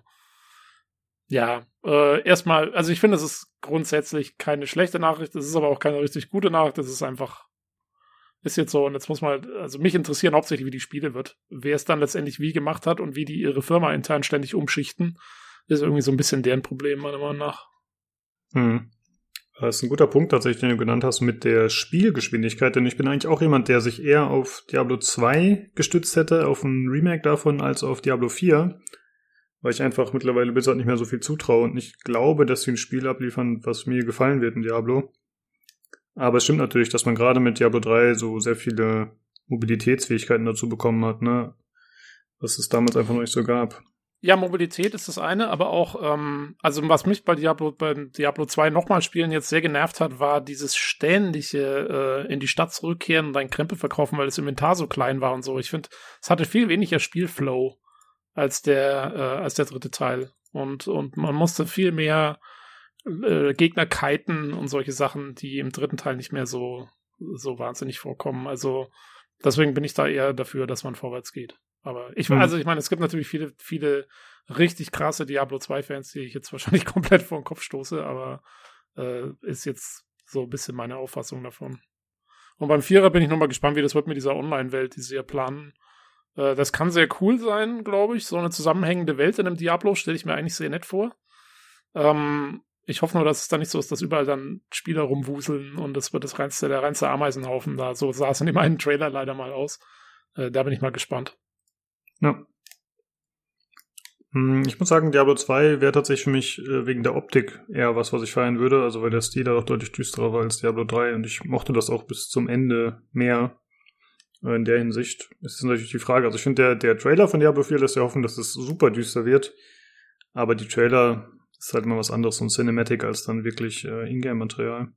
ja, äh, erstmal, also ich finde, es ist grundsätzlich keine schlechte Nachricht. Es ist aber auch keine richtig gute Nachricht. Es ist einfach ist jetzt so, und jetzt muss man, also mich interessieren hauptsächlich, wie die Spiele wird. Wer es dann letztendlich wie gemacht hat und wie die ihre Firma intern ständig umschichten, ist irgendwie so ein bisschen deren Problem, meiner Meinung nach. Hm. Das ist ein guter Punkt tatsächlich, den du genannt hast mit der Spielgeschwindigkeit, denn ich bin eigentlich auch jemand, der sich eher auf Diablo zwei gestützt hätte, auf ein Remake davon, als auf Diablo vier, weil ich einfach mittlerweile Blizzard nicht mehr so viel zutraue und nicht glaube, dass sie ein Spiel abliefern, was mir gefallen wird in Diablo. Aber es stimmt natürlich, dass man gerade mit Diablo drei so sehr viele Mobilitätsfähigkeiten dazu bekommen hat, ne? Was es damals einfach noch nicht so gab. Ja, Mobilität ist das eine, aber auch, ähm, also was mich bei Diablo, bei Diablo zwei nochmal spielen jetzt sehr genervt hat, war dieses ständige äh, in die Stadt zurückkehren und deinen Krempel verkaufen, weil das Inventar so klein war und so. Ich finde, es hatte viel weniger Spielflow als der, äh, als der dritte Teil. Und, und man musste viel mehr Äh, Gegner kiten und solche Sachen, die im dritten Teil nicht mehr so, so wahnsinnig vorkommen. Also deswegen bin ich da eher dafür, dass man vorwärts geht. Aber ich, mhm. also ich meine, es gibt natürlich viele, viele richtig krasse Diablo zwei Fans, die ich jetzt wahrscheinlich komplett vor den Kopf stoße, aber äh, ist jetzt so ein bisschen meine Auffassung davon. Und beim Vierer bin ich nochmal gespannt, wie das wird mit dieser Online-Welt, die sie ja planen. Äh, das kann sehr cool sein, glaube ich. So eine zusammenhängende Welt in einem Diablo stelle ich mir eigentlich sehr nett vor. Ähm, Ich hoffe nur, dass es da nicht so ist, dass überall dann Spieler rumwuseln und das wird das reinste, der reinste Ameisenhaufen da. So sah es in dem einen Trailer leider mal aus. Äh, da bin ich mal gespannt. Ja. Ich muss sagen, Diablo zwei wäre tatsächlich für mich äh, wegen der Optik eher was, was ich feiern würde. Also weil der Stil da doch deutlich düsterer war als Diablo drei und ich mochte das auch bis zum Ende mehr. Äh, in der Hinsicht ist es natürlich die Frage. Also ich finde, der, der Trailer von Diablo vier lässt ja hoffen, dass es super düster wird. Aber die Trailer ist halt mal was anderes, so ein Cinematic, als dann wirklich äh, Ingame-Material.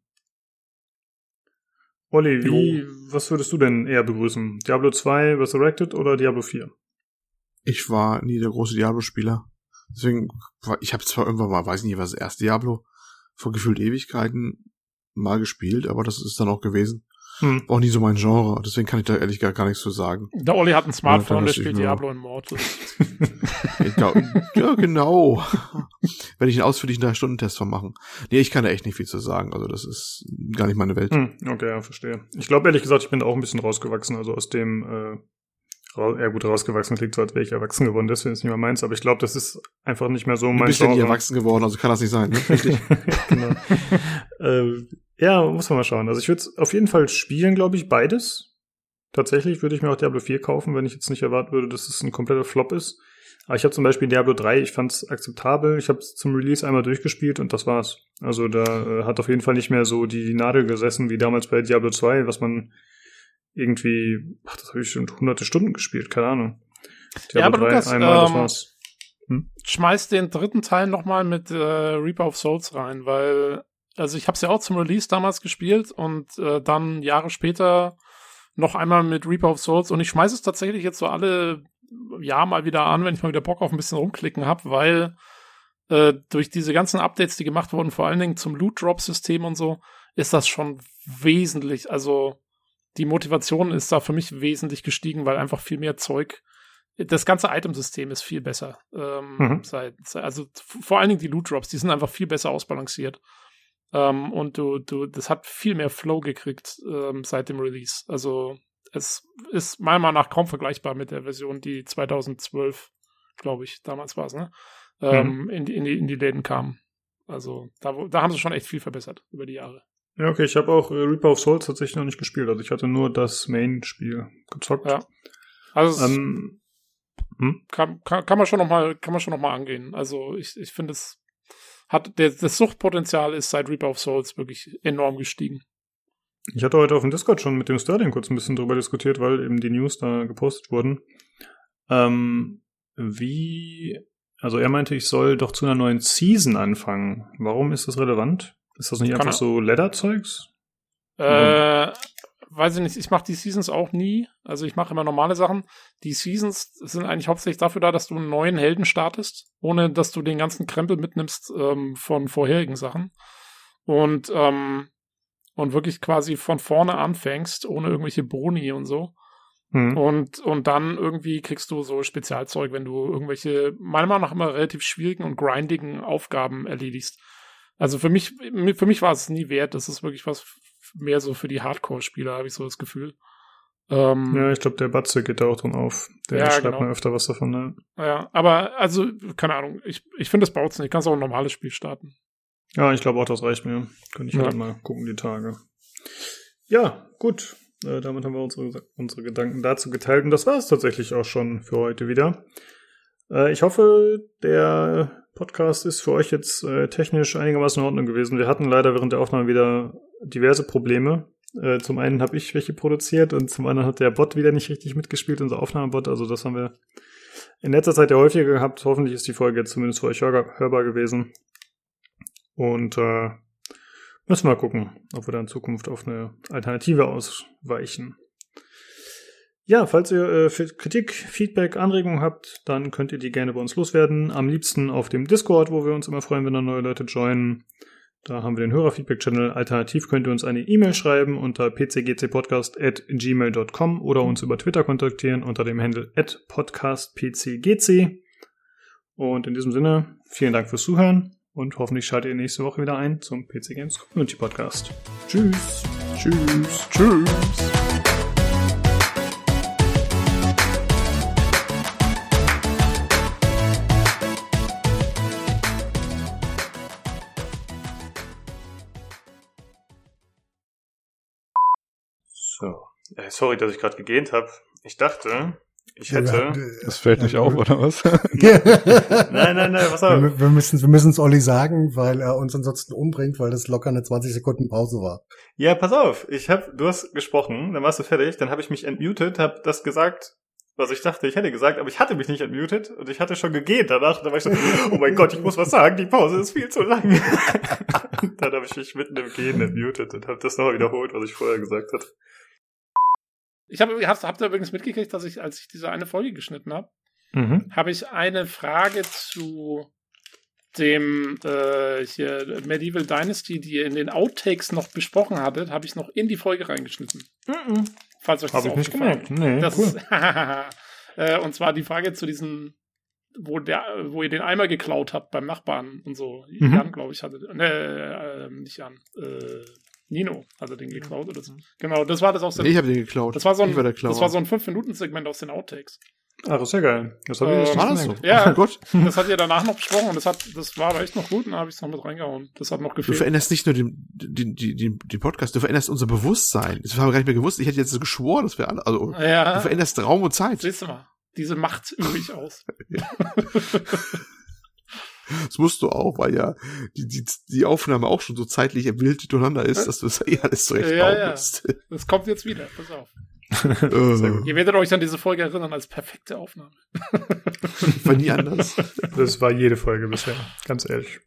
Olli, wie, was würdest du denn eher begrüßen? Diablo zwei Resurrected oder Diablo vier? Ich war nie der große Diablo-Spieler. Deswegen, war, ich habe zwar irgendwann mal, weiß nicht, was das erste Diablo vor gefühlt Ewigkeiten mal gespielt, aber das ist dann auch gewesen. Hm. Auch nie so mein Genre, deswegen kann ich da ehrlich gar, gar nichts zu sagen. Der Olli hat ein Smartphone, der spielt Diablo Immortal. Ja, genau. Werde ich einen ausführlichen drei Stunden Test von machen. Nee, ich kann da echt nicht viel zu sagen, also das ist gar nicht meine Welt. Hm, okay, ja, verstehe. Ich glaube ehrlich gesagt, ich bin da auch ein bisschen rausgewachsen, also aus dem, äh, ra- ja gut, rausgewachsen klingt so, als wäre ich erwachsen geworden, deswegen ist es nicht mehr meins, aber ich glaube, das ist einfach nicht mehr so mein Genre. Du bist ja nie erwachsen geworden, also kann das nicht sein, ne? Richtig. Genau. äh, Ja, muss man mal schauen. Also ich würde es auf jeden Fall spielen, glaube ich, beides. Tatsächlich würde ich mir auch Diablo vier kaufen, wenn ich jetzt nicht erwarten würde, dass es ein kompletter Flop ist. Aber ich habe zum Beispiel Diablo drei, ich fand es akzeptabel. Ich habe es zum Release einmal durchgespielt und das war's. Also da äh, hat auf jeden Fall nicht mehr so die Nadel gesessen wie damals bei Diablo zwei, was man irgendwie, ach, das habe ich schon hunderte Stunden gespielt, keine Ahnung. Diablo ja, aber drei, Lukas, einmal, ähm, das war's. Hm? Schmeiß den dritten Teil nochmal mit äh, Reaper of Souls rein, weil also ich habe es ja auch zum Release damals gespielt und äh, dann Jahre später noch einmal mit Reaper of Souls und ich schmeiße es tatsächlich jetzt so alle Jahr mal wieder an, wenn ich mal wieder Bock auf ein bisschen rumklicken habe, weil äh, durch diese ganzen Updates, die gemacht wurden, vor allen Dingen zum Loot-Drop-System und so, ist das schon wesentlich, also die Motivation ist da für mich wesentlich gestiegen, weil einfach viel mehr Zeug, das ganze Itemsystem ist viel besser. Ähm, mhm. seit, also vor allen Dingen die Loot-Drops, die sind einfach viel besser ausbalanciert. Ähm, und du, du, das hat viel mehr Flow gekriegt ähm, seit dem Release. Also es ist meiner Meinung nach kaum vergleichbar mit der Version, die zweitausendzwölf, glaube ich, damals war es, ne? Ähm, mhm. in, die, in, die, in die Läden kam. Also da, da haben sie schon echt viel verbessert über die Jahre. Ja, okay, ich habe auch äh, Reaper of Souls tatsächlich noch nicht gespielt. Also ich hatte nur das Main-Spiel gezockt. Ja. Also ähm, hm? kann, kann, kann man schon noch mal, kann man schon noch mal angehen. Also ich, ich finde, es hat der, das Suchtpotenzial ist seit Reaper of Souls wirklich enorm gestiegen. Ich hatte heute auf dem Discord schon mit dem Sterling kurz ein bisschen drüber diskutiert, weil eben die News da gepostet wurden. Ähm, wie, also er meinte, ich soll doch zu einer neuen Season anfangen. Warum ist das relevant? Ist das nicht Kann einfach er? so Ladder-Zeugs? Äh, weiß ich nicht. Ich mache die Seasons auch nie. Also ich mache immer normale Sachen. Die Seasons sind eigentlich hauptsächlich dafür da, dass du einen neuen Helden startest, ohne dass du den ganzen Krempel mitnimmst ähm, von vorherigen Sachen. Und, ähm, und wirklich quasi von vorne anfängst, ohne irgendwelche Boni und so. Mhm. Und, und dann irgendwie kriegst du so Spezialzeug, wenn du irgendwelche, meiner Meinung nach immer relativ schwierigen und grindigen Aufgaben erledigst. Also für mich, für mich war es nie wert. Das ist wirklich was mehr so für die Hardcore-Spieler, habe ich so das Gefühl. Ähm, ja, ich glaube, der Batze geht da auch drin auf. Der ja, schreibt genau. mal öfter was davon. Ne? Ja, aber also, keine Ahnung. Ich, ich finde, das baut es nicht. Ich kann auch ein normales Spiel starten. Ja, ich glaube auch, das reicht mir. Könnte ich ja. halt mal gucken, die Tage. Ja, gut. Äh, damit haben wir unsere, unsere Gedanken dazu geteilt. Und das war es tatsächlich auch schon für heute wieder. Äh, ich hoffe, der Podcast ist für euch jetzt äh, technisch einigermaßen in Ordnung gewesen. Wir hatten leider während der Aufnahme wieder diverse Probleme. Äh, zum einen habe ich welche produziert und zum anderen hat der Bot wieder nicht richtig mitgespielt, unser Aufnahmebot. Also das haben wir in letzter Zeit ja häufiger gehabt. Hoffentlich ist die Folge jetzt zumindest für euch hör- hörbar gewesen. Und äh, müssen wir mal gucken, ob wir da in Zukunft auf eine Alternative ausweichen. Ja, falls ihr äh, Kritik, Feedback, Anregungen habt, dann könnt ihr die gerne bei uns loswerden. Am liebsten auf dem Discord, wo wir uns immer freuen, wenn da neue Leute joinen. Da haben wir den Hörerfeedback-Channel. Alternativ könnt ihr uns eine E-Mail schreiben unter p c g c podcast at gmail dot com oder uns über Twitter kontaktieren unter dem Handle at podcast p c g c. Und in diesem Sinne, vielen Dank fürs Zuhören und hoffentlich schaltet ihr nächste Woche wieder ein zum P C Games Community Podcast. Tschüss. Tschüss. Tschüss. So. Äh, sorry, dass ich gerade gegähnt habe. Ich dachte, ich hätte... Das fällt nicht ja, auf, oder was? nein, nein, nein, was auf. Wir, wir müssen wir müssen es Olli sagen, weil er uns ansonsten umbringt, weil das locker eine zwanzig Sekunden Pause war. Ja, pass auf. Ich hab, du hast gesprochen, dann warst du fertig, dann habe ich mich entmutet, habe das gesagt, was ich dachte, ich hätte gesagt, aber ich hatte mich nicht entmutet und ich hatte schon gegähnt danach. Da war ich so, oh mein Gott, ich muss was sagen, die Pause ist viel zu lang. Dann habe ich mich mitten im Gehen entmutet und habe das nochmal wiederholt, was ich vorher gesagt hatte. Ich habe, habt, habt ihr übrigens mitgekriegt, dass ich, als ich diese eine Folge geschnitten habe, mhm. habe ich eine Frage zu dem äh, hier Medieval Dynasty, die ihr in den Outtakes noch besprochen hattet, habe ich noch in die Folge reingeschnitten. Mhm. Falls euch das Hab ich nicht aufgefallen. gemerkt. Nee, das cool. ist, äh, und zwar die Frage zu diesem, wo der, wo ihr den Eimer geklaut habt beim Nachbarn und so. Mhm. Jan, glaube ich, hatte, ne, äh, nicht Jan, äh, Nino hatte den geklaut oder so. Genau, das war das aus dem. Nee, ich habe den geklaut. Das war so ein, war das war so ein fünf Minuten Segment aus den Outtakes. Ach, das ist ja geil. Das habe ich Ähm, nicht War das so? gemerkt. Ja, Oh Gott. das hat ihr danach noch besprochen und das hat, das war aber echt noch gut und da habe ich es noch mit reingehauen. Das hat noch Du gefehlt. veränderst nicht nur den, den, den, den, den Podcast, du veränderst unser Bewusstsein. Das haben wir gar nicht mehr gewusst. Ich hätte jetzt geschworen, dass wir alle, also, du Ja, veränderst Raum und Zeit. siehst du mal. Diese Macht übe ich aus. Das musst du auch, weil ja die, die, die Aufnahme auch schon so zeitlich wild durcheinander ist, dass du das eh alles zurecht Ja, bauen ja. musst. Das kommt jetzt wieder, pass auf. Sehr gut. Ihr werdet euch an diese Folge erinnern als perfekte Aufnahme. War nie anders. Das war jede Folge bisher, ganz ehrlich.